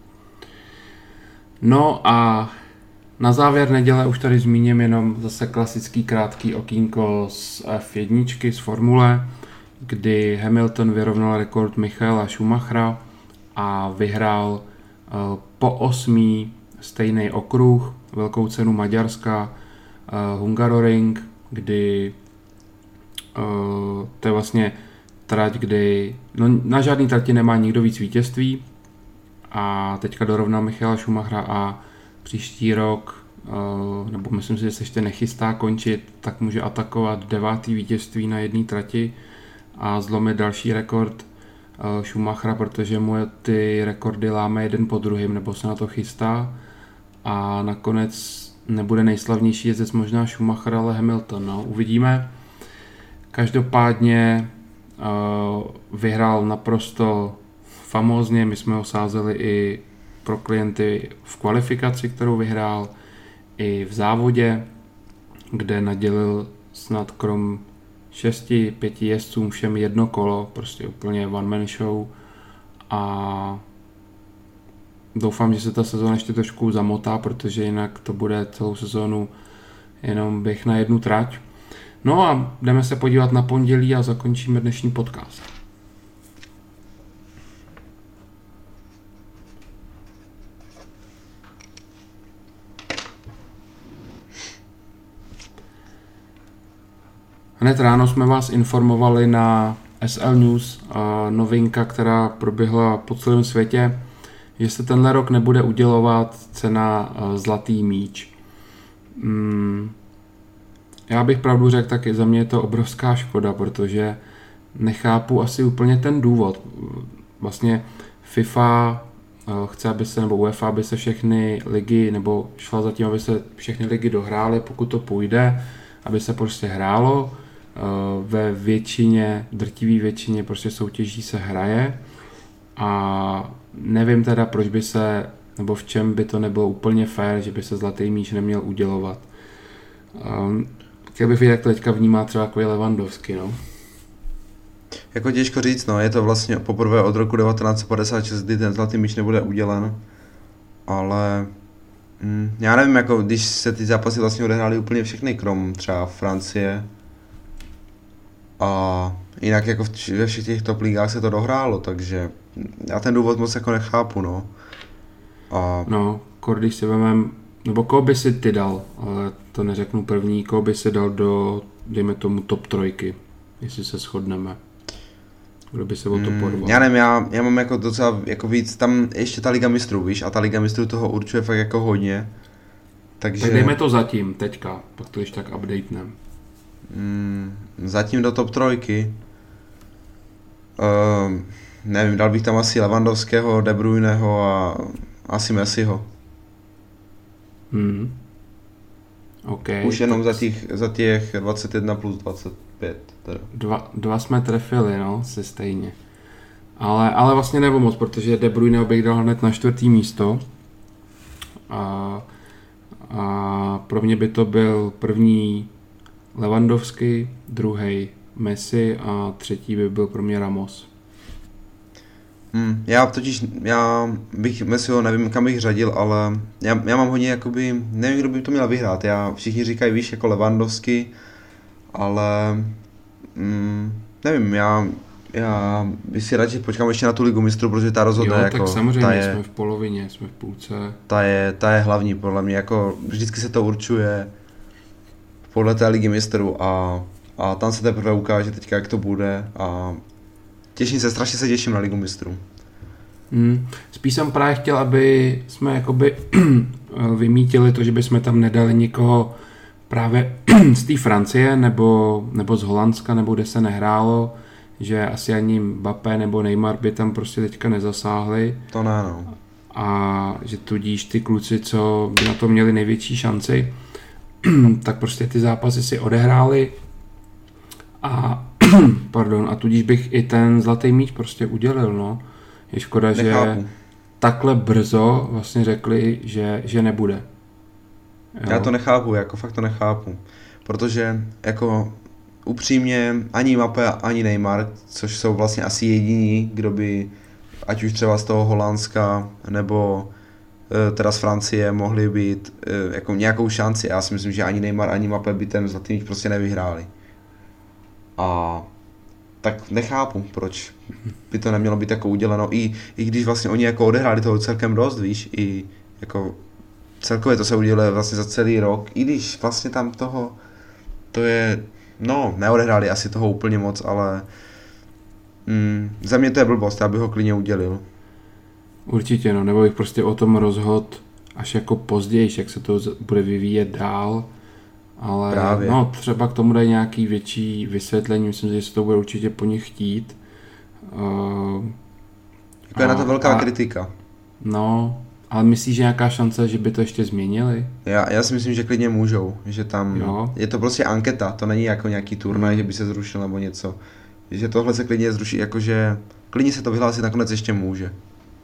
No a na závěr neděle už tady zmíním jenom zase klasický krátký okýnko z F jedna, z Formule, kdy Hamilton vyrovnal rekord Michaela Schumachera a vyhrál uh, po osmý stejný okruh, velkou cenu Maďarska, uh, Hungaroring, kdy uh, to je vlastně trať, kdy no, na žádný trati nemá nikdo víc vítězství a teďka dorovnal Michaela Schumachera a příští rok, uh, nebo myslím si, že se ještě nechystá končit, tak může atakovat devátý vítězství na jedné trati a zlomit další rekord uh, Schumachera, protože mu ty rekordy láme jeden po druhým, nebo se na to chystá. A nakonec nebude nejslavnější jezdec možná Schumacher, ale Hamilton. No, uvidíme. Každopádně uh, vyhrál naprosto famózně. My jsme ho sázeli i pro klienty v kvalifikaci, kterou vyhrál, i v závodě, kde nadělil snad krom šesti, pěti jezdcům všem jedno kolo. Prostě úplně one man show. A doufám, že se ta sezóna ještě trošku zamotá, protože jinak to bude celou sezónu jenom běh na jednu trať. No a jdeme se podívat na pondělí a zakončíme dnešní podcast. Hned ráno jsme vás informovali na S L News, novinka, která proběhla po celém světě, že se tenhle rok nebude udělovat cena Zlatý míč. Hmm. Já bych pravdu řekl, tak za mě je to obrovská škoda, protože nechápu asi úplně ten důvod. Vlastně FIFA chce, aby se, nebo UEFA, aby se všechny ligy, nebo šla za tím, aby se všechny ligy dohrály, pokud to půjde, aby se prostě hrálo. Ve většině, drtivé většině prostě soutěží se hraje a nevím teda, proč by se, nebo v čem by to nebylo úplně fair, že by se zlatý míč neměl udělovat. Chtěl bych vidět, jak to teďka vnímá třeba jako Lewandowski, no. Jako těžko říct, no, je to vlastně poprvé od roku devatenáct set padesát šest, kdy ten zlatý míč nebude udělen, ale mm, já nevím, jako když se ty zápasy vlastně odehrály úplně všechny, krom třeba Francie a jinak jako ve všech těch top ligách se to dohrálo, takže já ten důvod moc jako nechápu, no. A... No, když si vemem, nebo koho by si ty dal, ale to neřeknu první, koho by si dal do, dejme tomu, top trojky, jestli se shodneme. Kdo by se o to porval? Mm, já nevím, já, já mám jako docela jako víc, tam ještě ta Liga mistrů, víš, a ta Liga mistrů toho určuje fakt jako hodně. Takže... Tak dejme to zatím, teďka, pak to ještě tak updatenem. Mm, zatím do top trojky. Uh, nevím, dal bych tam asi Lewandowského, De Bruyneho a asi Messiho. Hmm. Okay, už jenom za těch, za těch dvacet jedna plus dvacet pět. Teda. Dva, dva jsme trefili, no, se stejně. Ale, ale vlastně nebo moc, protože De Bruyne bych dal hned na čtvrtý místo. A, a pro mě by to byl první Lewandowski, druhý Messi a třetí by byl pro mě Ramos. Hmm, já totiž, já bych Messiho nevím, kam bych řadil, ale já, já mám hodně jakoby, nevím, kdo by to měl vyhrát, já všichni říkají, víš, jako Lewandowski, ale mm, nevím, já, já bych si radši počkám ještě na tu Ligu mistrů, protože ta rozhodne, jo, jako, tak samozřejmě ta je, jsme v polovině, jsme v půlce. Ta je, ta je hlavní, podle mě, jako vždycky se to určuje podle té Ligy mistrů a, a tam se teprve ukáže teďka, jak to bude a těším se, strašně se těším na Ligu mistrů. Hmm. Spíš jsem právě chtěl, aby jsme jakoby vymítili to, že bychom tam nedali nikoho právě z té Francie nebo, nebo z Holandska, nebo kde se nehrálo, že asi ani Mbappé nebo Neymar by tam prostě teďka nezasáhli. To ne, no. A že tudíž ty kluci, co by na to měli největší šanci, tak prostě ty zápasy si odehráli a pardon, a tudíž bych i ten zlatý míč prostě udělil, no. Je škoda, Nechápu. že takhle brzo vlastně řekli, že, že nebude. Jo. Já to nechápu, jako fakt to nechápu, protože jako upřímně ani Mbappé, ani Neymar, což jsou vlastně asi jediní, kdo by, ať už třeba z toho Holandska, nebo teda z Francie, mohli být jako nějakou šanci. Já si myslím, že ani Neymar, ani Mbappé by ten zlatý míč prostě nevyhráli. A tak nechápu, proč by to nemělo být jako uděleno, i, i když vlastně oni jako odehráli toho celkem dost, víš, i jako celkově to se udělalo vlastně za celý rok, i když vlastně tam toho, to je, no, neodehráli asi toho úplně moc, ale mm, za mě to je blbost, já bych ho klidně udělil. Určitě, no, nebo bych prostě o tom rozhod až jako později, jak se to bude vyvíjet dál. Ale Právě. no, třeba k tomu dají nějaký větší vysvětlení, myslím, že se to bude určitě po nich chtít. Uh, jako a, je na to velká a, kritika. No, ale myslíš, že nějaká šance, že by to ještě změnili? Já, já si myslím, že klidně můžou, že tam, jo. Je to prostě anketa, to není jako nějaký turnaj, hmm. že by se zrušil nebo něco. Že tohle se klidně zruší, jakože klidně se to vyhlásit nakonec ještě může.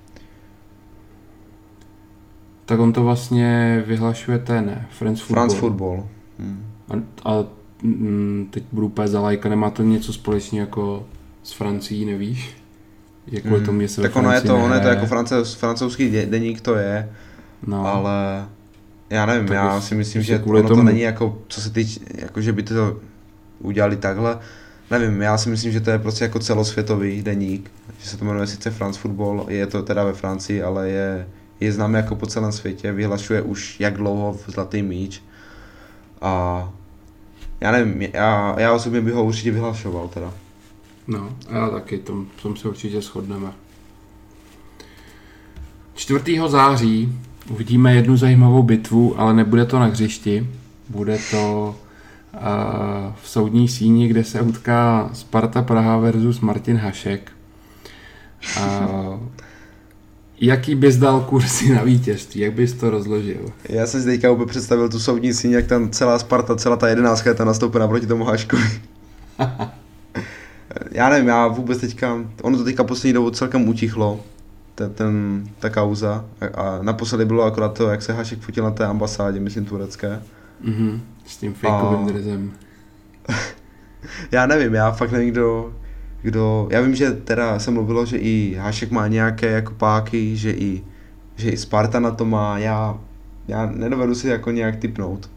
Tak on to vlastně vyhlašuje ten France Football. France Football. Hmm. A, a m, teď budu úplně za lajka, nemá to něco společně jako s Francií, nevíš? Že kvůli tomu, že se tak ono je to, ono je to jako francouz, francouzský deník to je, no. Ale já nevím, tak já si myslím, že kvůli ono tomu... to není jako, co se týče, jako že by to udělali takhle, nevím, já si myslím, že to je prostě jako celosvětový deník, že se to jmenuje sice France Football, je to teda ve Francii, ale je, je známý jako po celém světě, vyhlašuje už jak dlouho v zlatý míč a já nevím, já, já osobně bych ho určitě vyhlašoval teda. No, já taky, tom, tom se určitě shodneme. čtvrtého září uvidíme jednu zajímavou bitvu, ale nebude to na hřišti. Bude to uh, v soudní síni, kde se utká Sparta Praha versus Martin Hašek. Uh, jaký bys dal kurzy na vítězství? Jak bys to rozložil? Já jsem si teďka úplně představil tu soudní síň, jak tam celá Sparta, celá ta jedenáctka je tam nastoupena proti tomu Haškovi. Já nevím, já vůbec teďka, ono to teďka poslední dobu celkem utichlo, ten, ten, ta kauza. A, a naposledy bylo akorát to, jak se Hašek fotil na té ambasádě, myslím turecké. Mhm, s tím fejkovým dresem. Já nevím, já fakt nevím, kdo, kdo, já vím, že teda se mluvilo, že i Hašek má nějaké jako páky, že i, že i Sparta na to má, já, já nedovedu si jako nějak tipnout.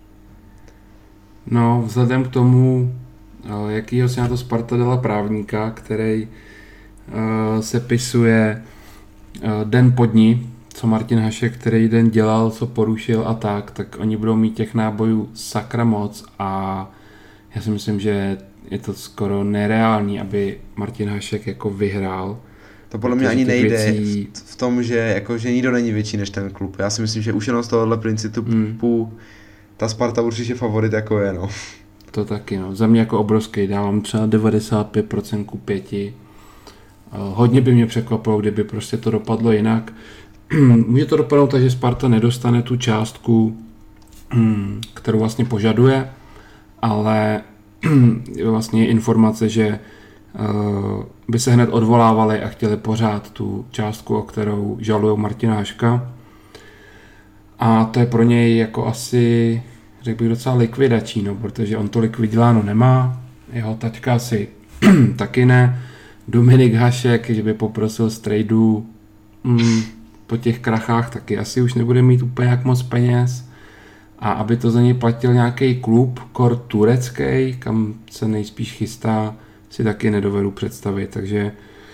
No, vzhledem k tomu, jakýho si na to Sparta dala právníka, který uh, se pisuje uh, den po dní, co Martin Hašek, který den dělal, co porušil a tak, tak oni budou mít těch nábojů sakra moc a já si myslím, že je to skoro nereální, aby Martin Hašek jako vyhrál. To podle mě ani nejde věcí... v tom, že, jako, že nikdo není větší než ten klub. Já si myslím, že už jenom z tohohle principu hmm. ta Sparta určitě favorit jako je, no. To taky, no. Za mě jako obrovský, dávám třeba devadesát pět procent ku pěti. Hodně by mě překvapilo, kdyby prostě to dopadlo jinak. Může to dopadnout tak, že Sparta nedostane tu částku, kterou vlastně požaduje, ale je vlastně informace, že by se hned odvolávali a chtěli pořád tu částku, o kterou žalují Martina Haška. A to je pro něj jako asi, řekl bych, docela likvidační, no, protože on to likviděláno nemá, jeho taťka asi taky ne. Dominik Hašek, že by poprosil z tradu mm, po těch krachách, taky asi už nebude mít úplně jak moc peněz. A aby to za něj platil nějaký klub, kor turecký, kam se nejspíš chystá, si taky nedovedu představit, takže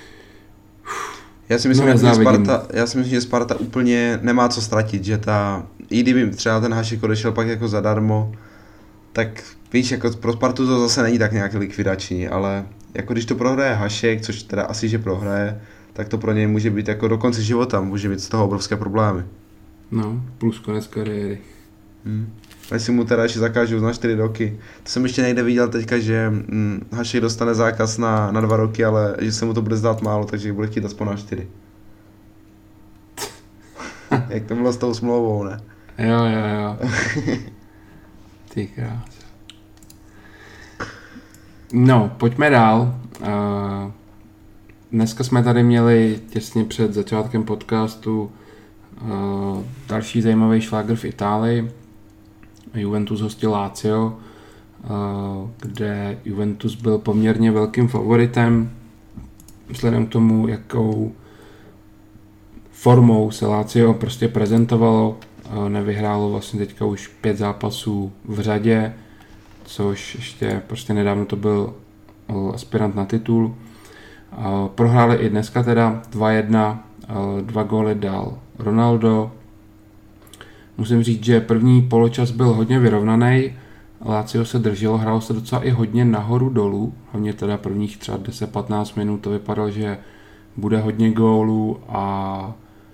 já si myslím, no, že Sparta, já si myslím, že Sparta úplně nemá co ztratit, že ta, i kdyby třeba ten Hašek odešel pak jako zadarmo, tak víš, jako pro Spartu to zase není tak nějak likvidační, ale jako když to prohraje Hašek, což teda asi, že prohraje, tak to pro něj může být jako do konce života, může mít z toho obrovské problémy. No, plus konec kariéry. Hmm. Jestli mu teda ještě zakážu na čtyři roky. To jsem ještě někde viděl teďka, že hm, Hašek dostane zákaz na, na dva roky, ale že se mu to bude zdát málo, takže bude chtít aspoň na čtyři. Jak to bylo s tou smlouvou, ne? Jo, jo, jo. Ty krás. No, pojďme dál. Uh, dneska jsme tady měli těsně před začátkem podcastu uh, další zajímavý šlágr v Itálii. Juventus hostil Lazio, uh, kde Juventus byl poměrně velkým favoritem. Vzhledem k tomu, jakou formou se Lazio prostě prezentovalo, uh, nevyhrálo vlastně teďka už pět zápasů v řadě, což ještě prostě nedávno to byl uh, aspirant na titul. Uh, prohráli i dneska teda dva jedna, uh, dva góly dal Ronaldo. Musím říct, že první poločas byl hodně vyrovnaný, Lazio se drželo, hrálo se docela i hodně nahoru dolů, hlavně teda prvních třeba deset patnáct minut to vypadalo, že bude hodně gólů a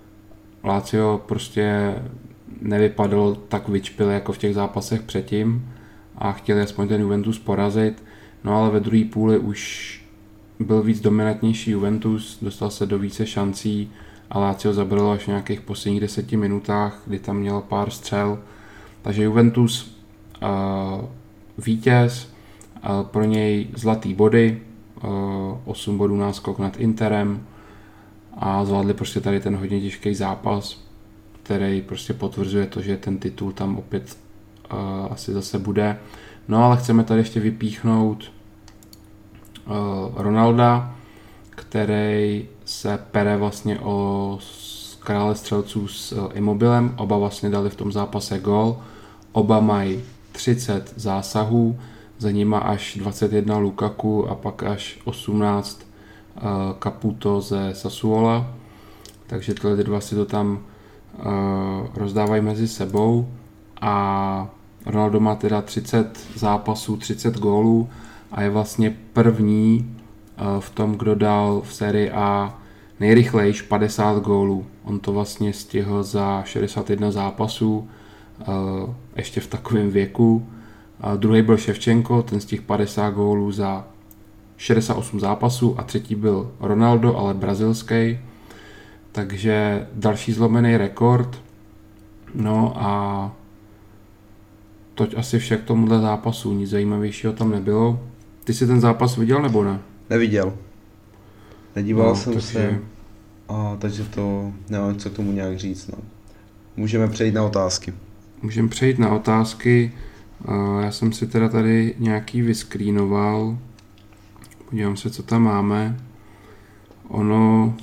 Lazio prostě nevypadalo tak vyčpile jako v těch zápasech předtím a chtěli aspoň ten Juventus porazit, no ale ve druhé půli už byl víc dominantnější Juventus, dostal se do více šancí a Lazio zabralo až v nějakých posledních deseti minutách, kdy tam měl pár střel. Takže Juventus uh, vítěz, uh, pro něj zlatý body, uh, osm bodů náskok nad Interem a zvládli prostě tady ten hodně těžký zápas, který prostě potvrzuje to, že ten titul tam opět uh, asi zase bude. No ale chceme tady ještě vypíchnout uh, Ronalda, který se pere vlastně o krále střelců s Immobilem, oba vlastně dali v tom zápase gól, oba mají třicet zásahů, za nima až dvacet jedna Lukaku a pak až osmnáct uh, Caputo ze Sassuola, takže tyhle dva si to tam uh, rozdávají mezi sebou a Ronaldo má teda třicet zápasů, třicet gólů a je vlastně první v tom, kdo dal v sérii A nejrychlejš padesát gólů. On to vlastně stihl za šedesát jedna zápasů, ještě v takovém věku. Druhý byl Ševčenko, ten stihl padesát gólů za šedesát osm zápasů a třetí byl Ronaldo, ale brazilský. takže další zlomený rekord. No a toť asi vše k tomuhle zápasu, nic zajímavějšího tam nebylo. Ty jsi ten zápas viděl nebo ne? Neviděl. Nedíval no, jsem takže... se, a, takže to nemám co k tomu nějak říct. No. Můžeme přejít na otázky. Můžeme přejít na otázky. Já jsem si teda tady nějaký vyskrýnoval. Podívám se, co tam máme. Ono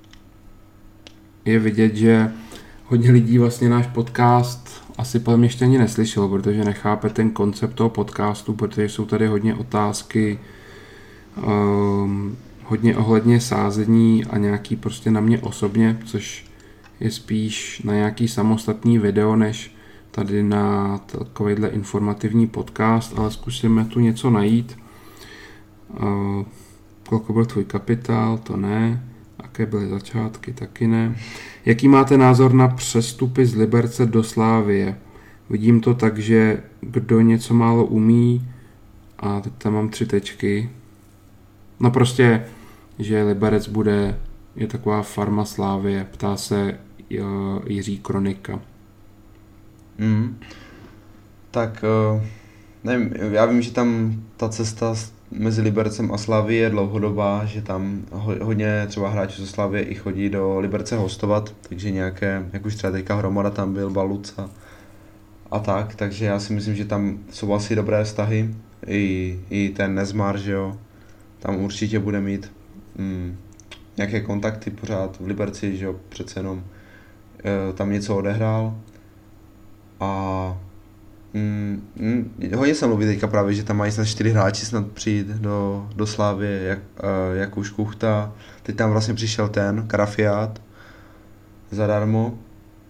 je vidět, že hodně lidí vlastně náš podcast asi podle mě ještě ani neslyšelo, protože nechápe ten koncept toho podcastu, protože jsou tady hodně otázky, um, hodně ohledně sázení a nějaký prostě na mě osobně, což je spíš na nějaký samostatný video, než tady na takovýhle informativní podcast, ale zkusíme tu něco najít. Uh, kolko byl tvůj kapitál, to ne. Jaké byly začátky, taky ne. Jaký máte názor na přestupy z Liberce do Slávie? Vidím to tak, že kdo něco málo umí, a teď tam mám tři tečky, no prostě, že Liberec bude, je taková farma Slávie, ptá se Jiří Kronika. Mm. Tak, nevím, já vím, že tam ta cesta mezi Libercem a Slaví je dlouhodobá, že tam hodně třeba hráčů ze Slavie i chodí do Liberce hostovat, takže nějaké, jak už třeba teďka Hromada tam byl, Baluc a, a tak, takže já si myslím, že tam jsou asi dobré vztahy, i, i ten Nezmar, že jo, tam určitě bude mít mm, nějaké kontakty pořád v Liberci, že jo, přece jenom e, tam něco odehrál a Mm, mm, hodně se mluví teďka právě, že tam mají snad čtyři hráči snad přijít do, do Slávie, jak, uh, jak už Kuchta, teď tam vlastně přišel ten, Karafiát, zadarmo.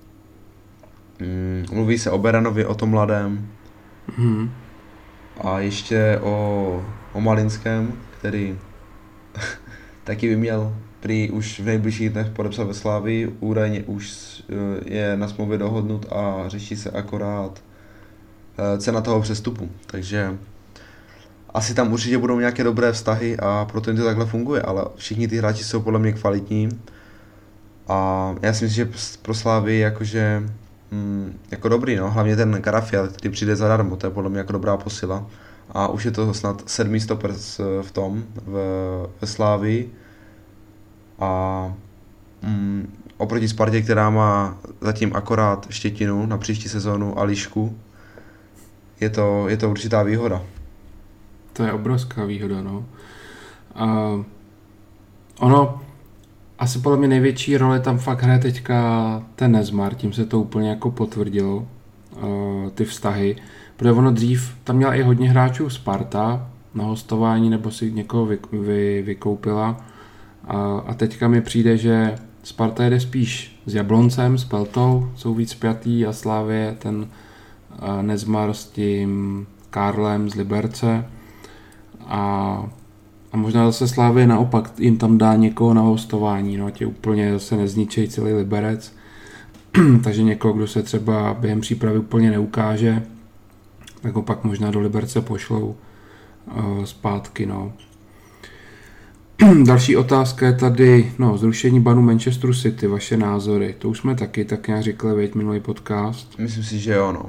Mm, mluví se o Beranovi, o tom mladém. Mm. A ještě o, o Malinském, který taky by měl prý už v nejbližších dnech podepsat ve Slávii, údajně už uh, je na smlouvě dohodnut a řeší se akorát cena toho přestupu, takže asi tam určitě budou nějaké dobré vztahy a proto jim to takhle funguje, ale všichni ty hráči jsou podle mě kvalitní a já si myslím, že pro Slávy jakože mm, jako dobrý, no, hlavně ten Karafiat, který přijde zadarmo, to je podle mě jako dobrá posila a už je to snad sedmý stoper v tom, v, ve Slávii a mm, oproti Spartě, která má zatím akorát Štětinu na příští sezónu a Lišku, Je to, je to určitá výhoda. To je obrovská výhoda, no. A ono, asi podle mě největší roli tam fakt hraje teďka ten Nezmar, tím se to úplně jako potvrdilo, uh, ty vztahy. Protože ono dřív, tam měla i hodně hráčů Sparta na hostování, nebo si někoho vy, vy, vykoupila. A, a teďka mi přijde, že Sparta jede spíš s Jabloncem, s Peltou, jsou víc pjatý a Slávie ten Nezmar s tím Karlem z Liberce a, a možná zase Slávě naopak jim tam dá někoho na hostování, no, tě úplně zase nezničej celý Liberec, takže někoho, kdo se třeba během přípravy úplně neukáže, tak ho pak možná do Liberce pošlou uh, zpátky, no. Další otázka je tady, no, zrušení banu Manchesteru City, vaše názory, to už jsme taky tak nějak řekli, veď, minulý podcast. Myslím si, že jo, no.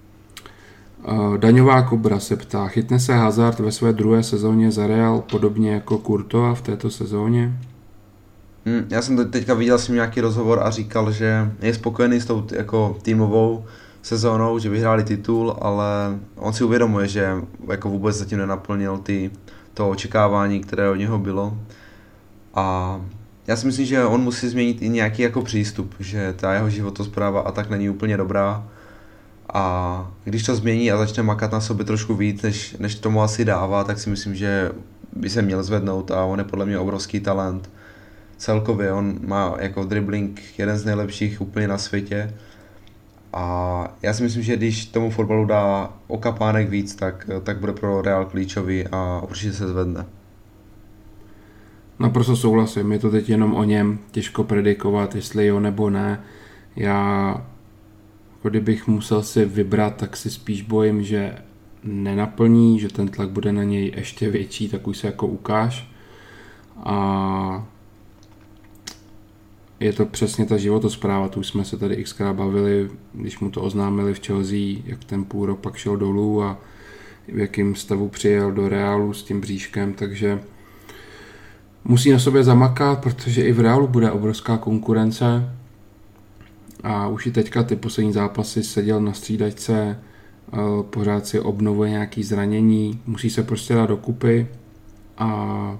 Daňová Kobra se ptá, chytne se Hazard ve své druhé sezóně za Real podobně jako Courtois v této sezóně? Hmm, já jsem teďka viděl s ním nějaký rozhovor a říkal, že je spokojený s tou jako týmovou sezónou, že vyhráli titul, ale on si uvědomuje, že jako vůbec zatím nenaplnil ty, to očekávání, které od něho bylo. A já si myslím, že on musí změnit i nějaký jako přístup, že ta jeho životospráva a tak není úplně dobrá. A když to změní a začne makat na sobě trošku víc, než, než tomu asi dává, tak si myslím, že by se měl zvednout a on je podle mě obrovský talent. Celkově on má jako dribbling jeden z nejlepších úplně na světě. A já si myslím, že když tomu fotbalu dá o kapánek víc, tak, tak bude pro Real klíčový a určitě se zvedne. Naprosto souhlasím, je to teď jenom o něm, těžko predikovat, jestli jo nebo ne. Já, kdybych musel si vybrat, tak si spíš bojím, že nenaplní, že ten tlak bude na něj ještě větší, tak už se jako ukáž. A je to přesně ta životospráva, tu jsme se tady xkrát bavili, když mu to oznámili v Chelsea, jak ten půl rok pak šel dolů a v jakém stavu přijel do Realu s tím bříškem, takže musí na sobě zamakat, protože i v Realu bude obrovská konkurence a už i teďka ty poslední zápasy seděl na střídačce, pořád si obnovuje nějaké zranění, musí se prostě dát dokupy a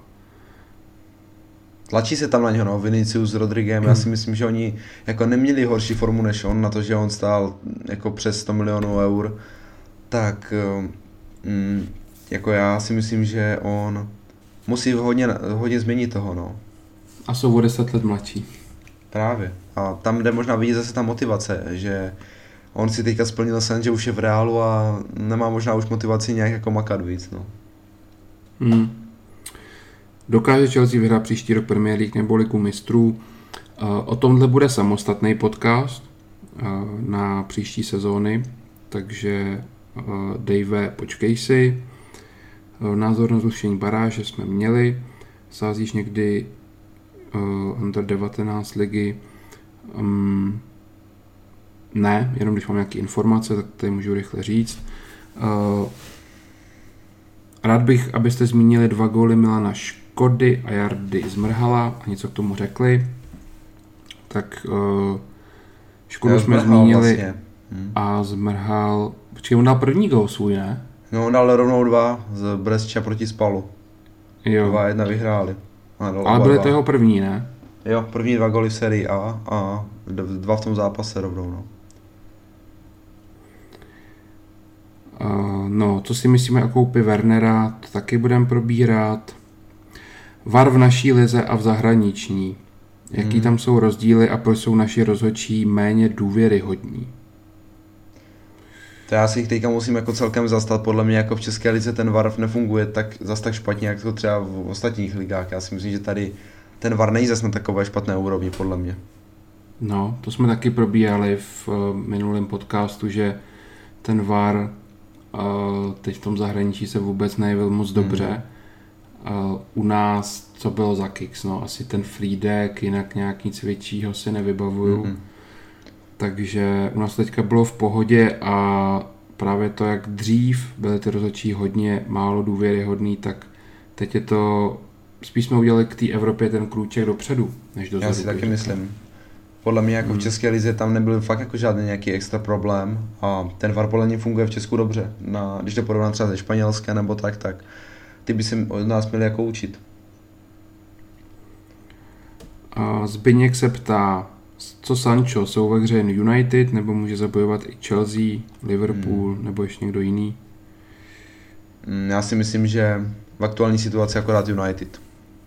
tlačí se tam na něho, no, Vinicius s Rodriguem, já si myslím, že oni jako neměli horší formu než on, na to, že on stál jako přes sto milionů eur, tak mm, jako já si myslím, že on musí hodně, hodně změnit toho, no. A jsou o deset let mladší. Právě. A tam jde možná vidět zase ta motivace, že on si teďka splnil sen, že už je v Reálu a nemá možná už motivaci nějak jako makat víc, no. Hmm. Dokáže Chelsea vyhrát příští rok Premier League nebo Ligu mistrů? O tomhle bude samostatný podcast na příští sezóny, takže Dave, počkej si. Názor na zrušení baráže jsme měli. Sázíš někdy under devatenáct ligy? Um, ne, jenom když mám nějaké informace, tak tady můžu rychle říct. Uh, rád bych, abyste zmínili dva góly Milana Škody a Jardy Zmrhala a něco k tomu řekli. Tak uh, Škodu jsme zmínili vlastně. hmm. A Zmrhal... Počkej, on dal první gól svůj, ne? No, on dal rovnou dva z Brescia proti Spalu. Jo. Dva jedna vyhráli. Ale byly to jeho první, ne? Jo, první dva góly v sérii A a dva v tom zápase rovnou, no. Uh, no, co si myslíme o koupi Wernera, to taky budeme probírat. V A R v naší lize a v zahraniční. Jaký hmm. tam jsou rozdíly a proč jsou naši rozhodčí méně důvěryhodní? To já si jich teďka musím jako celkem zastat. Podle mě jako v České lize ten V A R nefunguje tak zas tak špatně, jak to třeba v ostatních ligách. Já si myslím, že tady ten V A R není zas na takové špatné úrovni, podle mě. No, to jsme taky probíhali v uh, minulém podcastu, že ten V A R uh, teď v tom zahraničí se vůbec nejevil moc dobře. Hmm. Uh, u nás, co bylo za kicks, no, asi ten Friedek, jinak nějaký cvičího si nevybavuju. Hmm. Takže u nás teďka bylo v pohodě a právě to, jak dřív byly ty rozhodčí hodně málo důvěryhodný, tak teď je to, spíš jsme udělali k té Evropě ten krůček dopředu, než dozadu. Já si taky myslím. Podle mě jako hmm. v České lize tam nebyl fakt jako žádný nějaký extra problém a ten V A R podle mě funguje v Česku dobře. Na, když to porovnám třeba ze Španělska nebo tak, tak ty by si od nás měli jako učit. A Zbyněk se ptá, co Sancho, jsou ve hře jen United, nebo může zabojovat i Chelsea, Liverpool, hmm. nebo ještě někdo jiný? Já si myslím, že v aktuální situaci akorát United.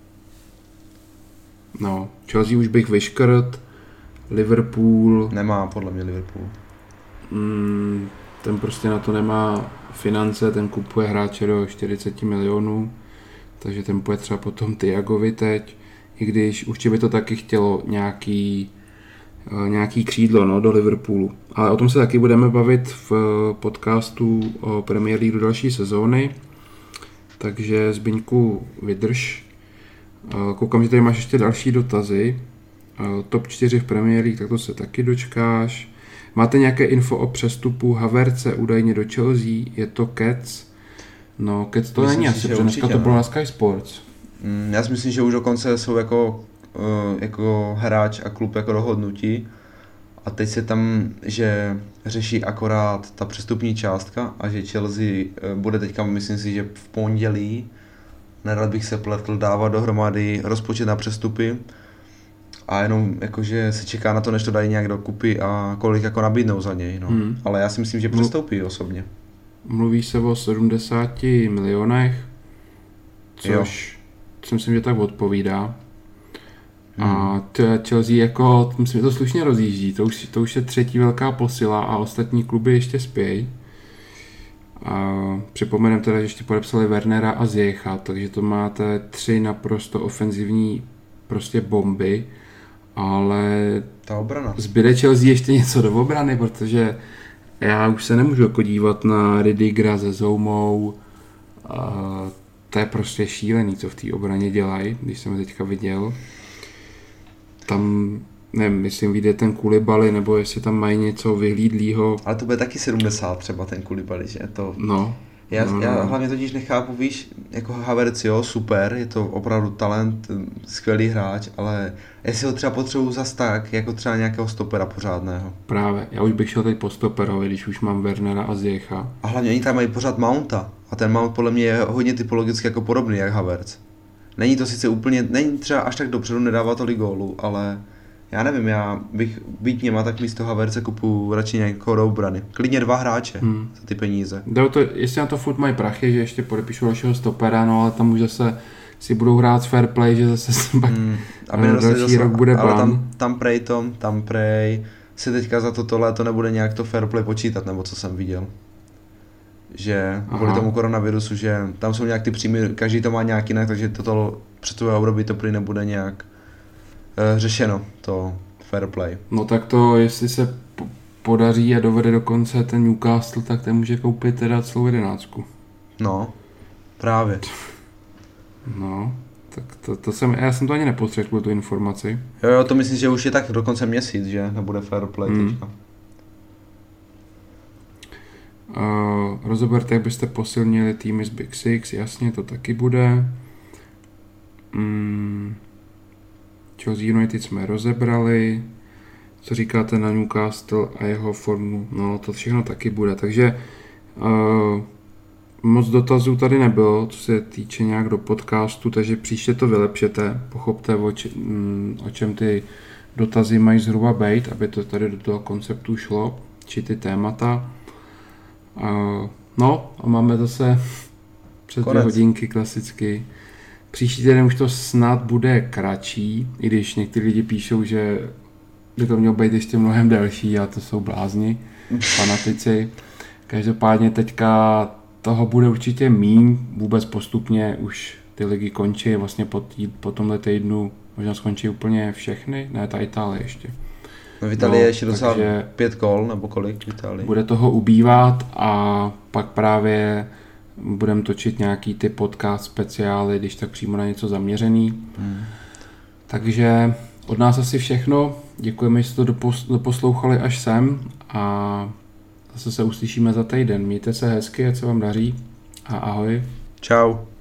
No, Chelsea už bych vyškrt, Liverpool... Nemá podle mě Liverpool. Mm, ten prostě na to nemá finance, ten kupuje hráče do čtyřicet milionů, takže ten půjde třeba potom Thiagovi teď, i když určitě by to taky chtělo nějaký nějaký křídlo, no, do Liverpoolu. Ale o tom se taky budeme bavit v podcastu o Premier League do další sezóny. Takže Zbyňku, vydrž. Koukám, že tady máš ještě další dotazy. Top čtyři v Premier League, tak to se taky dočkáš. Máte nějaké info o přestupu Havertze údajně do Chelsea? Je to Kec? No, Kec to myslím, není asi, protože dneska to bylo na Sky Sports. Já si myslím, že už dokonce jsou jako jako hráč a klub jako dohodnutí a teď se tam, že řeší akorát ta přestupní částka a že Chelsea bude teďka, myslím si, že v pondělí, nerad bych se pletl, dávat dohromady rozpočet na přestupy a jenom jakože se čeká na to, než to dají nějak dokupy a kolik jako nabídnou za něj, no. Hmm. Ale já si myslím, že přestoupí osobně. Mluví se o sedmdesáti milionech, což jo. si myslím, že tak odpovídá. Hmm. A Chelsea jako, myslím, že to slušně rozjíždí, to už, to už je třetí velká posila a ostatní kluby ještě spějí. A připomenem teda, že ještě podepsali Wernera a Ziyecha, takže to máte tři naprosto ofenzivní prostě bomby, ale ta obrana. Zbyde Chelsea ještě něco do obrany, protože já už se nemůžu jako dívat na Rydigera se Zoumou, a to je prostě šílený, co v té obraně dělají, když jsem je teďka viděl. Tam nevím, myslím, vyjde ten Koulibaly, nebo jestli tam mají něco vyhlídlýho. Ale to bude taky sedmdesát třeba ten Koulibaly, že? To... No. Já, no, já no. hlavně totiž nechápu, víš, jako Havertz, jo, super, je to opravdu talent, skvělý hráč, ale jestli ho třeba potřebuju zas tak, jako třeba nějakého stopera pořádného. Právě, já už bych šel teď po stoperovi, když už mám Wernera a Ziyecha. A hlavně oni tam mají pořád Mounta a ten Mount podle mě je hodně typologicky jako podobný jak Havertz. Není to sice úplně, není třeba až tak dopředu, nedává tolik gólů, ale já nevím, já bych být něma, tak místo Havertze kupuju radši nějakého do obrany. Klidně dva hráče hmm. za ty peníze. Jde to, jestli na to furt mají prachy, že ještě podepíšu dalšího stopera, no ale tam už zase si budou hrát fair play, že zase se pak hmm. Aby no, další zase, rok bude ale ban. tam, tam prej tom, tam prej si teďka za toto léto nebude nějak to fair play počítat, nebo co jsem viděl. Že kvůli tomu koronavirusu, že tam jsou nějak ty příjmy, každý to má nějak jinak, takže toto před toho období to prý nebude nějak uh, řešeno, to fair play. No tak to, jestli se po- podaří a dovede do konce ten Newcastle, tak ten může koupit teda celou jedenáctku. No, právě. No, tak to, to jsem, já jsem to ani nepostřehl, tu informaci. Jo, jo, to myslím, že už je tak do konce měsíc, že nebude fair play hmm. teďka. Uh, rozeberte, jak byste posilnili týmy z Big Six, jasně, to taky bude. Mm, Chelsea United jsme rozebrali, co říkáte na Newcastle a jeho formu, no to všechno taky bude, takže uh, moc dotazů tady nebylo, co se týče nějak do podcastu, takže příště to vylepšete, pochopte, o, či, mm, o čem ty dotazy mají zhruba být, aby to tady do toho konceptu šlo, či ty témata. Uh, no a máme zase přes dvě hodinky klasicky. Příští týden už to snad bude kratší, i když někteří lidi píšou, že by to mělo být ještě mnohem delší a to jsou blázni, fanatici. Každopádně teďka toho bude určitě míň, vůbec postupně už ty ligy končí, vlastně po, tý, po tomhle týdnu možná skončí úplně všechny, ne ta Itálie ještě. No v Itálii je ještě docela pět kol, nebo kolik v Itálii? Bude toho ubývat a pak právě budeme točit nějaký ty podcast speciály, když tak přímo na něco zaměřený. Hmm. Takže od nás asi všechno. Děkujeme, že jste to doposlouchali až sem a zase se uslyšíme za týden. Mějte se hezky, ať se vám daří a ahoj. Čau.